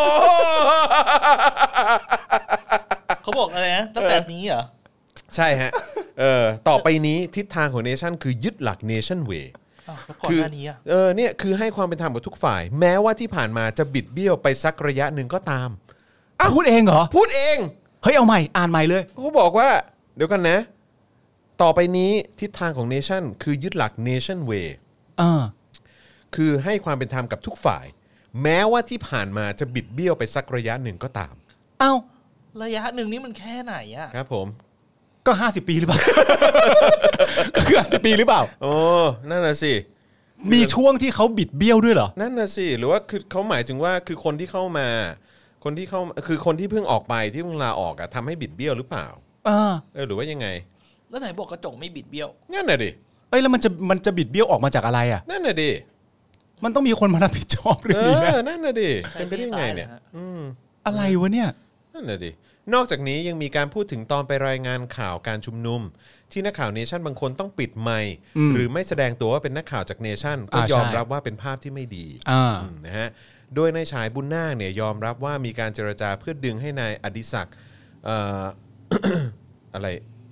เขาบอกอะไรนะตั้งแต่นี้เหรอใช่ฮะต่อไปนี้ทิศทางของเนชั่นคือยึดหลัก Nation Way ก่อนหน้านี้เนี่ยคือให้ความเป็นธรรมกับทุกฝ่ายแม้ว่าที่ผ่านมาจะบิดเบี้ยวไปสักระยะหนึ่งก็ตามพูดเองเหรอพูดเองเฮ้ยเอาใหม่อ่านใหม่เลยเขาบอกว่าเดี๋ยวกันนะต่อไปนี้ทิศทางของ Nation คือยึดหลัก Nation Wayคือให้ความเป็นธรรมกับทุกฝ่ายแม้ว่าที่ผ่านมาจะบิดเบี้ยวไปสักระยะหนึ่งก็ตามระยะหนึ่งนี่มันแค่ไหนอะครับผมก็50 ปีหรือเปล่าก็คือ50 ปีหรือเปล่าโอ้นั่นน่ะสิมีช่วงที่เขาบิดเบี้ยวด้วยเหรอนั่นน่ะสิหรือว่าคือเขาหมายถึงว่าคือคนที่เข้ามาคือคนที่เพิ่งออกไปที่เพิ่งลาออกอะทำให้บิดเบี้ยวหรือเปล่าหรือว่ายังไงแล้วไหนบอกกระจกไม่บิดเบี้ยวนั่นน่ะดิแล้วมันจะบิดเบี้ยวออกมาจากอะไรอะนั่นน่ะดิมันต้องมีคนมารับผิดชอบเรื่องนี้นั่นน่ะดิเป็นไปได้ยังไงเนี่ยอะไรวะเนี่ยนั่นน่ะดินอกจากนี้ยังมีการพูดถึงตอนไปรายงานข่าวการชุมนุมที่นักข่าวเนชั่นบางคนต้องปิดไมค์หรือไม่แสดงตัวว่าเป็นนักข่าวจากเนชั่นก็ยอมรับว่าเป็นภาพที่ไม่ดีนะฮะโดยนายฉายบุญนาคเนี่ยยอมรับว่ามีการเจรจาเพื่อดึงให้นายอดิศักดิ์อะไร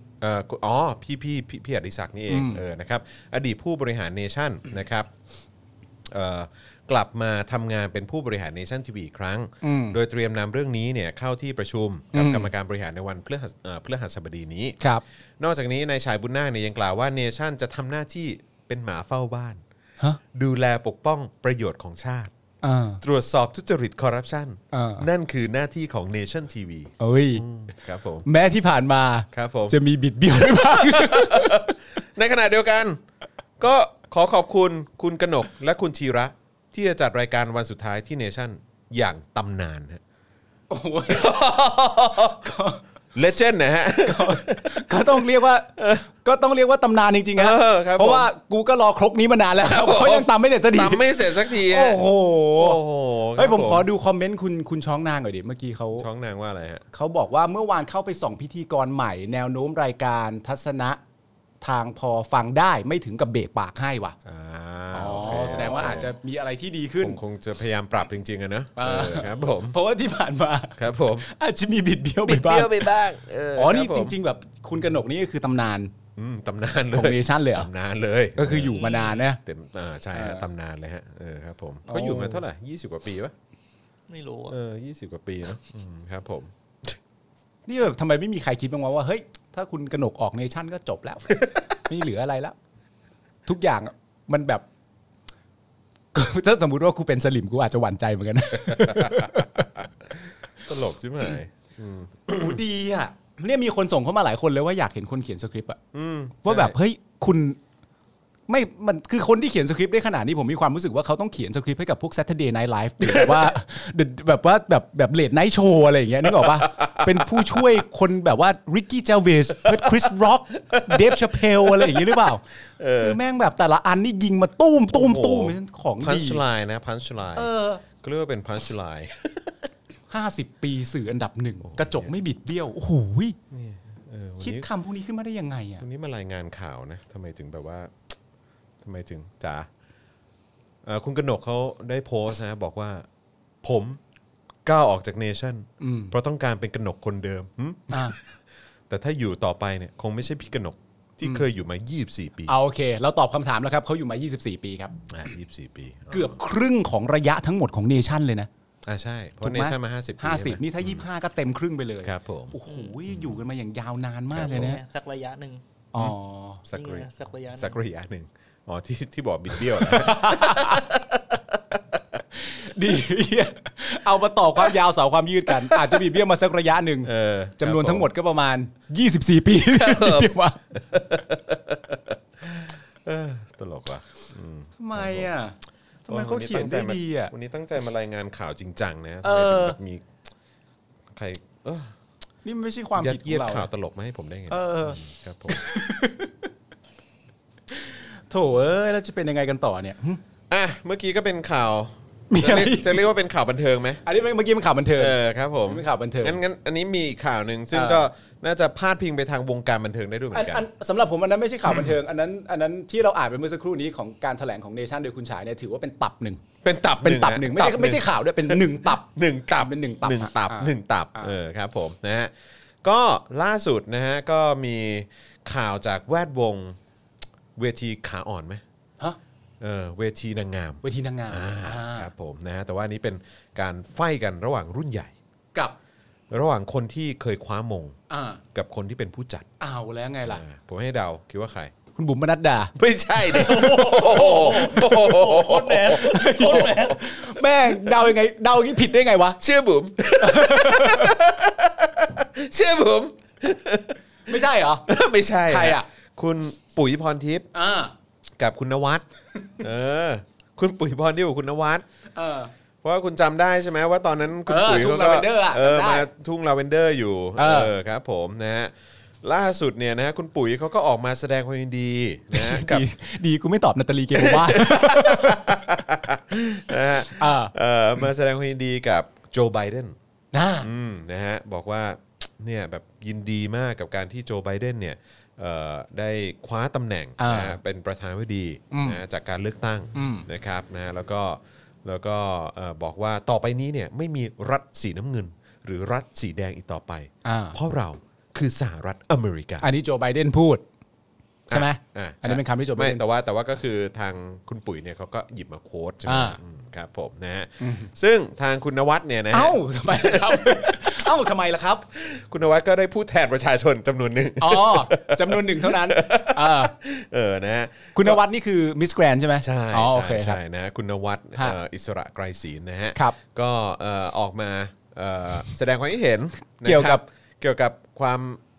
พี่อดิศักดิ์นี่เองนะครับอดีตผู้บริหารเนชั่นนะครับกลับมาทำงานเป็นผู้บริหารเนชั่นทีวีอีกครั้งโดยเตรียมนำเรื่องนี้เนี่ยเข้าที่ประชุมกับกรรมการบริหารในวันพฤหัสบดีนี้นอกจากนี้นายฉายบุญนาคเนี่ยยังกล่าวว่าเนชั่นจะทำหน้าที่เป็นหมาเฝ้าบ้านดูแลปกป้องประโยชน์ของชาติตรวจสอบทุจริตคอร์รัปชันนั่นคือหน้าที่ของ Nation TV ครับผมแม้ที่ผ่านมาครับผมจะมีบิดเบี้ยวไม่บ้างในขณะเดียวกันก็ขอขอบคุณคุณกนกและคุณธีระที่จะจัดรายการวันสุดท้ายที่ Nation อย่างตำนานฮะโอ้ยเลเจนด์นะฮะก็ต้องเรียกว่าตำนานจริงๆครับครับเพราะว่ากูก็รอครกนี้มานานแล้วเพราะยังตำไม่เสร็จสักทีตามไม่เสร็จสักทีโอ้โหโอ้โหเฮ้ยผมขอดูคอมเมนต์คุณช้องนางหน่อยดิเมื่อกี้เขาช่องนางว่าอะไรฮะเขาบอกว่าเมื่อวานเข้าไปส่องพิธีกรใหม่ แนวโน้มรายการทัศนะทางพอฟังได้ไม่ถึงกับเบะปากให้ว่ะโอเคแสดงว่าอาจจะมีอะไรที่ดีขึ้นคงจะพยายามปรับจริงๆอะนะครับผมเพราะว่าที่ผ่านมาครับผมอาจจะมีบิดเบี้ยวบิดไปบ้างเบี้ยวไปบ้างนี่จริงๆแบบคุณกนกนี่ก็คือตำนานตำนานเลของยเนชั่นเลยเหรอตำนานเลยก็คืออยู่มานานนะเต็มใช่ฮะตำนานเลยฮะครับผมเขาอยู่มาเท่าไหร่20 กว่าปีปะไม่รู้อะ 20 กว่าปีเนาะครับผมนี่แบบทำไมไม่มีใครคิดบ้างว่าเฮ้ยถ้าคุณกนกออกเนชั่นก็จบแล้ว ไม่เหลืออะไรแล้ว ทุกอย่างมันแบบ ถ้าสมมติว่ากูเป็นสลิมกูอาจจะหวั่นใจเหมือนกันตลกใช่ไหมโอ้ดีอ่ะเนี่ยมีคนส่งเข้ามาหลายคนเลยว่าอยากเห็นคนเขียนสคริปต์อ่ะว่าแบบเฮ้ยคุณไม่มันคือคนที่เขียนสคริปต์ได้ขนาดนี้ผมมีความรู้สึกว่าเขาต้องเขียนสคริปต์ให้กับพวก Saturday Night Live แบบว่าแบบเลดไนท์โชว์อะไรอย่างเงี้ยนึกออกปะเป็นผู้ช่วยคนแบบว่าริกกี้เจลเวสคริสร็อกเดฟชาเพลอะไรอย่างเงี้ยหรือเปล่าคือแม่งแบบแต่ละอันนี่ยิงมาตุ้มของพันดีช์ไลน์นะพันช์ไลน์ก็เรียกว่าเป็นพันช์ไลน์ 50 ปีสื่ออันดับ1กระจกไม่บิดเบี้ยวโอ้โหคิดคำพวกนี้ขึ้นมาได้ยังไงอ่ะวันนี้มารายงานข่าวนะทำไมถึงแบบว่าทำไมถึงจ๋าคุณกนกเขาได้โพสต์นะบอกว่าผมก้าวออกจากเนชั่นเพราะต้องการเป็นกนกคนเดิมแต่ถ้าอยู่ต่อไปเนี่ยคงไม่ใช่พี่กนกที่เคยอยู่มา24 ปีโอเคเราตอบคำถามแล้วครับเขาอยู่มา24 ปีครับ 24 ปีเกือบครึ่งของระยะทั้งหมดของเนชั่นเลยนะใช่เพราะเนชั่นมา50 ปี 50นี่ถ้า25ก็เต็มครึ่งไปเลยครับผมโอ้โหอยู่กันมาอย่างยาวนานมากเลยนะสักระยะหนึ่งสักระยะหนึ่งที่บอกบิดเบี้ยวดีเอามาต่อความยาวเสาความยืดกันอาจจะบิดเบี้ยวมาสักระยะหนึ่งจำนวนทั้งหมดก็ประมาณ24 ปีบิดเบี้ยวมาตลกว่ะทำไมอ่ะทำไมเขาเขียนได้ดีอ่ะวันนี้ตั้งใจมารายงานข่าวจริงจังนะทำไมถึงแบบมีใครนี่ไม่ใช่ความผิดของเราข่าวตลกมาให้ผมได้ไงครับผมโถแล้วจะเป็นยังไงกันต่อเนี่ยเมื่อกี้ก็เป็นข่าวจะเรียกว่าเป็นข่าวบันเทิงไหมอันนี้เมื่อกี้เป็นข่าวบันเทิงครับผมเป็นข่าวบันเทิงงั้นอันนี้มีข่าวนึงซึ่งก็น่าจะพาดพิงไปทางวงการบันเทิงได้ด้วยเหมือนกันสำหรับผมอันนั้นไม่ใช่ข่าวบันเทิงอันนั้นที่เราอ่านไปเมื่อสักครู่นี้ของการแถลงของเนชั่นโดยคุณฉายเนี่ยถือว่าเป็นตับหนึ่งไม่ใช่ข่าวด้วยเป็น1 ตับเป็น1 ตับครับผมนะฮะก็ล่าสุดนะฮะก็มีข่าวจากแวดวงเวทีขาอ่อนไหมเวทีนางงามครับผมนะฮะแต่ว่านี้เป็นการไฟกันระหว่างรุ่นใหญ่กับระหว่างคนที่เคยคว้ามงกับคนที่เป็นผู้จัดแล้วไงล่ะผมให้เดาคิดว่าใครคุณบุ๋มปนัดดาไม่ใช่ดิโคตรแมนแม่งเดายังไงเดาอย่างนี้ผิดได้ไงวะเชื่อบุ๋มไม่ใช่เหรอไม่ใช่ใครอ่ะคุณปุ๋ยพรทิพย์กับคุณนวัดคุณปุ๋ยพรทิพย์กับคุณนวัดเพราะว่าคุณจำได้ใช่ไหมว่าตอนนั้นคุณปุ๋ยเขาก็มาทุ่งลาเวนเดอร์อยู่ครับผมนะฮะล่าสุดเนี่ยนะคุณปุ๋ยเขาก็ออกมาแสดงความยินดีนะกับดีกูไม่ตอบนาตาลีเกโรว่ามาแสดงความยินดีกับโจไบเดนนะฮะบอกว่าเนี่ยแบบยินดีมากกับการที่โจไบเดนเนี่ยได้คว้าตำแหน่งนะเป็นประธานาธิบดีนะจากการเลือกตั้งนะครับนะแล้วก็บอกว่าต่อไปนี้เนี่ยไม่มีรัฐสีน้ำเงินหรือรัฐสีแดงอีกต่อไปเพราะเราคือสหรัฐอเมริกาอันนี้โจไบเดนพูดใช่ไหมอันนี้เป็นคำที่โจไบเดนแต่ว่าก็คือทางคุณปุ๋ยเนี่ยเขาก็หยิบมาโค้ดใช่ไหมครับผมนะฮะซึ่งทางคุณนวัดเนี่ยนะทำไมครับทำไมล่ะครับคุณนวัดก็ได้พูดแทนประชาชนจำนวนหนึ่งจำนวนหนึ่งเท่านั้นนะฮะคุณนวัดนี่คือมิสแกรนใช่ไหมใช่ใช่นะคุณนวัดอิสระไกรศรีนะฮะก็ออกมาแสดงความคิดเห็นเกี่ยวกับความ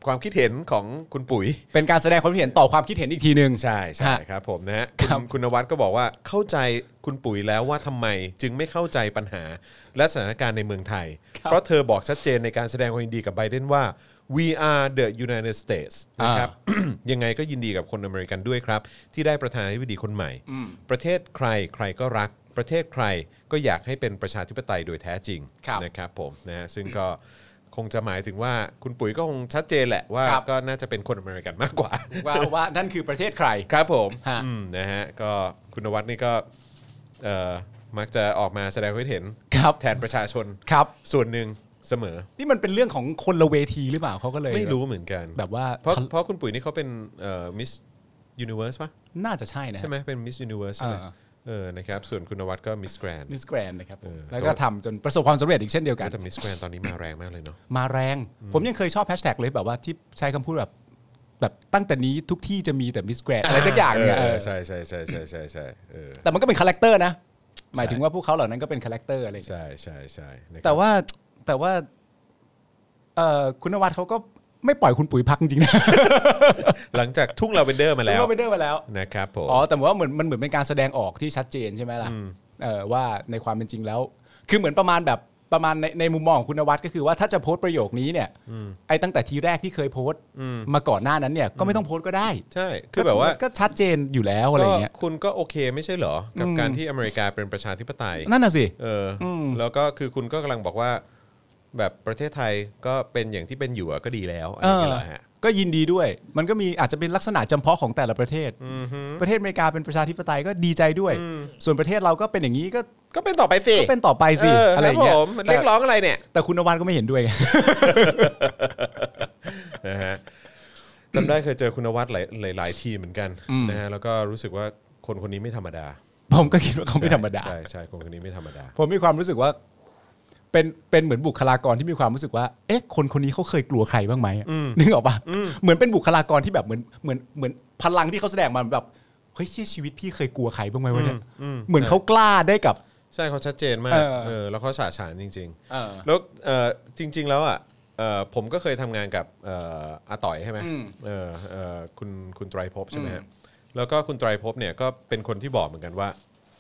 ความคิดเห็นของคุณปุ๋ยเป็นการแสดงความคิดเห็นต่อความคิดเห็นอีกทีนึงใช่ใช่ครับผมนะฮะคุณนวัดก็บอกว่าเข้าใจคุณปุ๋ยแล้วว่าทำไมจึงไม่เข้าใจปัญหาและสถานการณ์ในเมืองไทยเพราะเธอบอกชัดเจนในการแสดงความยินดีกับไบเดนว่า we are the United States นะครับ ยังไงก็ยินดีกับคนอเมริกันด้วยครับที่ได้ประธานาธิบดีคนใหม่ประเทศใครใครก็รักประเทศใครก็อยากให้เป็นประชาธิปไตยโดยแท้จริงนะครับผมนะฮะซึ่งก็คงจะหมายถึงว่าคุณปุ๋ยก็คงชัดเจนแหละว่าก็น่าจะเป็นคนอเมริกันมากกว่าว่านั่นคือประเทศใครครับผมนะฮะก็คุณนวัดนี่ก็มักจะออกมาแสดงความเห็นแทนประชาชนส่วนหนึ่งเสมอนี่มันเป็นเรื่องของคนละเวทีหรือเปล่าเขาก็เลยไม่รู้เหมือนกันแบบว่าเพราะคุณปุ๋ยนี่เขาเป็นมิสยูนิเวิร์สป่ะน่าจะใช่นะใช่ไหมเป็นมิสยูนิเวิร์สใช่ไหมนะครับส่วนคุณนวัดก็มิสแกรนด์นะครับแล้วก็ทำจนประสบความสำเร็จอีกเช่นเดียวกันแต่มิสแกรนด์ตอนนี้มาแรงมากเลยเนาะมาแรงผมยังเคยชอบแฮชแท็กเลยแบบว่าที่ใช้คำพูดแบบตั้งแต่นี้ทุกที่จะมีแต่มิสแกรนด์อะไรสักอย่างเนี่ยใช่แต่มันก็เป็นคาแรคเตอร์นะหมายถึงว่าพวกเขาเหล่านั้นก็เป็นคาแรคเตอร์อะไรใช่แต่ว่าคุณนวัดเขาก็ไม่ปล่อยคุณปุ๋ยพักจริงๆนะหลังจากทุ่งลาเวนเดอร์มาแล้วนะครับผมแต่ว่ามันเหมือนเป็นการแสดงออกที่ชัดเจนใช่ไหมล่ะว่าในความเป็นจริงแล้วคือเหมือนประมาณในมุมมองของคุณนวัดก็คือว่าถ้าจะโพสต์ประโยคนี้เนี่ยไอ้ตั้งแต่ทีแรกที่เคยโพสต์มาก่อนหน้านั้นเนี่ยก็ไม่ต้องโพสต์ก็ได้ใช่คือแบบว่าก็ชัดเจนอยู่แล้วอะไรเงี้ยคุณก็โอเคไม่ใช่เหรอกับการที่อเมริกาเป็นประชาธิปไตยนั่นน่ะสิแล้วก็คือคุณก็กำลังบอกว่าแบบประเทศไทยก็เป็นอย่างที่เป็นอยู่ก็ดีแล้วอะไรอย่างเงี้ยฮะก็ยินดีด้วยมันก็มีอาจจะเป็นลักษณะจำเพาะของแต่ละประเทศประเทศอเมริกาเป็นประชาธิปไตยก็ดีใจด้วยส่วนประเทศเราก็เป็นอย่างนี้ก็เป็นต่อไปสิก็เป็นต่อไปสิอะไรอย่างเงี้ยเรียกร้องอะไรเนี่ยแต่คุณนวัดก็ไม่เห็นด้วยนะฮะจำได้เคยเจอคุณนวัดหลายทีเหมือนกันนะฮะแล้วก็รู้สึกว่าคนนี้ไม่ธรรมดาผมก็คิดว่าเขาไม่ธรรมดาใช่คนนี้ไม่ธรรมดาผมมีความรู้สึกว่าเป็นเหมือนบุคลากรที่มีความรู้สึกว่าเอ๊ะคนนี้เขาเคยกลัวใครบ้างไหมนึกออกปะเหมือนเป็นบุคลากรที่แบบเหมือนพลังที่เขาแสดงมาแบบเฮ้ยชีวิตพี่เคยกลัวใครบ้างไหมวะเนี่ยเหมือนเขากล้าได้กับใช่เขาชัดเจนมากแล้วเขาฉาฉานจริงๆแล้วจริงๆแล้วอ่ะผมก็เคยทำงานกับอาต่อยใช่ไหมคุณไตรภพใช่ไหมฮะแล้วก็คุณไตรภพเนี่ยก็เป็นคนที่บอกเหมือนกันว่า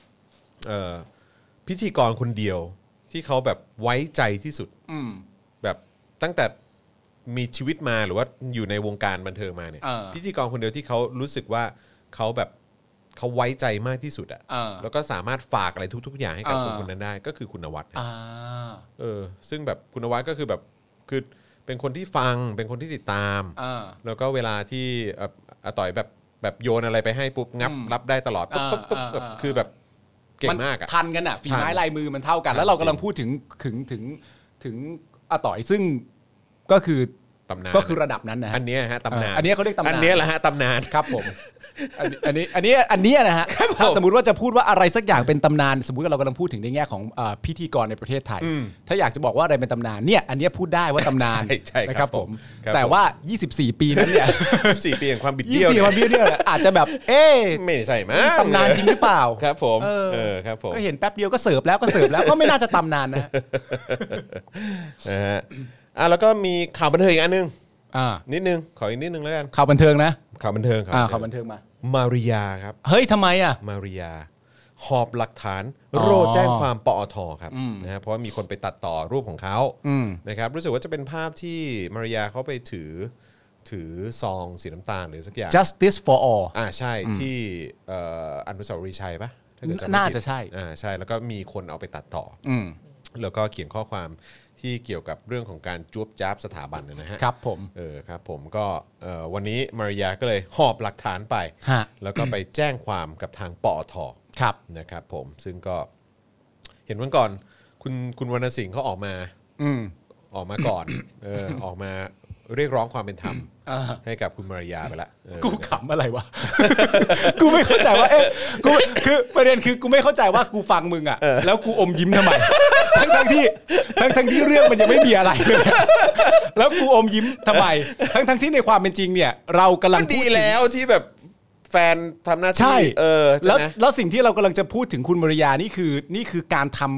พิธีกรคนเดียวที่เขาแบบไว้ใจที่สุดแบบตั้งแต่มีชีวิตมาหรือว่าอยู่ในวงการบันเทิงมาเนี่ยพิธีกรคนเดียวที่เขารู้สึกว่าเขาแบบเขาไว้ใจมากที่สุดอ่ะแล้วก็สามารถฝากอะไรทุกๆอย่างให้กับคนนั้นได้ก็คือคุณนวัดซึ่งแบบคุณนวัดก็คือแบบคือเป็นคนที่ฟังเป็นคนที่ติดตามแล้วก็เวลาที่อาต่อยแบบโยนอะไรไปให้ปุ๊บงับรับได้ตลอดปุ๊บคือแบบเก่งมากอ่ะทันกันอ่ะฝีไม้ลายมือมันเท่ากันแล้วเรากำลังพูดถึงอาต่อยซึ่งก็คือระดับนั้นนะอันนี้ฮะตำนานอันนี้เขาเรียกตำนานอันนี้แหละฮะตำนานครับผมอันนี้นะฮะถ้าสมมุติว่าจะพูดว่าอะไรสักอย่างเป็นตำนานสมมุติว่าเรากำลังพูดถึงในแง่ของพิธีกรในประเทศไทยถ้าอยากจะบอกว่าอะไรเป็นตำนานเนี่ยอันนี้พูดได้ว่าตำนานนะครับผมแต่ว่า24ปีนั้นเนี่ย 24ปีแห่งความบิดเบี้ยว 24ความบิดเบี้ยวอาจจะแบบไม่ใช่มั้ยตำนานจริงหรือเปล่าครับผมครับผมก็เห็นแป๊บเดียวก็เสิร์ฟแล้วก็ไม่น่าจะตำนานนะฮะแล้วก็มีข่าวบันเทิงอีกอันนึงนิดนึงขออีกนิดนึงแล้วกันข่าวบันเทิงนะข่าวบันเทิงข่าวบันเทิงมาริยาครับเฮ้ยทำไมมาริยาหอบหลักฐานโร่แจ้งความปอทครับนะเพราะว่ามีคนไปตัดต่อรูปของเขานะครับรู้สึกว่าจะเป็นภาพที่มาริยาเขาไปถือซองสีน้ำตาลหรือสักอย่าง Justice for all ใช่ที่อนุสาวรีย์ชัยปะน่าจะใช่ใช่แล้วก็มีคนเอาไปตัดต่อแล้วก็เขียนข้อความที่เกี่ยวกับเรื่องของการจ๊วบจ๊าบสถาบันนะฮะครับผมครับผมก็วันนี้มาริยาก็เลยหอบหลักฐานไปแล้วก็ไปแจ้งความกับทางปอทนะครับผมซึ่งก็เห็นวันก่อนคุณวรรณสิงห์เขาออกมาก่อนออกมาเรียกร้องความเป็นธรรมให้กับคุณมาริยาไปละกูขำอะไรวะ กูไม่เข้าใจว่ากูคือประเด็นคือกูไม่เข้าใจว่ากูฟังมึงอ่ะแล้วกูอมยิ้มทำไมทั้งที่เรื่องมันยังไม่มีอะไรเลยแล้วกูอมยิ้มทำไมทั้งที่ในความเป็นจริงเนี่ยเรากำลังดีแล้วที่แบบแฟนทำหน้าที่แล้วสิ่งที่เรากำลังจะพูดถึงคุณมาริยานี่คือ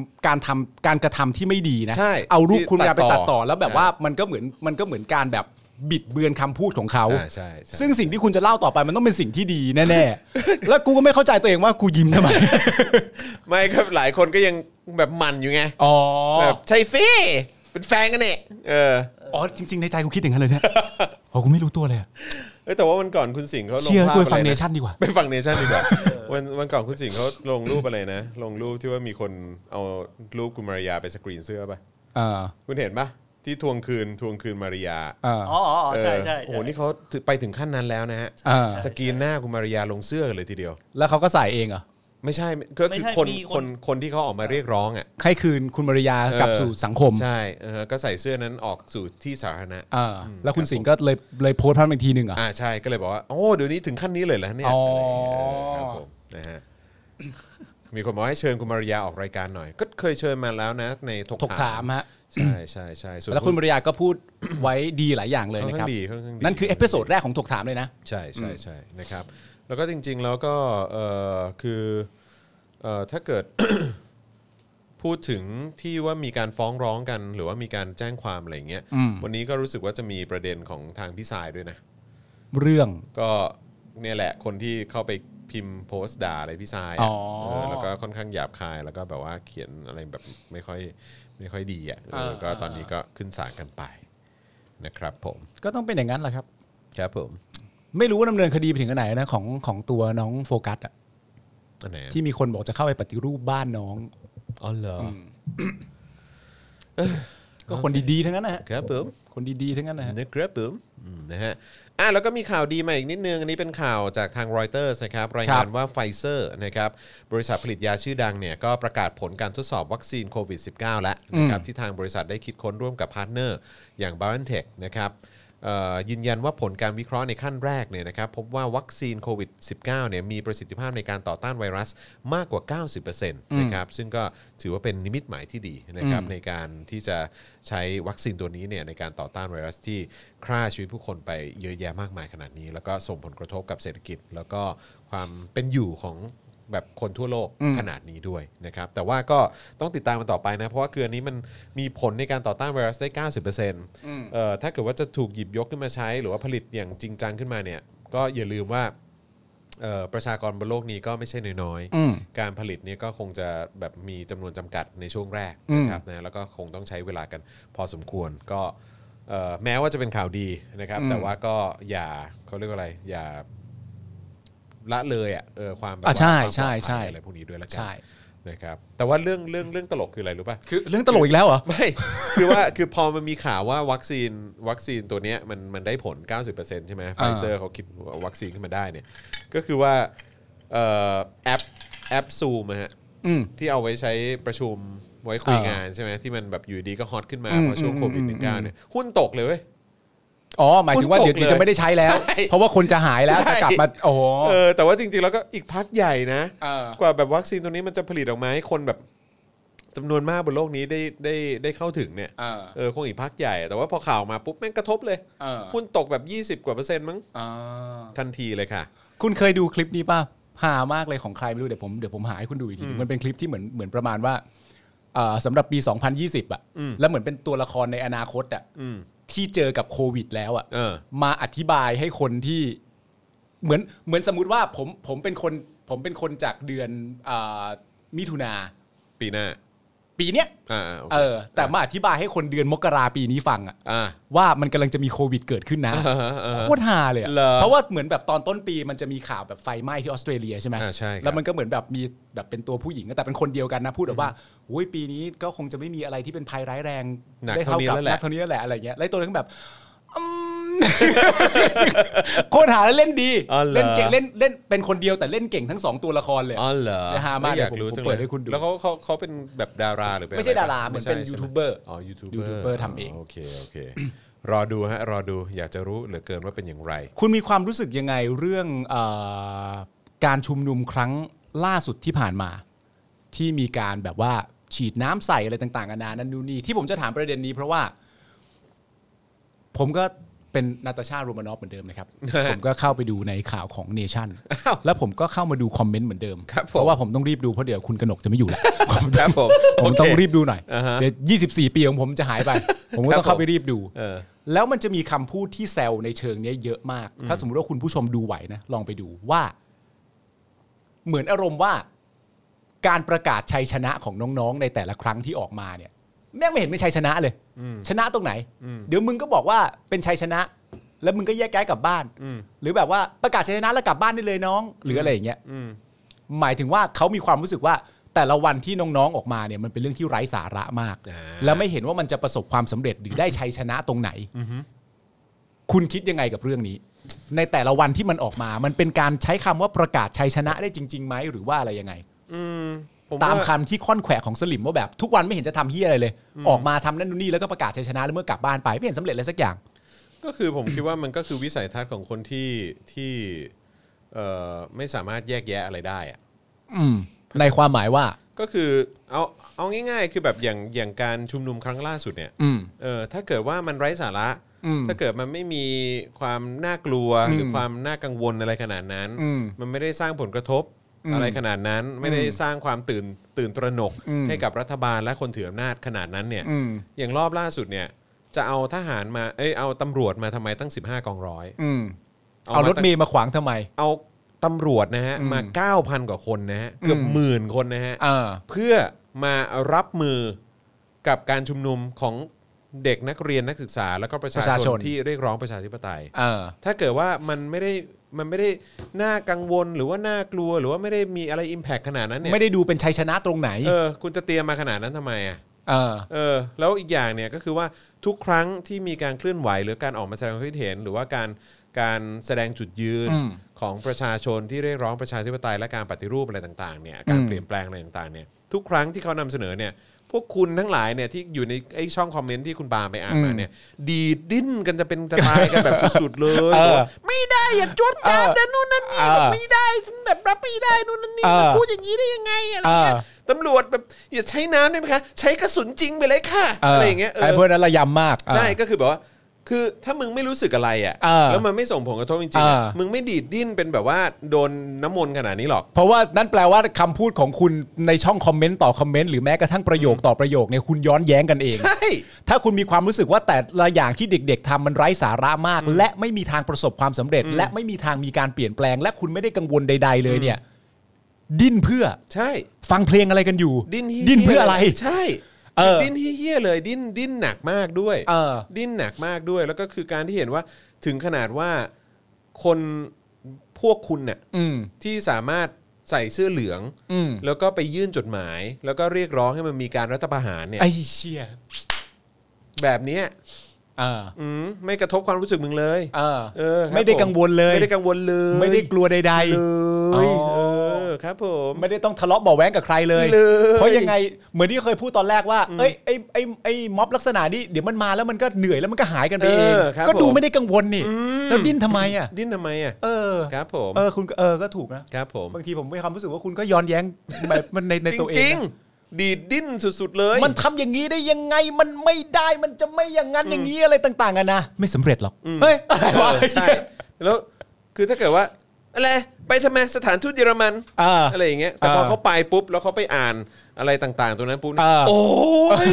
การกระทำที่ไม่ดีนะเอารูปคุณมาริยาไปตัดต่อแล้วแบบว่ามันก็เหมือนการแบบบิดเบือนคำพูดของเขาใช่ซึ่งสิ่งที่คุณจะเล่าต่อไปมันต้องเป็นสิ่งที่ดีแน่ๆ แล้วกูก็ไม่เข้าใจตัวเองว่ากูยิ้มทำไมไม่ครับหลายคนก็ยังแบบมันอยู่ไงอ๋อแบบใช่ฟี่เป็นแฟนกันเนี่ยอ๋อจริงๆในใจกูคิดอย่างนั้นเลยเนี่ยโอ้กูไม่รู้ตัวเลยแต่ว่าวันก่อนคุณสิงห์เขาลงภาพเชื่อกูไปฟังเนชั่นดีกว่าไปฟังเนชั่นดีกว่าวันก่อนคุณสิงห์เขาลงรูปอะไรนะลงรูปที่ว่ามีคนเอารูปคุณมาริยาไปสกรีนเสื้อป่ะคุณเห็นป่ะที่ทวงคืนมาริยาอ๋อใช่โอ้โหนี่เขาไปถึงขั้นนั้นแล้วนะฮะสกรีนหน้าคุณมาริยาลงเสื้อเลยทีเดียวแล้วเขาก็ใส่เองเหรอไม่ใช่ก็คือคนที่เขาออกมาเรียกร้องอ่ะให้คืนคุณมาริยากลับสู่สังคมใช่ก็ใส่เสื้อนั้นออกสู่ที่สาธารณะแล้วคุณสิงห์ก็เลยโพสต์ภาพอีกทีนึงอ่ะใช่ก็เลยบอกว่าโอ้เดี๋ยวนี้ถึงขั้นนี้เลยเหรอเนี่ยครับผมนะฮะมีคนบอกให้เชิญคุณมาริยาออกรายการหน่อยก็เคยเชิญมาแล้วนะในถกถามฮะใช่แล้วคุณมาริยาก็พูดไว้ดีหลายอย่างเลยนะครับนั่นคือเอพิโซดแรกของถกถามเลยนะใช่นะครับแล้วก็จริงๆแล้วก็คือถ้าเกิด พูดถึงที่ว่ามีการฟ้องร้องกันหรือว่ามีการแจ้งความอะไรเงี้ยวันนี้ก็รู้สึกว่าจะมีประเด็นของทางพี่สายด้วยนะเรื่องก็เนี่ยแหละคนที่เข้าไปพิมพ์โพสต์ด่าอะไรพี่สายแล้วก็ค่อนข้างหยาบคายแล้วก็แบบว่าเขียนอะไรแบบไม่ค่อยดีอ่ะก็ตอนนี้ก็ขึ้นศาลกันไปนะครับผมก็ต้องเป็นอย่างนั้นแหละครับครับผมไม่รู้ว่าดำเนินคดีไปถึงไหนนะของตัวน้องโฟกัสอ่ะที่มีคนบอกจะเข้าไปปฏิรูปบ้านน้องอ๋อเหรอก็คนดีๆทั้งนั้นนะครับผมคนดีๆทั้งนั้นนะครับผมนะฮะแล้วก็มีข่าวดีมาอีกนิดนึงอันนี้เป็นข่าวจากทาง Reuters นะครับรายงานว่า Pfizer นะครับบริษัทผลิตยาชื่อดังเนี่ยก็ประกาศผลการทดสอบวัคซีนโควิด -19 แล้วนะครับที่ทางบริษัทได้คิดค้นร่วมกับพาร์ทเนอร์อย่าง BioNTech นะครับยืนยันว่าผลการวิเคราะห์ในขั้นแรกเนี่ยนะครับพบว่าวัคซีนโควิด -19 เนี่ยมีประสิทธิภาพในการต่อต้านไวรัสมากกว่า 90% นะครับซึ่งก็ถือว่าเป็นนิมิตหมายที่ดีนะครับในการที่จะใช้วัคซีนตัวนี้เนี่ยในการต่อต้านไวรัสที่ฆ่าชีวิตผู้คนไปเยอะแยะมากมายขนาดนี้แล้วก็ส่งผลกระทบกับเศรษฐกิจแล้วก็ความเป็นอยู่ของแบบคนทั่วโลกขนาดนี้ด้วยนะครับแต่ว่าก็ต้องติดตามมันต่อไปนะเพราะว่าคืออันนี้มันมีผลในการต่อต้านไวรัสได้ 90% ถ้าเกิดว่าจะถูกหยิบยกขึ้นมาใช้หรือว่าผลิตอย่างจริงจังขึ้นมาเนี่ยก็อย่าลืมว่าประชากรบนโลกนี้ก็ไม่ใช่น้อยๆการผลิตเนี่ยก็คงจะแบบมีจำนวนจำกัดในช่วงแรกนะครับนะแล้วก็คงต้องใช้เวลากันพอสมควรก็แม้ว่าจะเป็นข่าวดีนะครับแต่ว่าก็อย่าเขาเรียกว่าอะไรอย่าละเลยความแบบใช่อะไรพวกนี้ด้วยละกันนะครับแต่ว่าเรื่องตลกคืออะไรรู้ป่ะคือเรื่องตลกอีกแล้วเหรอไม่คือพอมันมีข่าวว่าวัคซีนตัวเนี้ยมันได้ผล 90% ใช่ไหมไฟเซอร์เขาคิดวัคซีนขึ้นมาได้เนี่ยก็คือว่าแอปซูมฮะที่เอาไว้ใช้ประชุมไว้คุยงานใช่ไหมที่มันแบบอยู่ดีก็ฮอตขึ้นมาพอช่วงโควิด -19 เนี่ยหุ้นตกเลยเว้ยหมายถึงว่าเดี๋ยวจะไม่ได้ใช้แล้วเพราะว่าคนจะหายแล้วจะกลับมาแต่ว่าจริงๆแล้วก็อีกพักใหญ่นะกว่าแบบวัคซีนตัวนี้มันจะผลิตออกมาให้คนแบบจำนวนมากบนโลกนี้ได้เข้าถึงเนี่ยคงอีกพักใหญ่แต่ว่าพอข่าวมาปุ๊บแม่งกระทบเลยหุ้นตกแบบ20%กว่ามั้งทันทีเลยค่ะคุณเคยดูคลิปนี้ป่ะหามากเลยของใครไม่รู้เดี๋ยวผมหาให้คุณดูอีกทีมันเป็นคลิปที่เหมือนประมาณว่าสำหรับปี2020อ่ะแล้วเหมือนเป็นตัวละครในอนาคตอ่ะที่เจอกับโควิดแล้วอ่ะมาอธิบายให้คนที่เหมือนสมมุติว่าผมเป็นคนจากเดือนมิถุนาปีหน้าปีเนี้ยแต่มาอธิบายให้คนเดือนมกราปีนี้ฟังอ่ะว่ามันกำลังจะมีโควิดเกิดขึ้นนะโคตรฮาเลยเพราะว่าเหมือนแบบตอนต้นปีมันจะมีข่าวแบบไฟไหม้ที่ออสเตรเลียใช่ไหมแล้วมันก็เหมือนแบบมีแบบเป็นตัวผู้หญิงแต่เป็นคนเดียวกันนะพูดแบบว่าโอ้ยปีนี้ก็คงจะไม่มีอะไรที่เป็นภัยร้ายแรงได้เท่ากับนักเท่านี้แหละอะไรเงี้ยแล้วตัวนึงแบบโคตรหาเล่นดีเล่นเก่งเล่นเป็นคนเดียวแต่เล่นเก่งทั้ง2ตัวละครเลยอ๋อเหรอฮามากอยากรู้จังเลยแล้วเขาเป็นแบบดาราหรือไม่ใช่ดาราเหมือนเป็นยูทูบเบอร์ยูทูบเบอร์ทำเองโอเครอดูอยากจะรู้เหลือเกินว่าเป็นอย่างไรคุณมีความรู้สึกยังไงเรื่องการชุมนุมครั้งล่าสุดที่ผ่านมาที่มีการแบบว่าฉีดน้ำใส่อะไรต่างๆนานานั่นนู่นนี่ที่ผมจะถามประเด็นนี้เพราะว่าผมก็เป็นนาตาชาโรมานอฟเหมือนเดิมนะครับ ผมก็เข้าไปดูในข่าวของเนชั่นแล้วผมก็เข้ามาดูคอมเมนต์เหมือนเดิมเพราะว่าผมต้องรีบดูเพราะเดี๋ยวคุณกนกจะไม่อยู่แล้วผมต้องรีบดูหน่อยเดี๋ยว24 ปีของผมจะหายไปผมก็ต้องเข้าไปรีบดูแล้วมันจะมีคำพูดที่แซวในเชิงนี้เยอะมากถ้าสมมติว่าคุณผู้ชมดูไหวนะลองไปดูว่าเหมือนอารมณ์ว่าการประกาศชัยชนะของน้องๆในแต่ละครั้งที่ออกมาเนี่ยแม่งไม่เห็นเป็นชัยชนะเลยชนะตรงไหนเดี๋ยวมึงก็บอกว่าเป็นชัยชนะแล้วมึงก็แยกย้ายกลับบ้านหรือแบบว่าประกาศชัยชนะแล้วกลับบ้านได้เลยน้องหรืออะไรอย่างเงี้ยหมายถึงว่าเขามีความรู้สึกว่าแต่ละวันที่น้องๆออกมาเนี่ยมันเป็นเรื่องที่ไร้สาระมากแล้วไม่เห็นว่ามันจะประสบความสำเร็จหรือได้ชัยชนะตรงไหนคุณคิดยังไงกับเรื่องนี้ในแต่ละวันที่มันออกมามันเป็นการใช้คำว่าประกาศชัยชนะได้จริงๆไหมหรือว่าอะไรยังไงตามคำที่ค่อนแขวะของสลิมว่าแบบทุกวันไม่เห็นจะทำเหี้ยอะไรเลยออกมาทำนั่นนู่นนี่แล้วก็ประกาศชัยชนะแล้วเมื่อกลับบ้านไปไม่เห็นสำเร็จอะไรสักอย่างก็คือผมคิดว่ามันก็คือวิสัยทัศน์ของคนที่ไม่สามารถแยกแยะอะไรได้อะในความหมายว่าก็คือเอาง่ายๆคือแบบอย่างการชุมนุมครั้งล่าสุดเนี่ยถ้าเกิดว่ามันไร้สาระถ้าเกิดมันไม่มีความน่ากลัวหรือความน่ากังวลอะไรขนาดนั้นมันไม่ได้สร้างผลกระทบอะไรขนาดนั้นไม่ได้สร้างความตื่นตระหนกให้กับรัฐบาลและคนถืออำนาจขนาดนั้นเนี่ยอย่างรอบล่าสุดเนี่ยจะเอาทหารมาเอาตำรวจมาทำไมตั้ง15กองร้อยเอารถเมล์มาขวางทำไมเอาตำรวจนะฮะมา 9,000 กว่าคนนะฮะเกือบ10,000 คนนะฮะเพื่อมารับมือกับการชุมนุมของเด็กนักเรียนนักศึกษาแล้วก็ประชาชนที่เรียกร้องประชาธิปไตยถ้าเกิดว่ามันไม่ได้น่ากังวลหรือว่าน่ากลัวหรือว่าไม่ได้มีอะไร impact ขนาดนั้นเนี่ยไม่ได้ดูเป็นชัยชนะตรงไหนคุณจะเตรียมมาขนาดนั้นทำไมแล้วอีกอย่างเนี่ยก็คือว่าทุกครั้งที่มีการเคลื่อนไหวหรือการออกมาแสดงความคิดเห็นหรือว่าการแสดงจุดยืนของประชาชนที่เรียกร้องประชาธิปไตยและการปฏิรูปอะไรต่างๆเนี่ยการเปลี่ยนแปลงอะไรต่างๆเนี่ยทุกครั้งที่เขานำเสนอเนี่ยพวกคุณทั้งหลายเนี่ยที่อยู่ในไอ้ช่องคอมเมนต์ที่คุณปาไปอ่านมาเนี่ยดีดิ้นกันจะเป็นจะตายกันแบบสุดๆเลยไม่ได้อย่าจวดจ้าเดินนู่นนั่นนี่ไม่ได้แบบรับไม่ได้นู่นนั่นนี่พูดอย่างนี้ได้ยังไงอะไรเงี้ยตำรวจแบบอย่าใช้น้ำได้ไหมคะใช้กระสุนจริงไปเลยค่ะอะไรอย่างเงี้ยไอ้พวกนั้นระยำมากใช่ก็คือแบบว่าคือถ้ามึงไม่รู้สึกอะไรอ่ะแล้วมันไม่ส่งผลกระทบจริงๆมึงไม่ดีดดิ้นเป็นแบบว่าโดนน้ำมนต์ขนาดนี้หรอกเพราะว่านั่นแปลว่าคำพูดของคุณในช่องคอมเมนต์ต่อคอมเมนต์หรือแม้กระทั่งประโยคต่อประโยคเนี่ยคุณย้อนแย้งกันเองใช่ถ้าคุณมีความรู้สึกว่าแต่ละอย่างที่เด็กๆทำมันไร้สาระมากและไม่มีทางประสบความสำเร็จและไม่มีทางมีการเปลี่ยนแปลงและคุณไม่ได้กังวลใดๆเลยเนี่ยดิ้นเพื่อใช่ฟังเพลงอะไรกันอยู่ดิ้นเพื่ออะไรใช่ดิ้นเหี้ยเลยดิ้นหนักมากด้วยดิ้นหนักมากด้วยแล้วก็คือการที่เห็นว่าถึงขนาดว่าคนพวกคุณเนี่ยที่สามารถใส่เสื้อเหลืองแล้วก็ไปยื่นจดหมายแล้วก็เรียกร้องให้มันมีการรัฐประหารเนี่ยไอ้เชี่ยแบบนี้ไม่กระทบความรู้สึกมึงเลยไม่ได้กังวลเลยไม่ได้กังวลเลยไม่ได้กลัวใดๆเลยครับผมไม่ได้ต้องทะเลาะเบาแว้งกับใครเลยเพราะยังไงเหมือนที่เคยพูดตอนแรกว่าไอ้ม็อบลักษณะนี้เดี๋ยวมันมาแล้วมันก็เหนื่อยแล้วมันก็หายกันไปเองก็ดูไม่ได้กังวลนี่แล้วดิ้นทำไมอ่ะดิ้นทำไมอ่ะครับผมคุณก็ถูกนะครับผมบางทีผมมีความรู้สึกว่าคุณก็ย้อนแย้งมันในตัวเองจริงดีดดิ้นสุดๆเลยมันทำอย่างนี้ได้ยังไงมันไม่ได้มันจะไม่อย่างนั้นอย่างนี้อะไรต่างๆกันนะไม่สำเร็จหรอกเฮ้ยใช่แล้วคือถ้าเกิดว่าอะไรไปทำไมสถานทูตเยอรมันอะไรอย่างเงี้ยแต่พอเขาไปปุ๊บแล้วเขาไปอ่านอะไรต่างๆตรงนั้นปุ๊บโอ้ย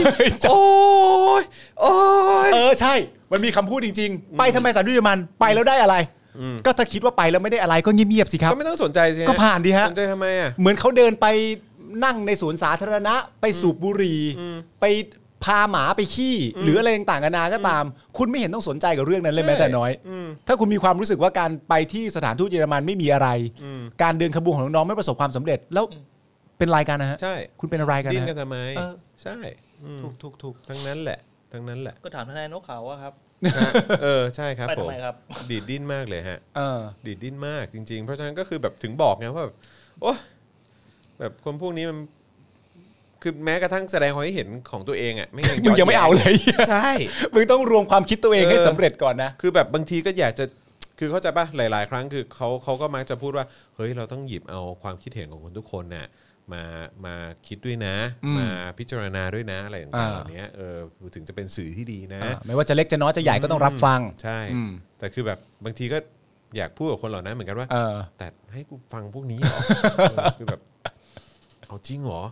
ใช่มันมีคำพูดจริงๆไปทำไมสถานทูตเยอรมันไปแล้วได้อะไรก็ถ้าคิดว่าไปแล้วไม่ได้อะไรก็เงียบๆสิครับก็ไม่ต้องสนใจสิก็ผ่านดีฮะสนใจทำไมอ่ะเหมือนเขาเดินไปนั่งในสวนสาธารณะไปสูบบุหรี่ไปพาหมาไปขี้หรืออะไรต่างๆกันานาก็ตามคุณไม่เห็นต้องสนใจกับเรื่องนั้นเลยแม้แต่น้อยถ้าคุณมีความรู้สึกว่าการไปที่สถานทูตเยอรมันไม่มีอะไรการเดินขบวนของน้องๆไม่ประสบความสำเร็จแล้วเป็นรายการนะฮะใช่คุณเป็นอะไรกันนะดิ้นกันทำไมใช่ถูกทั้งนั้นแหละก็ถามทนายนกเขาอะครับใช่ครับผมดีดดิ้นมากเลยฮะดีดดิ้นมากจริงๆเพราะฉะนั้นก็คือแบบถึงบอกไงว่าแบบโอ้แบบคนพวกนี้มันคือแม้กระทั่งแสดงความเห็นของตัวเองอ่ะมึงยังไม่เอาเลยใช่มึงต้องรวมความคิดตัวเองให้สำเร็จก่อนนะคือแบบบางทีก็อยากจะคือเข้าใจป่ะหลายๆครั้งคือเขาก็มักจะพูดว่าเฮ้ยเราต้องหยิบเอาความคิดเห็นของคนทุกคนน่ะมาคิดด้วยนะมาพิจารณาด้วยนะอะไรต่างๆเหล่านี้ถึงจะเป็นสื่อที่ดีนะไม่ว่าจะเล็กจะน้อยจะใหญ่ก็ต้องรับฟังใช่แต่คือแบบบางทีก็อยากพูดกับคนเหล่านั้นเหมือนกันว่าแต่ให้กูฟังพวกนี้เหรอคือแบบเอาจริงเหรอ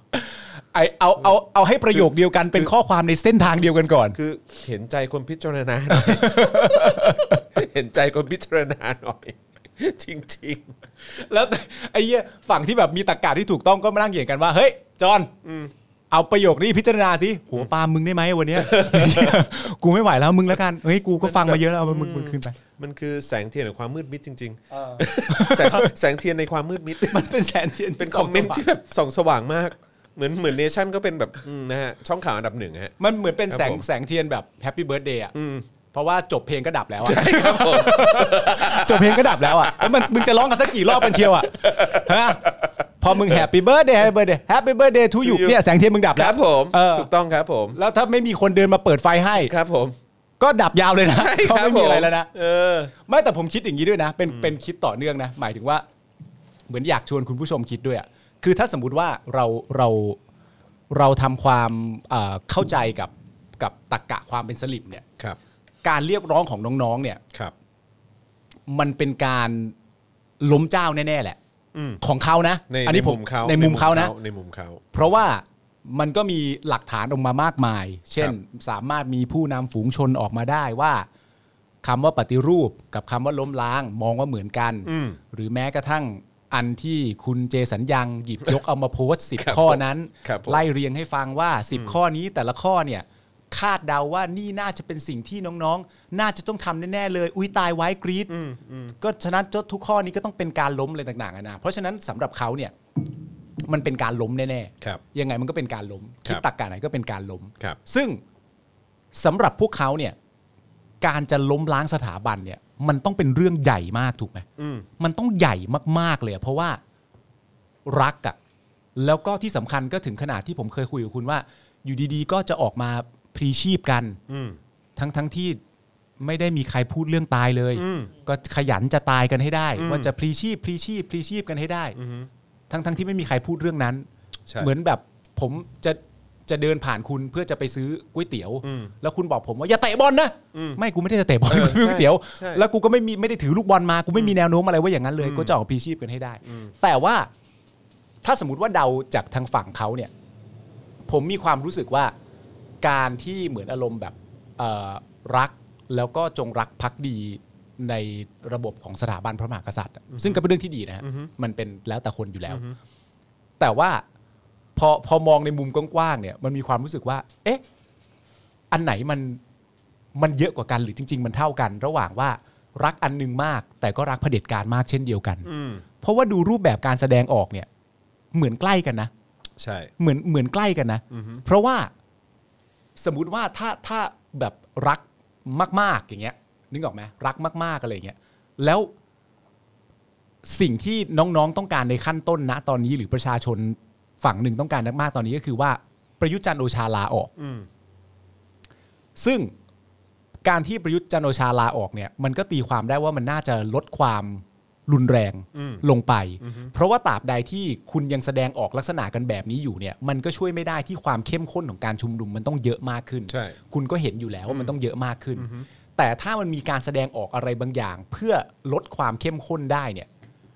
เอาให้ประโยคเดียวกันเป็นข้อความในเส้นทางเดียวกันก่อนคือเห็นใจคนพิจารณา เห็นใจคนพิจารณาหน่อยจริงๆแล้วไอ้เหี้ยฝั่งที่แบบมีตรรกะที่ถูกต้องก็มานั่งเถียงกันว่าเฮ้ยจอนเอาประโยคนี้พิจารณาสิหัวปามึงได้ไหมวันนี้ กูไม่ไหวแล้วมึงแล้วกันเฮ้ยกูก็ฟังมาเยอะแล้วเอามึงขึ้นไปมันคือแสงเทียนในความมืดมิดจริงๆแสงเทียนในความมืดมิดมันเป็นแสงเทียนเป็นคอมเมนต์ที่แบบส่องสว่างมากเหมือนเนชั่นก็เป็นแบบนะฮะช่องข่าวอันดับ1ฮะมันเหมือนเป็นแสงเทียนแบบแฮปปี้เบิร์ธเดย์อ่ะเพราะว่าจบเพลงก็ดับแล้วอ่ะใช่ครับผมจบเพลงก็ดับแล้วอ่ะแล้วมึงจะร้องกันสักกี่รอบกันเชียวอ่ะฮะพอมึงแฮปปี้เบิร์ธเดย์แฮปปี้เบิร์ธเดย์แฮปปี้เบิร์ธเดย์ทูยูเนี่ยแสงเทียนมึงดับแล้วครับผมถูกต้องครับผมแล้วถ้าไม่มีคนเดินมาเปิดไฟให้ครับผมก็ดับยาวเลยนะเขาไม่มีอะไรแล้วนะไม่แต่ผมคิดอย่างนี้ด้วยนะเป็นคิดต่อเนื่องนะหมายถึงว่าเหมือนอยากชวนคุณผู้ชมคิดด้วยอ่ะคือถ้าสมมุติว่าเราทำความเข้าใจกับตรรกะความเป็นสลิมเนี่ยการเรียกร้องของน้องๆเนี่ยมันเป็นการล้มเจ้าแน่ๆแหละของเขานะอันนี้ผมในมุมเขานะในมุมเขาเพราะว่ามันก็มีหลักฐานออกมามากมายเช่นสามารถมีผู้นำฝูงชนออกมาได้ว่าคำว่าปฏิรูปกับคำว่าล้มล้างมองว่าเหมือนกันหรือแม้กระทั่งอันที่คุณเจสัญญังหยิบยกเอามาโพสต์10ข้อนั้นไล่เรียงให้ฟังว่า10ข้อนี้แต่ละข้อเนี่ยคาดเดาว่านี่น่าจะเป็นสิ่งที่น้องๆน่าจะต้องทำแน่ๆเลยอุ้ยตายไว้กรี๊ดก็ฉะนั้นทุกข้อนี้ก็ต้องเป็นการล้มอะไรต่างๆนะเพราะฉะนั้นสำหรับเขาเนี่ยมันเป็นการล้มแน่ๆยังไงมันก็เป็นการล้มคิดตรรกะไหนก็เป็นการล้มซึ่งสำหรับพวกเขาเนี่ยการจะล้มล้างสถาบันเนี่ยมันต้องเป็นเรื่องใหญ่มากถูกไหมมันต้องใหญ่มากๆเลยเพราะว่ารักอ่ะแล้วก็ที่สำคัญก็ถึงขนาดที่ผมเคยคุยกับคุณว่าอยู่ดีๆก็จะออกมาพลีชีพกันทั้งที่ไม่ได้มีใครพูดเรื่องตายเลยก็ขยันจะตายกันให้ได้ว่าจะพลีชีพกันให้ได้ทั้งที่ไม่มีใครพูดเรื่องนั้นเหมือนแบบผมจะเดินผ่านคุณเพื่อจะไปซื้อก๋วยเตี๋ยวแล้วคุณบอกผมว่าอย่าเตะบอลนะไม่กูไม่ได้จะเตะบอลกูก๋วยเตี๋ยวแล้วกูก็ไม่ได้ถือลูกบอลมากูไม่มีแนวโน้มอะไรว่าอย่างนั้นเลยก็จะออกพลีชีพกันให้ได้แต่ว่าถ้าสมมติว่าเดาจากทางฝั่งเขาเนี่ยผมมีความรู้สึกว่าการที่เหมือนอารมณ์แบบรักแล้วก็จงรักภักดีในระบบของสถาบันพระมหากษัตริย์ซึ่งก็เป็นเรื่องที่ดีนะฮะมันเป็นแล้วแต่คนอยู่แล้วแต่ว่าพอมองในมุมกว้างๆเนี่ยมันมีความรู้สึกว่าเอ๊ะอันไหนมันเยอะกว่ากันหรือจริงๆมันเท่ากันระหว่างว่ารักอันนึงมากแต่ก็รักเผด็จการมากเช่นเดียวกันเพราะว่าดูรูปแบบการแสดงออกเนี่ยเหมือนใกล้กันนะใช่เหมือนใกล้กันนะเพราะว่าสมมุติว่าถ้าแบบรักมากๆอย่างเงี้ยนึกออกไหมรักมากๆอะไรอย่างเงี้ยแล้วสิ่งที่น้องๆต้องการในขั้นต้นณตอนนี้หรือประชาชนฝั่งหนึ่งต้องการมากๆตอนนี้ก็คือว่าประยุทธ์จันทร์โอชาลาออกซึ่งการที่ประยุทธ์จันทร์โอชาลาออกเนี่ยมันก็ตีความได้ว่ามันน่าจะลดความรุนแรงลงไปเพราะว่าตราบใดที่คุณยังแสดงออกลักษณะกันแบบนี้อยู่เนี่ยมันก็ช่วยไม่ได้ที่ความเข้มข้นของการชุมนุมมันต้องเยอะมากขึ้นคุณก็เห็นอยู่แล้วว่ามันต้องเยอะมากขึ้นแต่ถ้ามันมีการแสดงออกอะไรบางอย่างเพื่อลดความเข้มข้นได้เนี่ย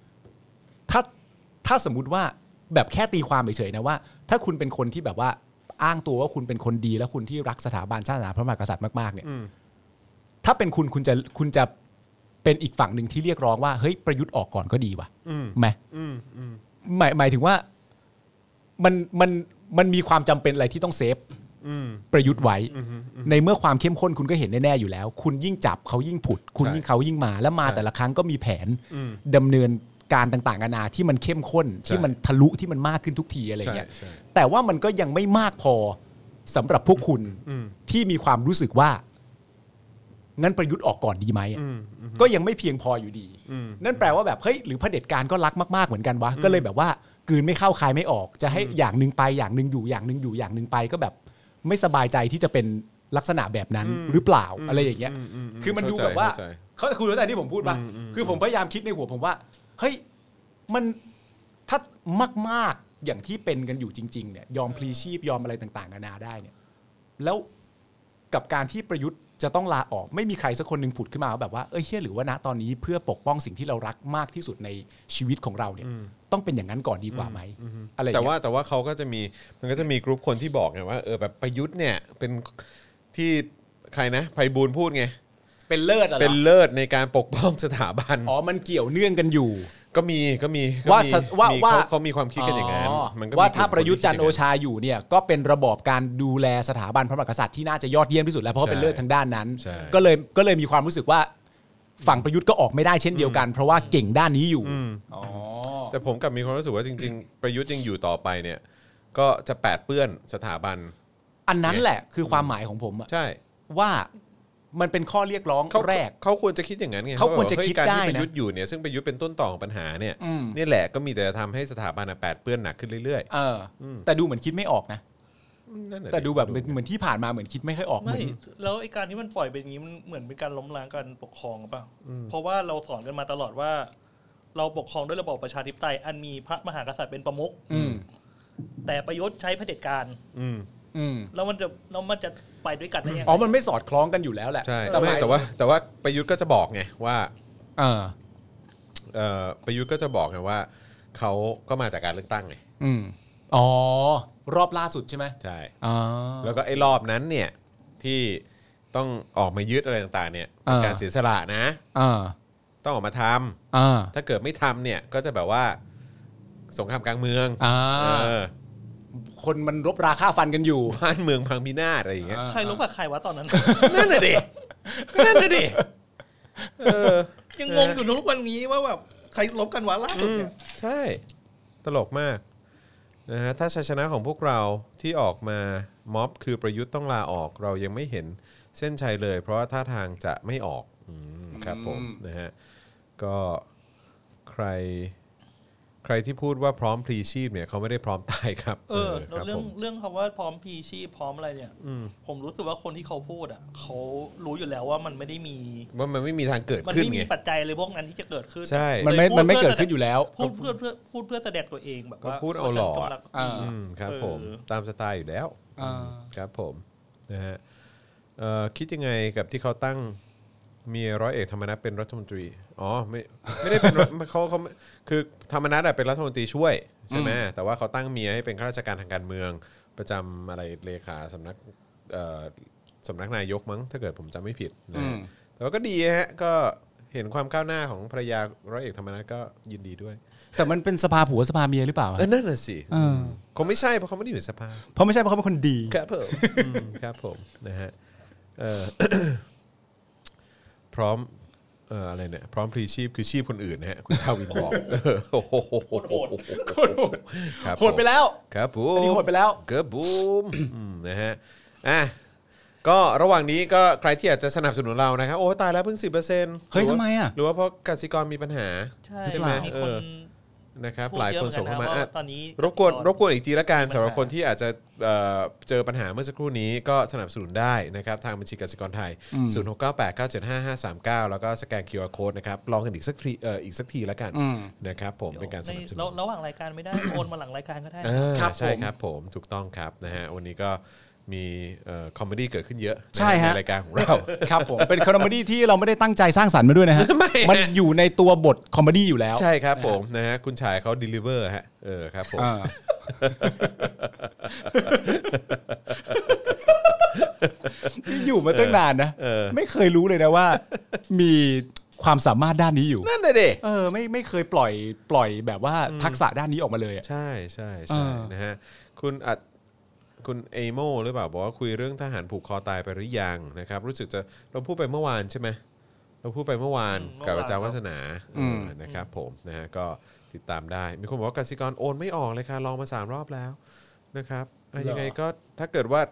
ถ้าสมมุติว่าแบบแค่ตีความเฉยๆนะว่าถ้าคุณเป็นคนที่แบบว่าอ้างตัวว่าคุณเป็นคนดีและคุณที่รักสถาบันชาติศาสนาพระมหากษัตริย์มากๆเนี่ยถ้าเป็นคุณจะเป็นอีกฝั่งหนึ่งที่เรียกร้องว่าเฮ้ยประยุทธ์ออกก่อนก็ดีว่ะไหมหมายถึงว่ามันมีความจำเป็นอะไรที่ต้องเซฟประยุทธ์ไว้ในเมื่อความเข้มข้นคุณก็เห็นแน่ๆอยู่แล้วคุณยิ่งจับเขายิ่งผุดคุณยิ่งเขายิ่งมาแล้วมาแต่ละครั้งก็มีแผนดำเนินการต่างๆนานาที่มันเข้มข้นที่มันทะลุที่มันมากขึ้นทุกทีอะไรเงี้ยแต่ว่ามันก็ยังไม่มากพอสำหรับพวกคุณที่มีความรู้สึกว่างั้นประยุทธ์ออกก่อนดีไหมก็ยังไม่เพียงพออยู่ดีนั่นแปลว่าแบบเฮ้ยหรือเผด็จการก็รักมากๆเหมือนกันวะก็เลยแบบว่ากลืนไม่เข้าคายไม่ออกจะให้อย่างนึงไปอย่างนึงอยู่อย่างนึงอยู่อย่างนึงไปก็แบบไม่สบายใจที่จะเป็นลักษณะแบบนั้นหรือเปล่าอะไรอย่างเงี้ยคือมันดูแบบว่าเขาคุณเข้าใจที่ผมพูดป่ะคือผมพยายามคิดในหัวผมว่าเฮ้ยมันถ้ามากๆอย่างที่เป็นกันอยู่จริงๆเนี่ยยอมพลีชีพยอมอะไรต่างๆนานาได้เนี่ยแล้วกับการที่ประยุทธ์จะต้องลาออกไม่มีใครสักคนหนึ่งผุดขึ้นมาแบบว่าเฮียหรือว่าณตอนนี้เพื่อปกป้องสิ่งที่เรารักมากที่สุดในชีวิตของเราเนี่ยต้องเป็นอย่างนั้นก่อนดีกว่าไหมอะไรแต่ว่าเขาก็จะมีมันก็จะมีกลุ่มคนที่บอกไงว่าแบบประยุทธ์เนี่ยเป็นที่ใครนะไพบูลย์พูดไงเป็นเลิศเป็นเลิศในการปกป้องสถาบันมันเกี่ยวเนื่องกันอยู่ก็มีว่าเขามีความคิดกันอย่างนั้นว่าถ้าประยุทธ์จันทร์โอชาอยู่เนี่ยก็เป็นระบอบการดูแลสถาบันพระมหากษัตริย์ที่น่าจะยอดเยี่ยมที่สุดแล้วเพราะเป็นเลิศทางด้านนั้นก็เลยมีความรู้สึกว่าฝั่งประยุทธ์ก็ออกไม่ได้เช่นเดียวกันเพราะว่าเก่งด้านนี้อยู่แต่ผมกับมีความรู้สึกว่าจริงๆประยุทธ์ยังอยู่ต่อไปเนี่ยก็จะแปดเปื้อนสถาบันอันนั้นแหละคือความหมายของผมใช่ว่ามันเป็นข้อเรียกร้องแรกเขาควรจะคิดอย่างนั้นไงเขาควรจะคิดได้นะประยุทธ์อยู่เนี่ยซึ่งประยุทธ์เป็นต้นต่อของปัญหาเนี่ยนี่แหละก็มีแต่จะทำให้สถาบันแปดเปื้อนหนักขึ้นเรื่อยๆแต่ดูเหมือนคิดไม่ออกนะแต่ดูแบบเหมือนที่ผ่านมาเหมือนคิดไม่ค่อยออกไม่แล้วไอ้การที่มันปล่อยเป็นอย่างนี้มันเหมือนเป็นการล้มล้างการปกครองป่ะเพราะว่าเราสอนกันมาตลอดว่าเราปกครองด้วยระบอบประชาธิปไตยอันมีพระมหากษัตริย์เป็นประมุขแต่ประยุทธ์ใช้เผด็จการแล้วมันจะไปด้วยกันได้ยังไงมันไม่สอดคล้องกันอยู่แล้วแหละใช่แต่ว่าประยุทธ์ก็จะบอกไงว่าประยุทธ์ก็จะบอกไงว่าเขาก็มาจากการเลือกตั้งไงรอบล่าสุดใช่ไหมใช่แล้วก็ไอ้รอบนั้นเนี่ยที่ต้องออกมายึดอะไรต่างๆเนี่ยเป็นการเสียสละนะต้องออกมาทำถ้าเกิดไม่ทำเนี่ยก็จะแบบว่าสงครามกลางเมืองคนมันรบราฆ่าฟันกันอยู่บ้านเมืองพังพินาศอะไรอย่างเงี้ยใครรบกับใครวะตอนนั้นนั่นน่ะดิยังงงอยู่ทุกวันนี้ว่าแบบใครรบกันวะล่าสุดเนี่ยใช่ตลกมากนะฮะถ้าชัยชนะของพวกเราที่ออกมาม็อบคือประยุทธ์ต้องลาออกเรายังไม่เห็นเส้นชัยเลยเพราะว่าท่าทางจะไม่ออกครับผมนะฮะก็ใครที่พูดว่าพร้อมพลีชีพเนี่ยเขาไม่ได้พร้อมตายครับเรื่องคำว่าพร้อมพลีชีพพร้อมอะไรเนี่ยผมรู้สึกว่าคนที่เขาพูดอ่ะเขารู้อยู่แล้วว่ามันไม่ได้มีว่ามันไม่มีทางเกิดขึ้นมันไม่มีปัจจัยเลยพวกนั้นที่จะเกิดขึ้นใช่มันไม่เกิดขึ้นอยู่แล้วพูดเพื่อแสดงตัวเองแบบว่าพูดเอาหล่อครับผมตามสไตล์อยู่แล้วครับผมนะฮะคิดยังไงกับที่เขาตั้งมีร้อยเอกธรรมนัสเป็นรัฐมนตรีไม่ได้เป็นเขาคือธรรมนัสเป็นรัฐมนตรีช่วยใช่ไหมแต่ว่าเขาตั้งเมียให้เป็นข้าราชการทางการเมืองประจำอะไรเลขาสำนักนายกมั้งถ้าเกิดผมจำไม่ผิดนะแต่ว่าก็ดีฮะก็เห็นความก้าวหน้าของภรรยาร้อยเอกธรรมนัสก็ยินดีด้วยแต่มันเป็นสภาผัวสภาเมียหรือเปล่านั่นน่ะสิคงไม่ใช่เพราะเขาไม่ได้อยู่สภาเพราะไม่ใช่เพราะเขาเป็นคนดีครับผมครับผมนะฮะพร้อมอะไรเนี่ยพร้อมพลีชีพคือชีพคนอื่นนะฮะคุณทาวินบอกโหดไปแล้วครับผมอันนี้โหดไปแล้วเกือบบูมนะฮะก็ระหว่างนี้ก็ใครที่อยากจะสนับสนุนเรานะครับโอ้ตายแล้วเพิ่ง 10% เฮ้ยทำไมอ่ะหรือว่าเพราะกสิกรมีปัญหาใช่ไหมนะครับหลายคนส่งเข้ามาตรบกวนอีกทีละกันสำหรับคนที่อาจจะเจอปัญหาเมื่อสักครู่นี้ก็สนับสนุนได้นะครับทางบัญชีกสิกรไทย0698975539แล้วก็สแกน QR Code นะครับลองกันอีกสักทีละกันนะครับผมเป็นการสนับสนุนระหว่างรายการไม่ได้โอนมาหลังรายการก็ได้ครับใช่ครับผมถูกต้องครับนะฮะวันนี้ก็มีคอมเมดี้เกิดขึ้นเยอะในรายการของเราครับผมเป็นคอมเมดี้ที่เราไม่ได้ตั้งใจสร้างสรรค์มาด้วยนะฮะมันอยู่ในตัวบทคอมเมดี้อยู่แล้วใช่ครับผมนะฮะคุณชายเขา deliver ฮะครับผมอยู่มาตั้งนานนะไม่เคยรู้เลยนะว่ามีความสามารถด้านนี้อยู่นั่นเลยดิไม่เคยปล่อยแบบว่าทักษะด้านนี้ออกมาเลยใช่ใช่ใช่นะฮะคุณเอโมหรือเปล่าบอกว่าคุยเรื่องทหารผูกคอตายไปหรือยังนะครับรู้สึกจะเราพูดไปเมื่อวานใช่ไหมเราพูดไปเมื่อวานกับอาจารย์วัฒนานะครับผมนะฮะก็ติดตามได้มีคนบอกว่ากสิกรโอนไม่ออกเลยค่ะลองมา3รอบแล้วนะครับยังไงก็ถ้าเกิดว่า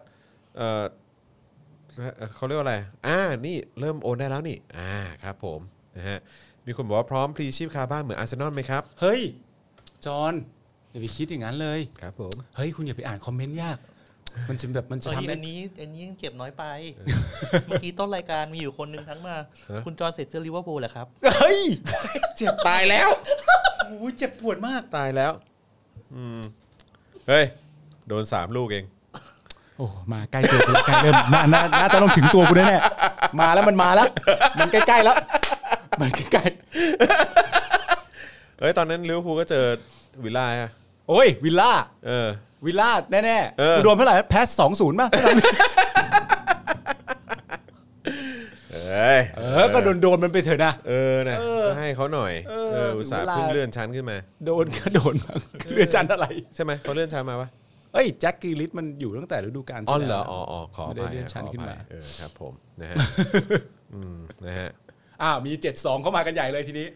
เขาเรียกว่าอะไรนี่เริ่มโอนได้แล้วนี่ครับผมนะฮะมีคนบอกว่าพร้อมพลีชีพคาบ้านเหมือนอาร์เซนอลไหมครับเฮ้ยจอห์นอย่าไปคิดอย่างนั้นเลยครับผมเฮ้ยคุณอย่าไปอ่านคอมเมนต์ยากมันจะแบบมันจะทำอันนี้ยังเก็บน้อยไปเมื่อกี้ต้นรายการมีอยู่คนนึงทั้งมาคุณจอห์นเสร็จเสื้อลิเวอร์พูลเหรอครับเฮ้ยเจ็บตายแล้วโอ้ยเจ็บปวดมากตายแล้วเฮ้ยโดน3 ลูกเองโอ้มาใกล้ตัวใกล้เริ่มน่าจะต้องถึงตัวกูแน่มาแล้วมันมันใกล้ๆแล้วมันใกล้เฮ้ยตอนนั้นลิเวอร์พูลก็เจอวิลล่าฮะโอ้ยวิลล่าวิลล่าแน่ๆกูโดนเท่าไหร่แพ้ 2-0 ป่ะก็โดนมันไปเถอะนะนะให้เขาหน่อยอุตส่าห์เพิ่งเลื่อนชั้นขึ้นมาโดนเลื่อนชั้นอะไรใช่ไหมเขาเลื่อนชั้นมาปะเอ้ยแจ็คกรีลิชมันอยู่ตั้งแต่ฤดูกาลที่แล้วอ๋อขอไปเลื่อนชั้นขึ้นมาครับผมนะฮะนะฮะมี 7-2 เข้ามากันใหญ่เลยทีนี้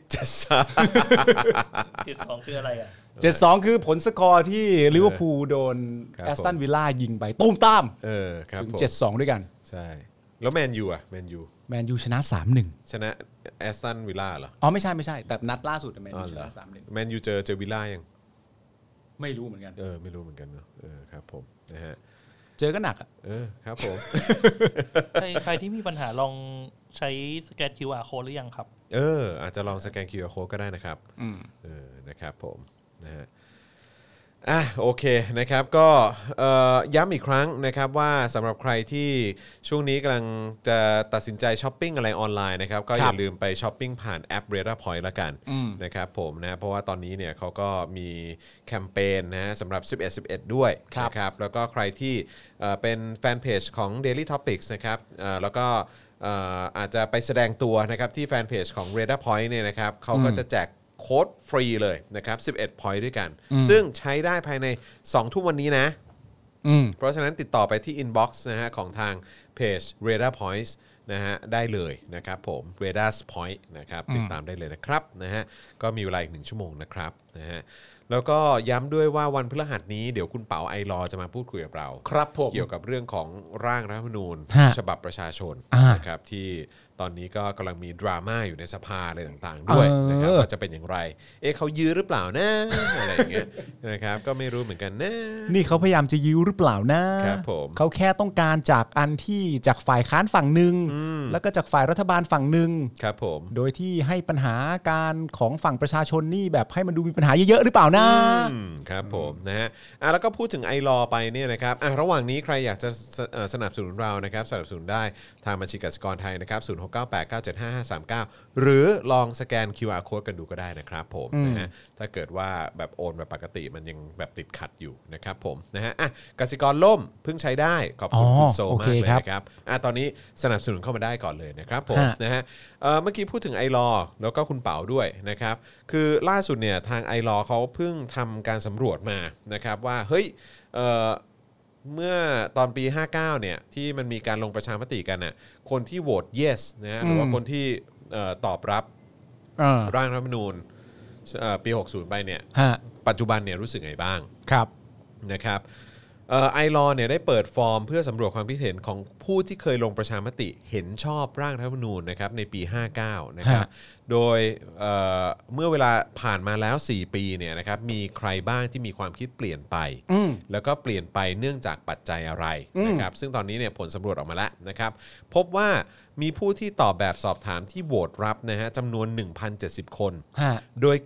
7-2 คืออะไรอ่ะ 7-2 คือผลสกอร์ที่ลิเวอร์พูลโดนแอสตันวิลล่ายิงไปตุ้มตามครับผม 7-2 ด้วยกันใช่แล้วแมนยูแมนยูชนะ 3-1 ชนะแอสตันวิลล่าเหรอไม่ใช่แต่นัดล่าสุดแมนยูชนะ 3-1 แมนยูเจอวิลล่ายังไม่รู้เหมือนกันไม่รู้เหมือนกันเนอะครับผมนะฮะเจอก็หนักครับผมใครที่มีปัญหาลองใช้สแกน QR Code หรือยังครับอาจจะลองสแกน QR Code ก็ได้นะครับนะครับผมนะฮะโอเคนะครับก็ย้ำอีกครั้งนะครับว่าสำหรับใครที่ช่วงนี้กำลังจะตัดสินใจช้อปปิ้งอะไรออนไลน์นะครับก็อย่าลืมไปช้อปปิ้งผ่านแอป Radar Point ละกันนะครับผมนะเพราะว่าตอนนี้เนี่ยเขาก็มีแคมเปญนะสำหรับ 11/11 ด้วยนะครับแล้วก็ใครที่เป็นแฟนเพจของ Daily Topics นะครับแล้วก็อาจจะไปแสดงตัวนะครับที่แฟนเพจของ Radar Point เนี่ยนะครับเขาก็จะแจกโค้ดฟรีเลยนะครับ11 point ด้วยกันซึ่งใช้ได้ภายใน 2 ทุ่มวันนี้นะเพราะฉะนั้นติดต่อไปที่ inbox นะฮะของทางเพจ Radar Points นะฮะได้เลยนะครับผม Radar Point นะครับติดตามได้เลยนะครับนะฮะก็มีเวลาอีก1ชั่วโมงนะครับนะฮะแล้วก็ย้ำด้วยว่าวันพฤหัสนี้เดี๋ยวคุณเป๋าไอรอจะมาพูดคุยกับเราครับผมเกี่ยวกับเรื่องของร่างรัฐธรรมนูญฉบับประชาชนนะครับที่ตอนนี้ก็กำลังมีดราม่าอยู่ในสภาอะไรต่างๆด้วยนะครับว่าจะเป็นอย่างไรเขายื้อหรือเปล่านะอะไรอย่างเงี้ยนะครับก็ไม่รู้เหมือนกันนะนี่เขาพยายามจะยื้อหรือเปล่านะครับผมเขาแค่ต้องการจากอันที่จากฝ่ายค้านฝั่งหนึ่งแล้วก็จากฝ่ายรัฐบาลฝั่งหนึ่งครับผมโดยที่ให้ปัญหาการของฝั่งประชาชนนี่แบบให้มันดูมีปัญหาเยอะๆหรือเปล่าครับผมนะฮะแล้วก็พูดถึงไอรอไปเนี่ยนะครับระหว่างนี้ใครอยากจะสนับสนุนเรานะครับสนับสนุนได้ทางบัญชีกสิกรไทยนะครับ0698975539หรือลองสแกน QR Code กันดูก็ได้นะครับผมนะฮะถ้าเกิดว่าแบบโอนแบบปกติมันยังแบบติดขัดอยู่นะครับผมนะฮะกสิกรล่มเพิ่งใช้ได้ขอบคุณคุณโซมากเลยนะครับตอนนี้สนับสนุนเข้ามาได้ก่อนเลยนะครับผมนะฮะเมื่อกี้พูดถึงไอรอแล้วก็คุณเป๋าด้วยนะครับคือล่าสุดเนี่ยทางไอรอเขาเพิ่งทำการสำรวจมานะครับว่าเฮ้ยเมื่อตอนปี59เนี่ยที่มันมีการลงประชามติกันน่ะคนที่โหวต yes นะฮะหรือว่าคนที่ตอบรับร่างรัฐธรรมนูญปี60ไปเนี่ยปัจจุบันเนี่ยรู้สึกไงบ้างครับนะครับไอรอเนี่ยได้เปิดฟอร์มเพื่อสำรวจความคิดเห็นของผู้ที่เคยลงประชามติเห็นชอบร่างรัฐธรรมนูญนะครับในปี59นะครับโดยเมื่อเวลาผ่านมาแล้ว4ปีเนี่ยนะครับมีใครบ้างที่มีความคิดเปลี่ยนไปแล้วก็เปลี่ยนไปเนื่องจากปัจจัยอะไรนะครับซึ่งตอนนี้เนี่ยผลสำรวจออกมาแล้วนะครับพบว่ามีผู้ที่ตอบแบบสอบถามที่โหวตรับนะฮะจำนวน 1,070 คนโดย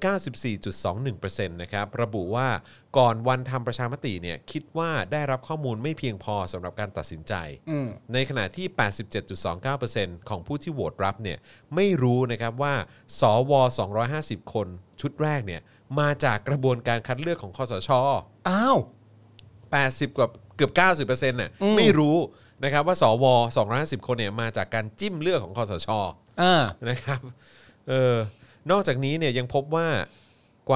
94.21% นะครับระบุว่าก่อนวันทำประชามติเนี่ยคิดว่าได้รับข้อมูลไม่เพียงพอสำหรับการตัดสินใจในขณะที่ 87.29% ของผู้ที่โหวตรับเนี่ยไม่รู้นะครับว่าสว250 คนชุดแรกเนี่ยมาจากกระบวนการคัดเลือกของคสช.80 กว่าเกือบ 90% น่ะไม่รู้นะครับว่าสว250 คนเนี่ยมาจากการจิ้มเลือกของคสช.นะครับนอกจากนี้เนี่ยยังพบว่ากว่า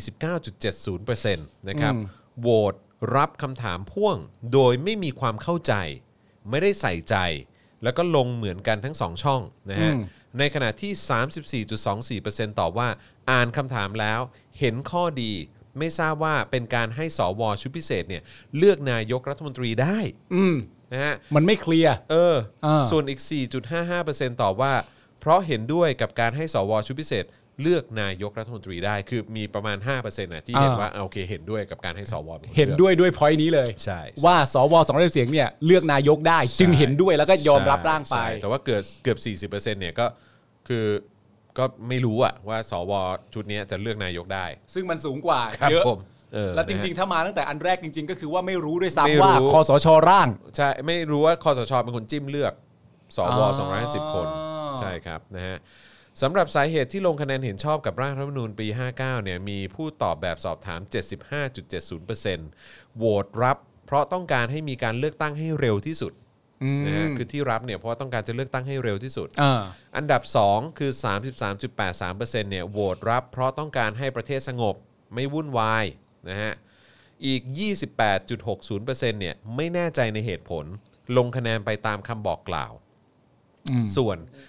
49.70% นะครับโหวตรับคำถามพ่วงโดยไม่มีความเข้าใจไม่ได้ใส่ใจแล้วก็ลงเหมือนกันทั้ง2ช่องนะฮะในขณะที่ 34.24% ตอบว่าอ่านคำถามแล้วเห็นข้อดีไม่ทราบว่าเป็นการให้สวชุดพิเศษเนี่ยเลือกนายกรัฐมนตรีได้นะฮะมันไม่เคลียร์ส่วนอีก 4.55% ตอบว่าเพราะเห็นด้วยกับการให้สวชุดพิเศษเลือกนายกรัฐมนตรีได้คือมีประมาณ 5% นะที่เห็นว่าโอเคเห็นด้วยกับการให้สวเห็นด้วยพอยต์นี้เลยใช่ว่าสว200เสียงเนี่ยเลือกนายกได้จึงเห็นด้วยแล้วก็ยอมรับร่างไปแต่ว่าเกือบ 40% เนี่ยก็คือก็ไม่รู้อะว่าสวชุดนี้จะเลือกนายกได้ซึ่งมันสูงกว่าเยอะแล้วจริงๆถ้ามาตั้งแต่อันแรกจริงๆก็คือว่าไม่รู้ด้วยซ้ำว่าคสช.ร่างใช่ไม่รู้ว่าคสช.เป็นคนจิ้มเลือกสว250 คนใช่ครับนะฮะสำหรับสาเหตุที่ลงคะแนนเห็นชอบกับร่างรัฐธรรมนูญปี 59 เนี่ยมีผู้ตอบแบบสอบถาม 75.70% โหวตรับเพราะต้องการให้มีการเลือกตั้งให้เร็วที่สุดนะฮะคือที่รับเนี่ยเพราะว่าต้องการจะเลือกตั้งให้เร็วที่สุดอันดับ2คือ 33.83% เนี่ยโหวตรับเพราะต้องการให้ประเทศสงบไม่วุ่นวายนะฮะอีก 28.60% เนี่ยไม่แน่ใจในเหตุผลลงคะแนนไปตามคำบอกกล่าวส่วน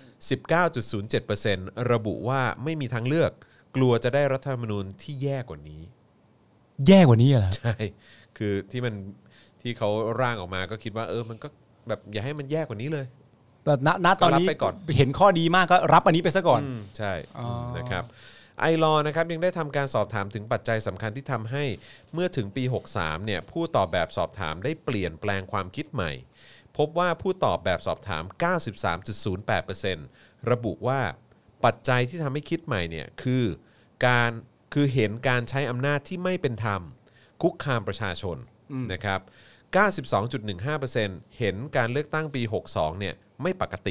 19.07% ระบุว่าไม่มีทางเลือกกลัวจะได้รัฐธรรมนูญที่แย่กว่านี้แย่กว่านี้เหรอใช่คือที่เขาร่างออกมาก็คิดว่ามันก็แบบอย่าให้มันแย่กว่านี้เลยแต่ณตอนนี้เห็นข้อดีมากก็รับอันนี้ไปซะก่อนใช่นะครับไอลอนะครับยังได้ทำการสอบถามถึงปัจจัยสำคัญที่ทำให้เมื่อถึงปี 63 เนี่ยผู้ตอบแบบสอบถามได้เปลี่ยนแปลงความคิดใหม่พบว่าผู้ตอบแบบสอบถาม 93.08% ระบุว่าปัจจัยที่ทำให้คิดใหม่เนี่ยคือเห็นการใช้อำนาจที่ไม่เป็นธรรมคุกคามประชาชนนะครับ 92.15% เห็นการเลือกตั้งปี 62 เนี่ยไม่ปกติ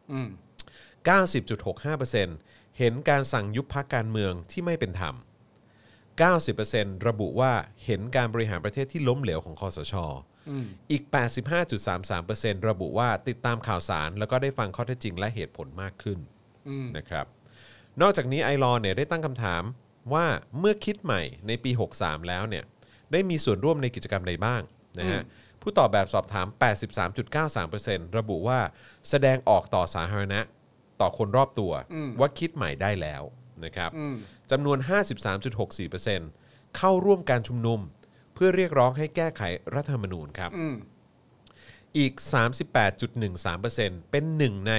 90.65% เห็นการสั่งยุบพรรคการเมืองที่ไม่เป็นธรรม 90% ระบุว่าเห็นการบริหารประเทศที่ล้มเหลวของคสช.อีก 85.33% ระบุว่าติดตามข่าวสารแล้วก็ได้ฟังข้อเท็จจริงและเหตุผลมากขึ้นนะครับนอกจากนี้ไอลอเนี่ยได้ตั้งคำถามว่าเมื่อคิดใหม่ในปี 63 แล้วเนี่ยได้มีส่วนร่วมในกิจกรรมใดบ้างนะฮะผู้ตอบแบบสอบถาม 83.93% ระบุว่าแสดงออกต่อสาธารณะต่อคนรอบตัวว่าคิดใหม่ได้แล้วนะครับจำนวน 53.64% เข้าร่วมการชุมนุมเพื่อเรียกร้องให้แก้ไขรัฐธรรมนูญครับอีก 38.13% เป็นหนึ่งใน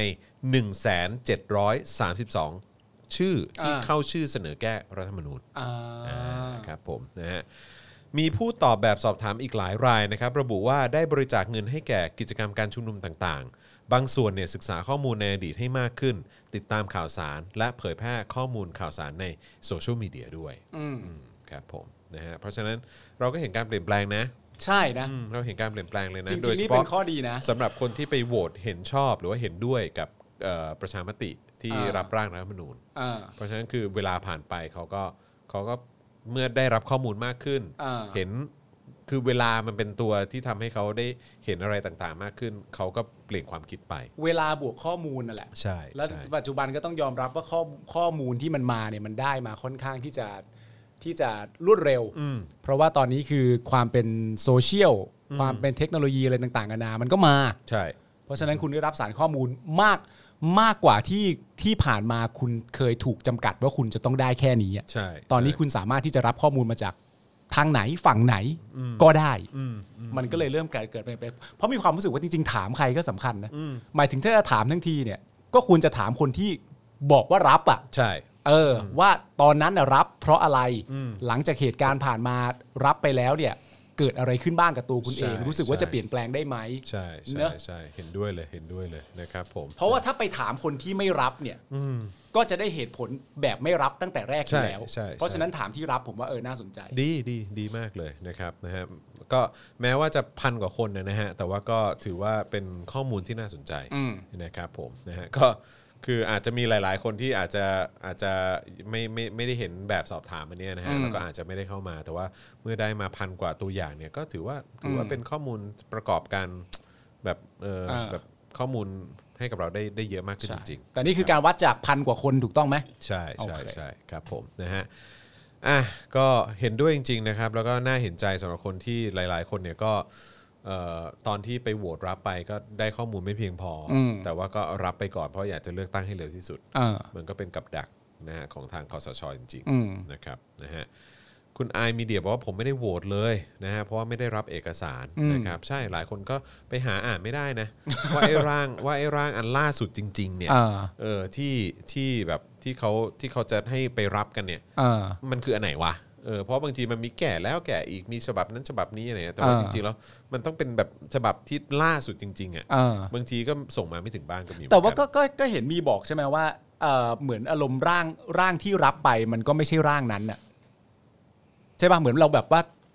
1,732 ชื่อที่เข้าชื่อเสนอแก้รัฐธรรมนูญครับผมนะฮะมีผู้ตอบแบบสอบถามอีกหลายรายนะครับระบุว่าได้บริจาคเงินให้แก่กิจกรรมการชุมนุมต่างๆบางส่วนเนี่ยศึกษาข้อมูลในอดีตให้มากขึ้นติดตามข่าวสารและเผยแพร่ข้อมูลข่าวสารในโซเชียลมีเดียด้วยครับผมนะฮะเพราะฉะนั้นเราก็เห็นการเปลี่ยนแปลงนะใช่นะเราเห็นการเปลี่ยนแปลงเลยนะโดยเฉพาะเป็นข้อดีนะสำหรับคนที่ไปโหวตเห็นชอบหรือว่าเห็นด้วยกับประชามติที่รับร่างรัฐธรรมนูญเพราะฉะนั้นคือเวลาผ่านไปเขาก็เมื่อได้รับข้อมูลมากขึ้นเห็นคือเวลามันเป็นตัวที่ทำให้เขาได้เห็นอะไรต่างๆมากขึ้นเขาก็เปลี่ยนความคิดไปเวลาบวกข้อมูลนั่นแหละใช่แล้วปัจจุบันก็ต้องยอมรับว่าข้อมูลที่มันมาเนี่ยมันได้มาค่อนข้างที่จะรวดเร็วเพราะว่าตอนนี้คือความเป็นโซเชียลความเป็นเทคโนโลยีอะไรต่างๆกันานามันก็มาใช่เพราะฉะนั้นคุณได้รับสารข้อมูลมากกว่าที่ผ่านมาคุณเคยถูกจำกัดว่าคุณจะต้องได้แค่นี้ใช่ตอนนี้คุณสามารถที่จะรับข้อมูลมาจากทางไหนฝั่งไหนก็ได้มันก็เลยเริ่มเกิดไปเพราะมีความรู้สึกว่าจริงๆถามใครก็สำคัญนะหมายถึงถ้าจะถามทั้งทีเนี่ยก็ควรจะถามคนที่บอกว่ารับอ่ะใช่ว่าตอนนั้นรับเพราะอะไรหลังจากเหตุการณ์ผ่านมารับไปแล้วเนี่ยเกิดอะไรขึ้นบ้างกับตัวคุณเองรู้สึกว่าจะเปลี่ยนแปลงได้ไหมใช่ใช่เห็นด้วยเลยนะครับผมเพราะว่าถ้าไปถามคนที่ไม่รับเนี่ยก็จะได้เหตุผลแบบไม่รับตั้งแต่แรกอยู่แล้วเพราะฉะนั้นถามที่รับผมว่าน่าสนใจดีมากเลยนะครับนะฮะก็แม้ว่าจะพันกว่าคนนะฮะแต่ว่าก็ถือว่าเป็นข้อมูลที่น่าสนใจนะครับผมนะฮะก็คืออาจจะมีหลายๆคนที่อาจจะไม่ได้เห็นแบบสอบถามอันนี้นะฮะแล้วก็อาจจะไม่ได้เข้ามาแต่ว่าเมื่อได้มาพันกว่าตัวอย่างเนี่ยก็ถือว่าเป็นข้อมูลประกอบกันแบบข้อมูลให้กับเราได้เยอะมากขึ้นจริงๆแต่นี่คือการวัดจากพันกว่าคนถูกต้องไหมใช่ครับผมนะฮะก็เห็นด้วยจริงๆนะครับแล้วก็น่าเห็นใจสำหรับคนที่หลายๆคนเนี่ยก็ตอนที่ไปโหวตรับไปก็ได้ข้อมูลไม่เพียงพอแต่ว่าก็รับไปก่อนเพราะอยากจะเลือกตั้งให้เร็วที่สุดมันก็เป็นกับดักนะฮะของทางคสช.จริงๆนะครับนะฮะคุณไอมีเดียบอกว่าผมไม่ได้โหวตเลยนะฮะเพราะว่าไม่ได้รับเอกสารนะครับใช่หลายคนก็ไปหาอ่านไม่ได้นะว่าไอ้ร่างอันล่าสุดจริงๆเนี่ยที่แบบที่เขาจะให้ไปรับกันเนี่ยมันคืออันไหนวะเพราะบางทีมันมีแก่แล้วแก่อีกมีฉบับนั้นฉบับนี้อะไรแต่ว่าจริงๆแล้วมันต้องเป็นแบบฉบับที่ล่าสุดจริงๆอ่ะบางทีก็ส่งมาไม่ถึงบ้านก็มีแต่ว่าก็เห็นมีบอกใช่ไหมว่าเหมือนอารมณ์ร่างที่รับไปมันก็ไม่ใช่ร่างนั้นน่ะใช่ป่ะเหมือนเราแบบว่า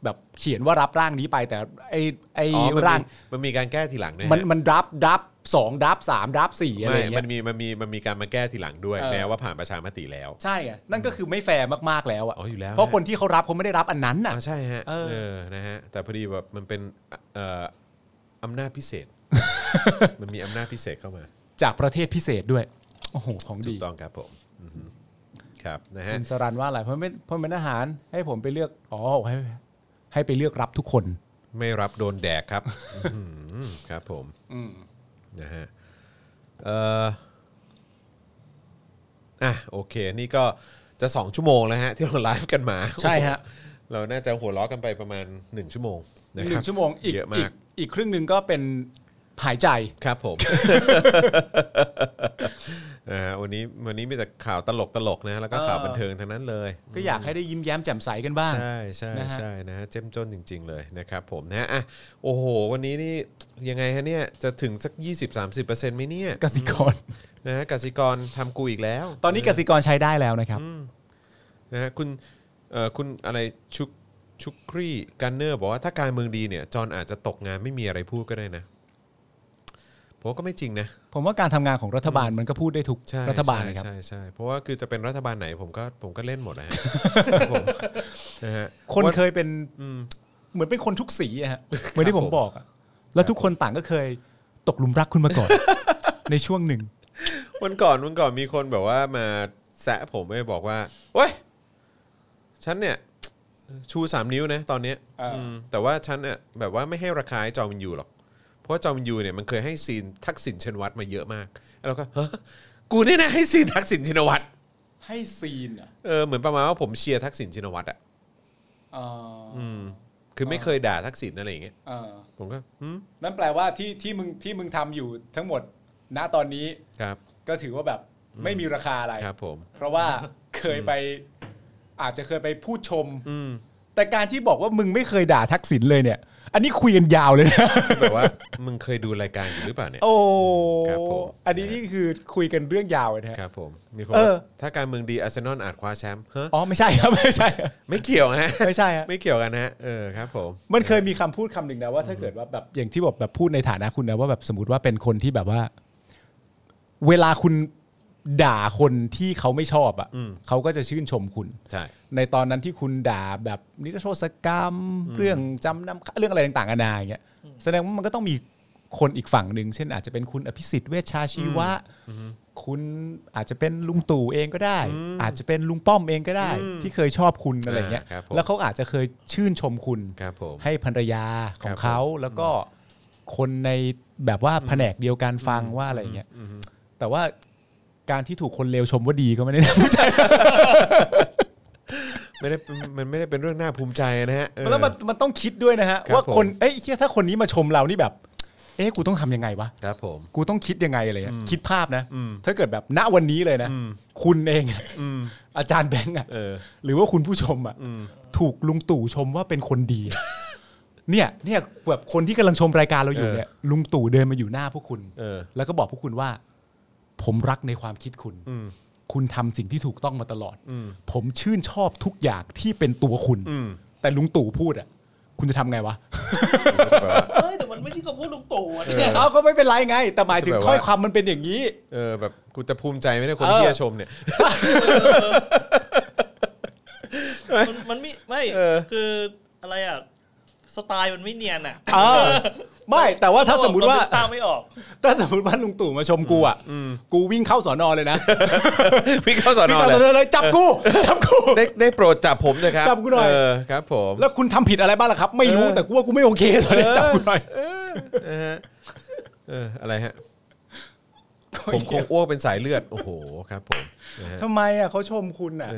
แบบเขียนว่ารับร่างนี้ไปแต่ไอ้ร่างมันมีการแก้ทีหลังด้วยมันดับ2ดับ3ดับ4อะไรอย่างเงี้ยมันมีการมาแก้ทีหลังด้วยแม้ว่าผ่านประชามติแล้วใช่อ่ะนั่นก็คือไม่แฟร์มากๆแล้วอ่ะอยู่แล้วเพราะคนที่เขารับเขาไม่ได้รับอันนั้นน่ะใช่ฮะนะฮะแต่พอดีแบบมันเป็นอำนาจพิเศษ มันมีอำนาจพิเศษเข้ามาจากประเทศพิเศษด้วยโอ้โหของดีถูกต้องครับผมครับนะฮะคุณสรันว่าอะไรเพราะเป็นทหารให้ผมไปเลือกให้ไปเลือกรับทุกคนไม่รับโดนแดกครับครับผมนะฮะโอเคนี่ก็จะ2ชั่วโมงแล้วฮะที่เราไลฟ์กันมาใช่ฮะเราน่าจะหัวเราะกันไปประมาณ1ชั่วโมงนะครับ1ชั่วโมงอีกครึ่งนึงก็เป็นหายใจครับผมวันนี้มีแต่ข่าวตลกนะแล้วก็ข่าวบันเทิงทั้งนั้นเลยก็อยากให้ได้ยิ้มแย้มแจ่มใสกันบ้างใช่นะฮะเจ้มจนจริงๆเลยนะครับผมนะโอ้โหวันนี้นี่ยังไงฮะเนี่ยจะถึงสัก 20-30% มั้ยเนี่ยกสิกรนะฮะกสิกรทำกูอีกแล้วตอนนี้กสิกรใช้ได้แล้วนะครับนะฮะคุณอะไรชุกครีกันเนอร์บอกว่าถ้าการเมืองดีเนี่ยจอนอาจจะตกงานไม่มีอะไรพูดก็ได้นะผมก็ไม่จริงนะผมว่าการทำงานของรัฐบาลมันก็พูดได้ทุกรัฐบาลนะครับใช่เพราะว่าคือจะเป็นรัฐบาลไหนผมก็เล่นหมดนะฮะผมนะฮะคนเคยเป็นเหมือนเป็นคนทุกสีอะฮะเหมือนที่ผมบอกอะแล้วทุกคนต่างก็เคยตกหลุมรักคุณมาก่อนในช่วงหนึ่งวันก่อนมีคนแบบว่ามาแซะผมไปบอกว่าเว้ยฉันเนี่ยชู3นิ้วนะตอนนี้แต่ว่าฉันเนี่ยแบบว่าไม่ให้ราคาจอมินยูหรอกเพราะจอมินยูเนี่ยมันเคยให้ซีนทักษิณชินวัตรมาเยอะมากแล้วก็กูนี่นะให้ซีนทักษิณชินวัตรให้ซีนอ่ะเหมือนประมาณว่าผมเชียร์ทักษิณชินวัตรอ่ะคือไม่เคยด่าทักษิณอะไรอย่างเงี้ยผมก็นั่นแปลว่าที่มึงทำอยู่ทั้งหมดณตอนนี้ครับก็ถือว่าแบบไม่มีราคาอะไรครับผมเพราะว่าเคยไปอาจจะเคยไปพูดชมแต่การที่บอกว่ามึงไม่เคยด่าทักษิณเลยเนี่ยอันนี้คุยกันยาวเลยนะแบบว่ามึงเคยดูรายการอยู่หรือเปล่าเนี่ยโอ้ครับผมอันนี้นี่คือคุยกันเรื่องยาวเลยครับผมมีคนถ้าการเมืองดีอาร์เซนอลอาจคว้าแชมป์อ๋อไม่ใช่ครับไม่ใช่ไม่เกี่ยวฮะไม่ใช่ฮะไม่เกี่ยวกันฮะครับผมมันเคยมีคำพูดคำหนึ่งนะว่าถ้าเกิดว่าแบบอย่างที่บอกแบบพูดในฐานะคุณนะว่าแบบสมมติว่าเป็นคนที่แบบว่าเวลาคุณด่าคนที่เขาไม่ชอบอ่ะเขาก็จะชื่นชมคุณใช่ในตอนนั้นที่คุณด่าแบบนิรโทษกรรมเรื่องจำนำเรื่องอะไรต่างๆนานาอย่างเงี้ยแสดงว่ามันก็ต้องมีคนอีกฝั่งหนึ่งเช่นอาจจะเป็นคุณอภิสิทธิ์เวชชาชีวะคุณอาจจะเป็นลุงตู่เองก็ได้อาจจะเป็นลุงป้อมเองก็ได้ที่เคยชอบคุณอะไรเงี้ยแล้วเขาอาจจะเคยชื่นชมคุณให้ภรรยาของเขาแล้วก็คนในแบบว่าแผนกเดียวกันฟังว่าอะไรเงี้ยแต่ว่าการที่ถูกคนเลวชมว่าดีก็ไม่ได้ภูมิใจมันไม่ได้เป็นเรื่องน่าภูมิใจนะฮะแล้วมันต้องคิดด้วยนะฮะว่าคนถ้าคนนี้มาชมเรานี่แบบกูต้องทำยังไงวะครับผมกูต้องคิดยังไงอะไรคิดภาพนะถ้าเกิดแบบณวันนี้เลยนะคุณเองอาจารย์แบงค์อ่ะหรือว่าคุณผู้ชมอ่ะถูกลุงตู่ชมว่าเป็นคนดีเนี่ยแบบคนที่กำลังชมรายการเราอยู่เนี่ยลุงตู่เดินมาอยู่หน้าพวกคุณแล้วก็บอกพวกคุณว่าผมรักในความคิดคุณคุณทำสิ่งที่ถูกต้องมาตลอดผมชื่นชอบทุกอย่างที่เป็นตัวคุณแต่ลุงตู่พูดอ่ะคุณจะทำไงวะแต่มันไม่ใช่คำพูดลุงตู่เนี่ยก็ไม่เป็นไรไงแต่หมายถึงถ้อยคำมันเป็นอย่างนี้แบบกูจะภูมิใจไม่ได้คนที่จะชมเนี่ยมันไม่คืออะไรอ่ะสไตล์มันไม่เนียนอ่ะไม่แต่ว่าถ้าสมมติว่าตามไม่ออกถ้าสมมติว่าลุงตู่มาชมกูอ่ะกูวิ่งเข้าสน.เลยนะวิ่งเข้าสน. เลยจับกูได้โปรดจับผมเลยครับจับกูหน่อยครับผมแล้วคุณทำผิดอะไรบ้างล่ะครับไม่รู้แต่กูว่ากูไม่โอเคตอนนี้จับกูหน่อยอะไรฮะผมคงอ้วกเป็นสายเลือดโอ้โหครับผมทำไมอ่ะเขาชมคุณอ่ะ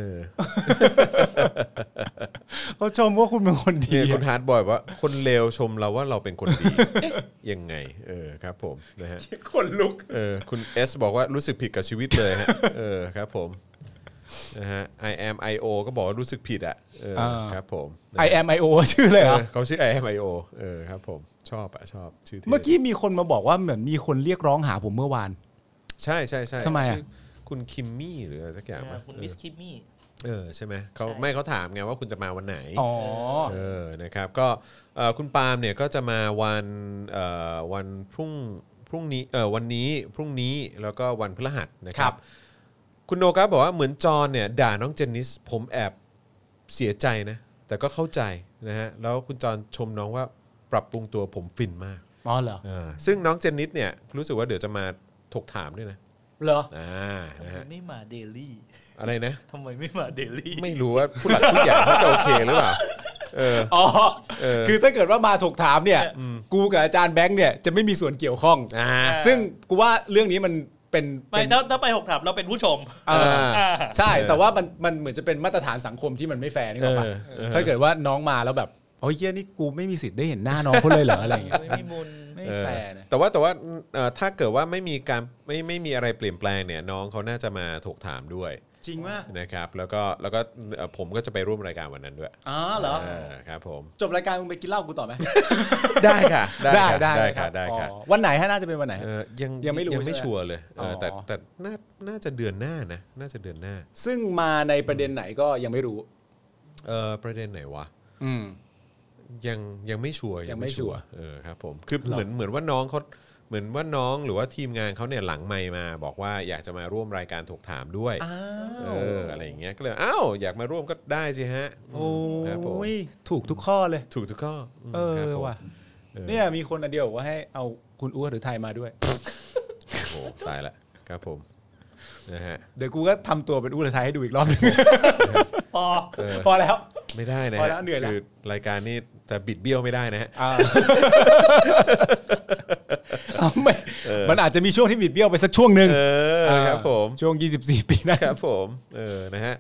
เขาชมว่าคุณเป็นคนดีคุณฮาร์ดบอยว่าคนเลวชมเราว่าเราเป็นคนดียังไงครับผมนะฮะคนลุกคุณเอสบอกว่ารู้สึกผิดกับชีวิตเลยฮะครับผมนะฮะ I am IO ก็บอกว่ารู้สึกผิดอ่ะครับผม I am IO ชื่อเลยเหรอเขาชื่อ I am IO ครับผมชอบชื่อเมื่อกี้มีคนมาบอกว่าเหมือนมีคนเรียกร้องหาผมเมื่อวานใช่ทำไมอ่ะคุณคิมมี่หรืออะไรสักอย่างคุณมิสคิมมี่ใช่ไหมเขาถามไงว่าคุณจะมาวันไหนนะครับก็คุณปาล์มเนี่ยก็จะมาวันพรุ่งนี้วันนี้พรุ่งนี้แล้วก็วันพฤหัสนะครับคุณโนครับบอกว่าเหมือนจอนเนี่ยด่าน้องเจนนิสผมแอบเสียใจนะแต่ก็เข้าใจนะฮะแล้วคุณจอนชมน้องว่าปรับปรุงตัวผมฟินมากเหรอซึ่งน้องเจนนิสเนี่ยรู้สึกว่าเดี๋ยวจะมาถกถามด้วยนะเหรอนะฮะไม่มาเดลี่อะไรนะทำไมไม่มาเดลี่ไม่รู้ว่าผู้หลักผู้ใหญ่เขาจะโอเคหรือเปล่าคือถ้าเกิดว่ามาถกถามเนี่ยกูกับอาจารย์แบงค์เนี่ยจะไม่มีส่วนเกี่ยวข้องซึ่งกูว่าเรื่องนี้มันเป็นไม่ถ้าไปถกถามเราเป็นผู้ชมใช่แต่ว่ามันเหมือนจะเป็นมาตรฐานสังคมที่มันไม่แฟร์นี่หรอปะถ้าเกิดว่าน้องมาแล้วแบบโอ้ยเหี้ยนี่กูไม่มีสิทธิ์ได้เห็นหน้าน้องเขาเลยเหรออะไรอย่างเงี้ยไม่มีบุญไม่แฟร์นะแต่ว่าถ้าเกิดว่าไม่มีการไม่มีอะไรเปลี่ยนแปลงเนี่ยน้องเขาน่าจะมาถกถามด้วยจริงว่านะครับแล้วก็ผมก็จะไปร่วมรายการวันนั้นด้วยเหรอครับผมจบรายการมึงไปกินเหล้ากูต่อไหมได้ค่ะได้ค่ะได้ค่ะวันไหนฮะน่าจะเป็นวันไหนยังไม่รู้ยังไม่ชัวร์เลยแต่น่าจะเดือนหน้านะน่าจะเดือนหน้าซึ่งมาในประเด็นไหนก็ยังไม่รู้ประเด็นไหนวะยังไม่ชัวร์ยังไม่ชัวร์ครับผมคือเหมือนว่าน้องเขาเหมือนว่าน้องหรือว่าทีมงานเขาเนี่ยหลังไมค์มาบอกว่าอยากจะมาร่วมรายการถกถามด้วยอะไรอย่างเงี้ยก็เลยอยากมาร่วมก็ได้สิฮะโอ้ยถูกทุกข้อเลยถูกทุกข้อว่ะเนี่ยมีคนอันเดียวบอกว่าให้เอาคุณอ้วนหรือไทยมาด้วยโอ้ตายละครับผมนะฮะเดี๋ยวกูก็ทำตัวเป็นอ้วนหรือไทยให้ดูอีกรอบนึงพอแล้วไม่ได้นะคือรายการนี้จะบิดเบี้ยวไม่ได้นะฮะมันอาจจะมีช่วงที่บิดเบี้ยวไปสักช่วงหนึ่งครับผมช่วง24ปีนะครับผมนะฮะ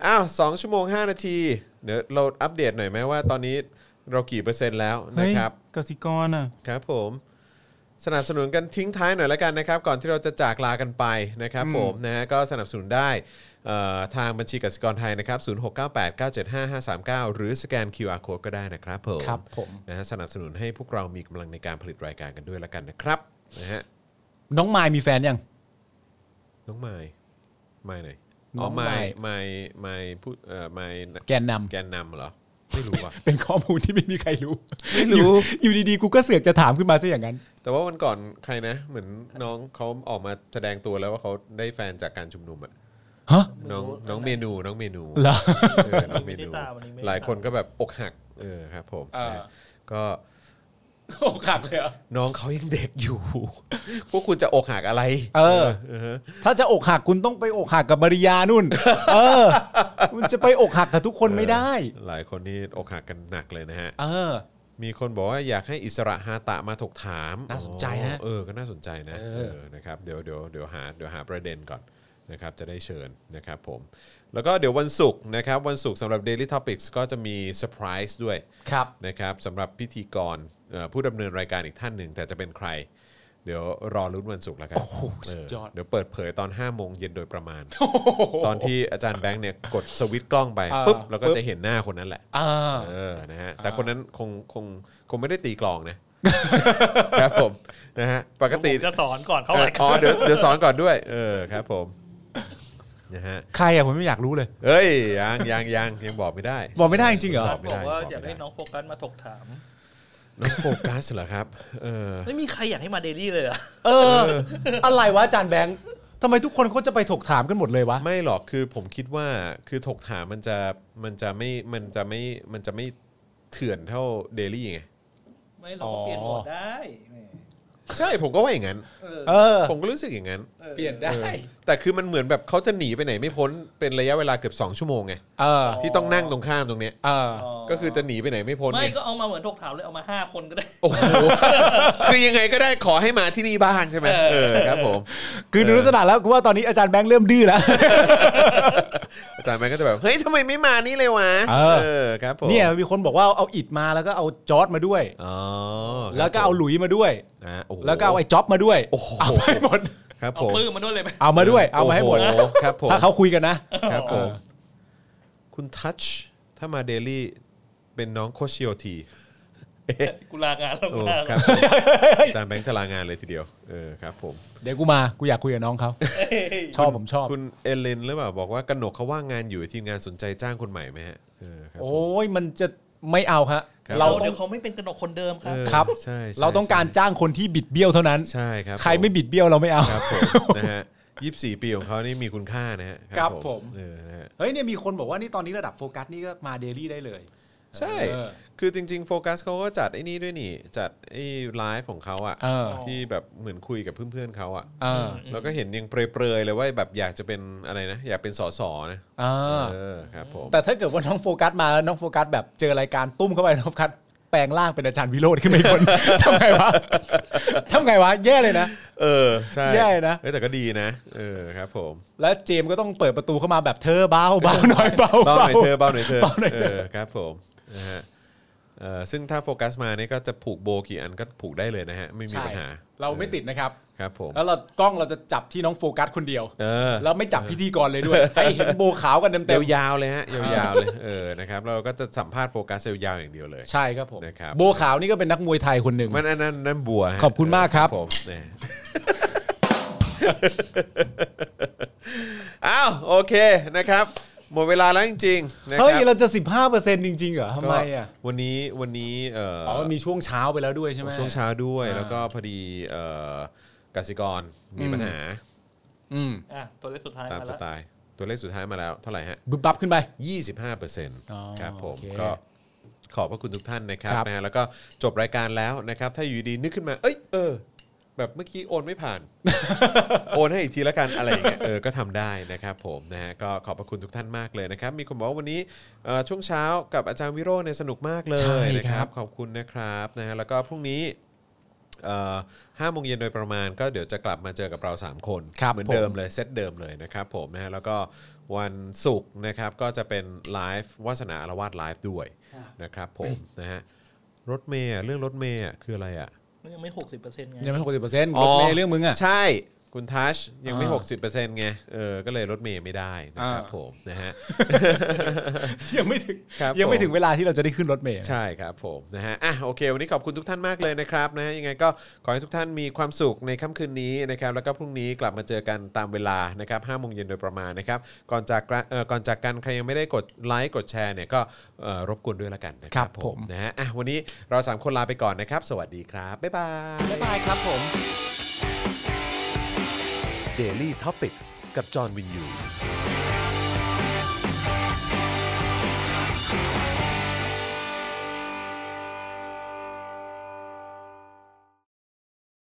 2 ชั่วโมง 5 นาทีเดี๋ยวเราอัปเดตหน่อยไหมว่าตอนนี้เรากี่เปอร์เซ็นต์แล้วนะครับกสิกรครับผมสนับสนุนกันทิ้งท้ายหน่อยแล้วกันนะครับก่อนที่เราจะจากลากันไปนะครับผมนะฮะก็สนับสนุนได้ทางบัญชีกสิกรไทยนะครับ0698975539หรือสแกน QR Code ก็ได้นะครับผมนะฮะสนับสนุนให้พวกเรามีกำลังในการผลิตรายการกันด้วยแล้วกันนะครับนะฮะน้องไมล์มีแฟนยังน้องไมล์ไหนไมล์พูดไมล์แกนนำเหรอไม่รู้ว่ะเป็นข้อมูลที่ไม่มีใครรู้อยู่ดีๆกูก็เสือกจะถามขึ้นมาซะอย่างนั้นแต่ว่าวันก่อนใครนะเหมือนน้องเขาออกมาแสดงตัวแล้วว่าเขาได้แฟนจากการชุมนุมอะน้องเมนูเหรอน้องเมนูหลายคนก็แบบอกหักครับผมก็อกหักเลยเหรอน้องเขายังเด็กอยู่พวกคุณจะอกหักอะไรถ้าจะอกหักคุณต้องไปอกหักกับมาริยานู่นคุณจะไปอกหักกับทุกคนไม่ได้หลายคนนี่อกหักกันหนักเลยนะฮะมีคนบอกว่าอยากให้อิสระฮาตะมาถกถามน่าสนใจนะก็น่าสนใจนะนะครับเดี๋ยวหาประเด็นก่อนนะครับจะได้เชิญนะครับผมแล้วก็เดี๋ยววันศุกร์นะครับวันศุกร์สำหรับ Daily Topics ก็จะมีเซอร์ไพรส์ด้วยนะครับสำหรับพิธีกรผู้ดำเนินรายการอีกท่านหนึ่งแต่จะเป็นใครเดี๋ยวรอลุ้นวันศุกร์แล้วกันเดี๋ยวเปิดเผยตอน 5 โมงเย็นโดยประมาณตอนที่อาจารย์แบงค์เนี่ยกดสวิตช์กล้องไปปุ๊บแล้วก็จะเห็นหน้าคนนั้นแหละนะฮะแต่คนนั้นคงไม่ได้ตีกลองนะครับผมนะฮะปกติจะสอนก่อนเข้ารายการเดี๋ยวสอนก่อนด้วยครับผมนะฮะใครอะผมไม่อยากรู้เลยเฮ้ยยังบอกไม่ได้จริงเหรอบอกว่าอยากให้น้องโฟกัสมาถกถามน้องโฟกัสเหรอครับไม่มีใครอยากให้มาเดลี่เลยอะไรวะอาจารย์แบงค์ทำไมทุกคนเขาจะไปถกถามกันหมดเลยวะไม่หรอกคือผมคิดว่าคือถกถามมันจะไม่เถื่อนเท่าเดลี่ไงไม่เราเปลี่ยนโหมดได้ใช่ผมก็ว่าอย่างนั้นผมก็รู้สึกอย่างนั้นเปลี่ยนได้แต่คือมันเหมือนแบบเขาจะหนีไปไหนไม่พ้นเป็นระยะเวลาเกือบ2 ชั่วโมงไงที่ต้องนั่งตรงข้ามตรงเนี้ยก็คือจะหนีไปไหนไม่พ้นไม่ก็เอามาเหมือนถกถามเลยเอามา5 คนก็ได้โอ้โหคือยังไงก็ได้ขอให้มาที่นี่บ้างใช่ไหมครับผมคือดูลักษณะแล้วกูว่าตอนนี้อาจารย์แบงค์เริ่มดื้อแล้วอาจารย์แบงค์ก็จะแบบเฮ้ยทำไมไม่มานี่เลยวะครับผมเนี่ยมีคนบอกว่าเอาอิฐมาแล้วก็เอาจอร์จมาด้วยแล้วก็เอาหลุยมาด้วยแล้วก็เอาไอ้จ็อบมาด้วยเอาให้หมดครับผมเอาปื้มมาด้วยเลยไหมเอามาด้วยเอามาให้หมดครับผมถ้าเขาคุยกันนะครับผมคุณทัชถ้ามาเดลี่เป็นน้องโคชิโอทีกูลางานแล้วโอ้งานครับผมอาจารย์แบงค์จะลางานเลยทีเดียวครับผมเดี๋ยวกูอยากคุยกับน้องเขาผมชอบคุณเอลินหรือเปล่าบอกว่ากนกเขาว่างงานอยู่ทีมงานสนใจจ้างคนใหม่ไหมฮะครับโอ้ยมันจะไม่เอาฮะเราเดี๋ยวเขาไม่เป็นกนกคนเดิมครับครับใช่เราต้องการจ้างคนที่บิดเบี้ยวเท่านั้นใช่ครับใครไม่บิดเบี้ยวเราไม่เอาครับผมนะฮะ24 ปีของเขานี่มีคุณค่านะฮะครับผมนะฮะเฮ้ยเนี่ยมีคนบอกว่านี่ตอนนี้ระดับโฟกัสนี่ก็มาเดลี่ได้เลยใช่คือจริงๆโฟกัสเขาก็จัดไอ้นี่ด้วยนี่จัดไอ้ไลฟ์ของเขาอ่ะที่แบบเหมือนคุยกับเพื่อนๆเขาอ่ะแล้วก็เห็นยังเปรยๆเลยว่าแบบอยากจะเป็นอะไรนะอยากเป็นสสนะครับผมแต่ถ้าเกิดว่าน้องโฟกัสมาแล้วน้องโฟกัสแบบเจอรายการตุ้มเข้าไปน้องโฟกัสแปลงร่างเป็นอาจารย์วิโรจน์ขึ้นมาอีกคน ทำไงวะแย่เลยนะใช่แย่นะแต่ก็ดีนะครับผมแล้วเจมก็ต้องเปิดประตูเข้ามาแบบเธอเบาหน่อยเบาหน่อยเธอครับผมนะฮะซึ่งถ้าโฟกัสมานี่ก็จะผูกโบกี่อันก็ผูกได้เลยนะฮะไม่มีปัญหาเราไม่ติดนะครับครับผมแล้วกล้องเราจะจับที่น้องโฟกัสคนเดียวแล้วไม่จับพิธีกรเลยด้วยให้เห็นโบขาวกันเต็มๆยาวๆเลยฮะยาวๆเลยนะครับเราก็จะสัมภาษณ์โฟกัสยาวๆอย่างเดียวเลยใช่ครับผมนะครับโบขาวนี่ก็เป็นนักมวยไทยคนหนึ่งมันนั่นบัวขอบคุณมากครับผมอ้าวโอเคนะครับหมดเวลาแล้วจริงๆนะครับเฮ้ยเราจะ 15% จริงๆเหรอทำไมอ่ะวันนี้มีช่วงเช้าไปแล้วด้วยใช่ไหมช่วงเช้าด้วยแล้วก็พอดีกสิกรมีปัญหาตัวเลขสุดท้ายตามสไตล์ตัวเลขสุดท้ายมาแล้วเท่าไหร่ฮะบึ้บบับขึ้นไป 25% ครับผมก็ขอบพระคุณทุกท่านนะครับนะแล้วก็จบรายการแล้วนะครับถ้าอยู่ดีนึกขึ้นมาแบบเมื่อกี้โอนไม่ผ่าน โอนให้อีกทีละกันอะไรอย่างเงี้ยก็ทำได้นะครับผมนะฮะก็ขอบพระคุณทุกท่านมากเลยนะครับมีคนบอกว่าวันนี้ช่วงเช้ากับอาจารย์วิโรจน์เนี่ยสนุกมากเลยนะครับขอบคุณนะครับนะฮะแล้วก็พรุ่งนี้5 โมงเย็นโดยประมาณก็เดี๋ยวจะกลับมาเจอกับเรา3คนเหมือนเดิมเลยเซตเดิมเลยนะครับผมนะฮะแล้วก็วันศุกร์นะครับก็จะเป็นไลฟ์วาสนาอารวาสไลฟ์ด้วยนะครับผมนะฮะรถเมย์เรื่องรถเมย์คืออะไรอ่ะยังไม่ 60% ไงยังไม่ 60% รถเมย์เรื่องมึงอ่ะใช่คุณทัชยังไม่ 60% ไงก็เลยรถเมย์ไม่ได้นะครับผมนะฮะยังไม่ถึงเวลาที่เราจะได้ขึ้นรถเมย์ใช่ครับผมนะฮะโอเควันนี้ขอบคุณทุกท่านมากเลยนะครับนะฮะยังไงก็ขอให้ทุกท่านมีความสุขในค่ำคืนนี้นะครับแล้วก็พรุ่งนี้กลับมาเจอกันตามเวลานะครับ 5 โมงเย็นโดยประมาณนะครับก่อนจากกันใครยังไม่ได้กดไลค์กดแชร์เนี่ยก็รบกวนด้วยละกันนะครับผมนะฮะวันนี้เรา3คนลาไปก่อนนะครับสวัสดีครับบ๊ายบายครับผม Daily Topics กับจอห์นวินยู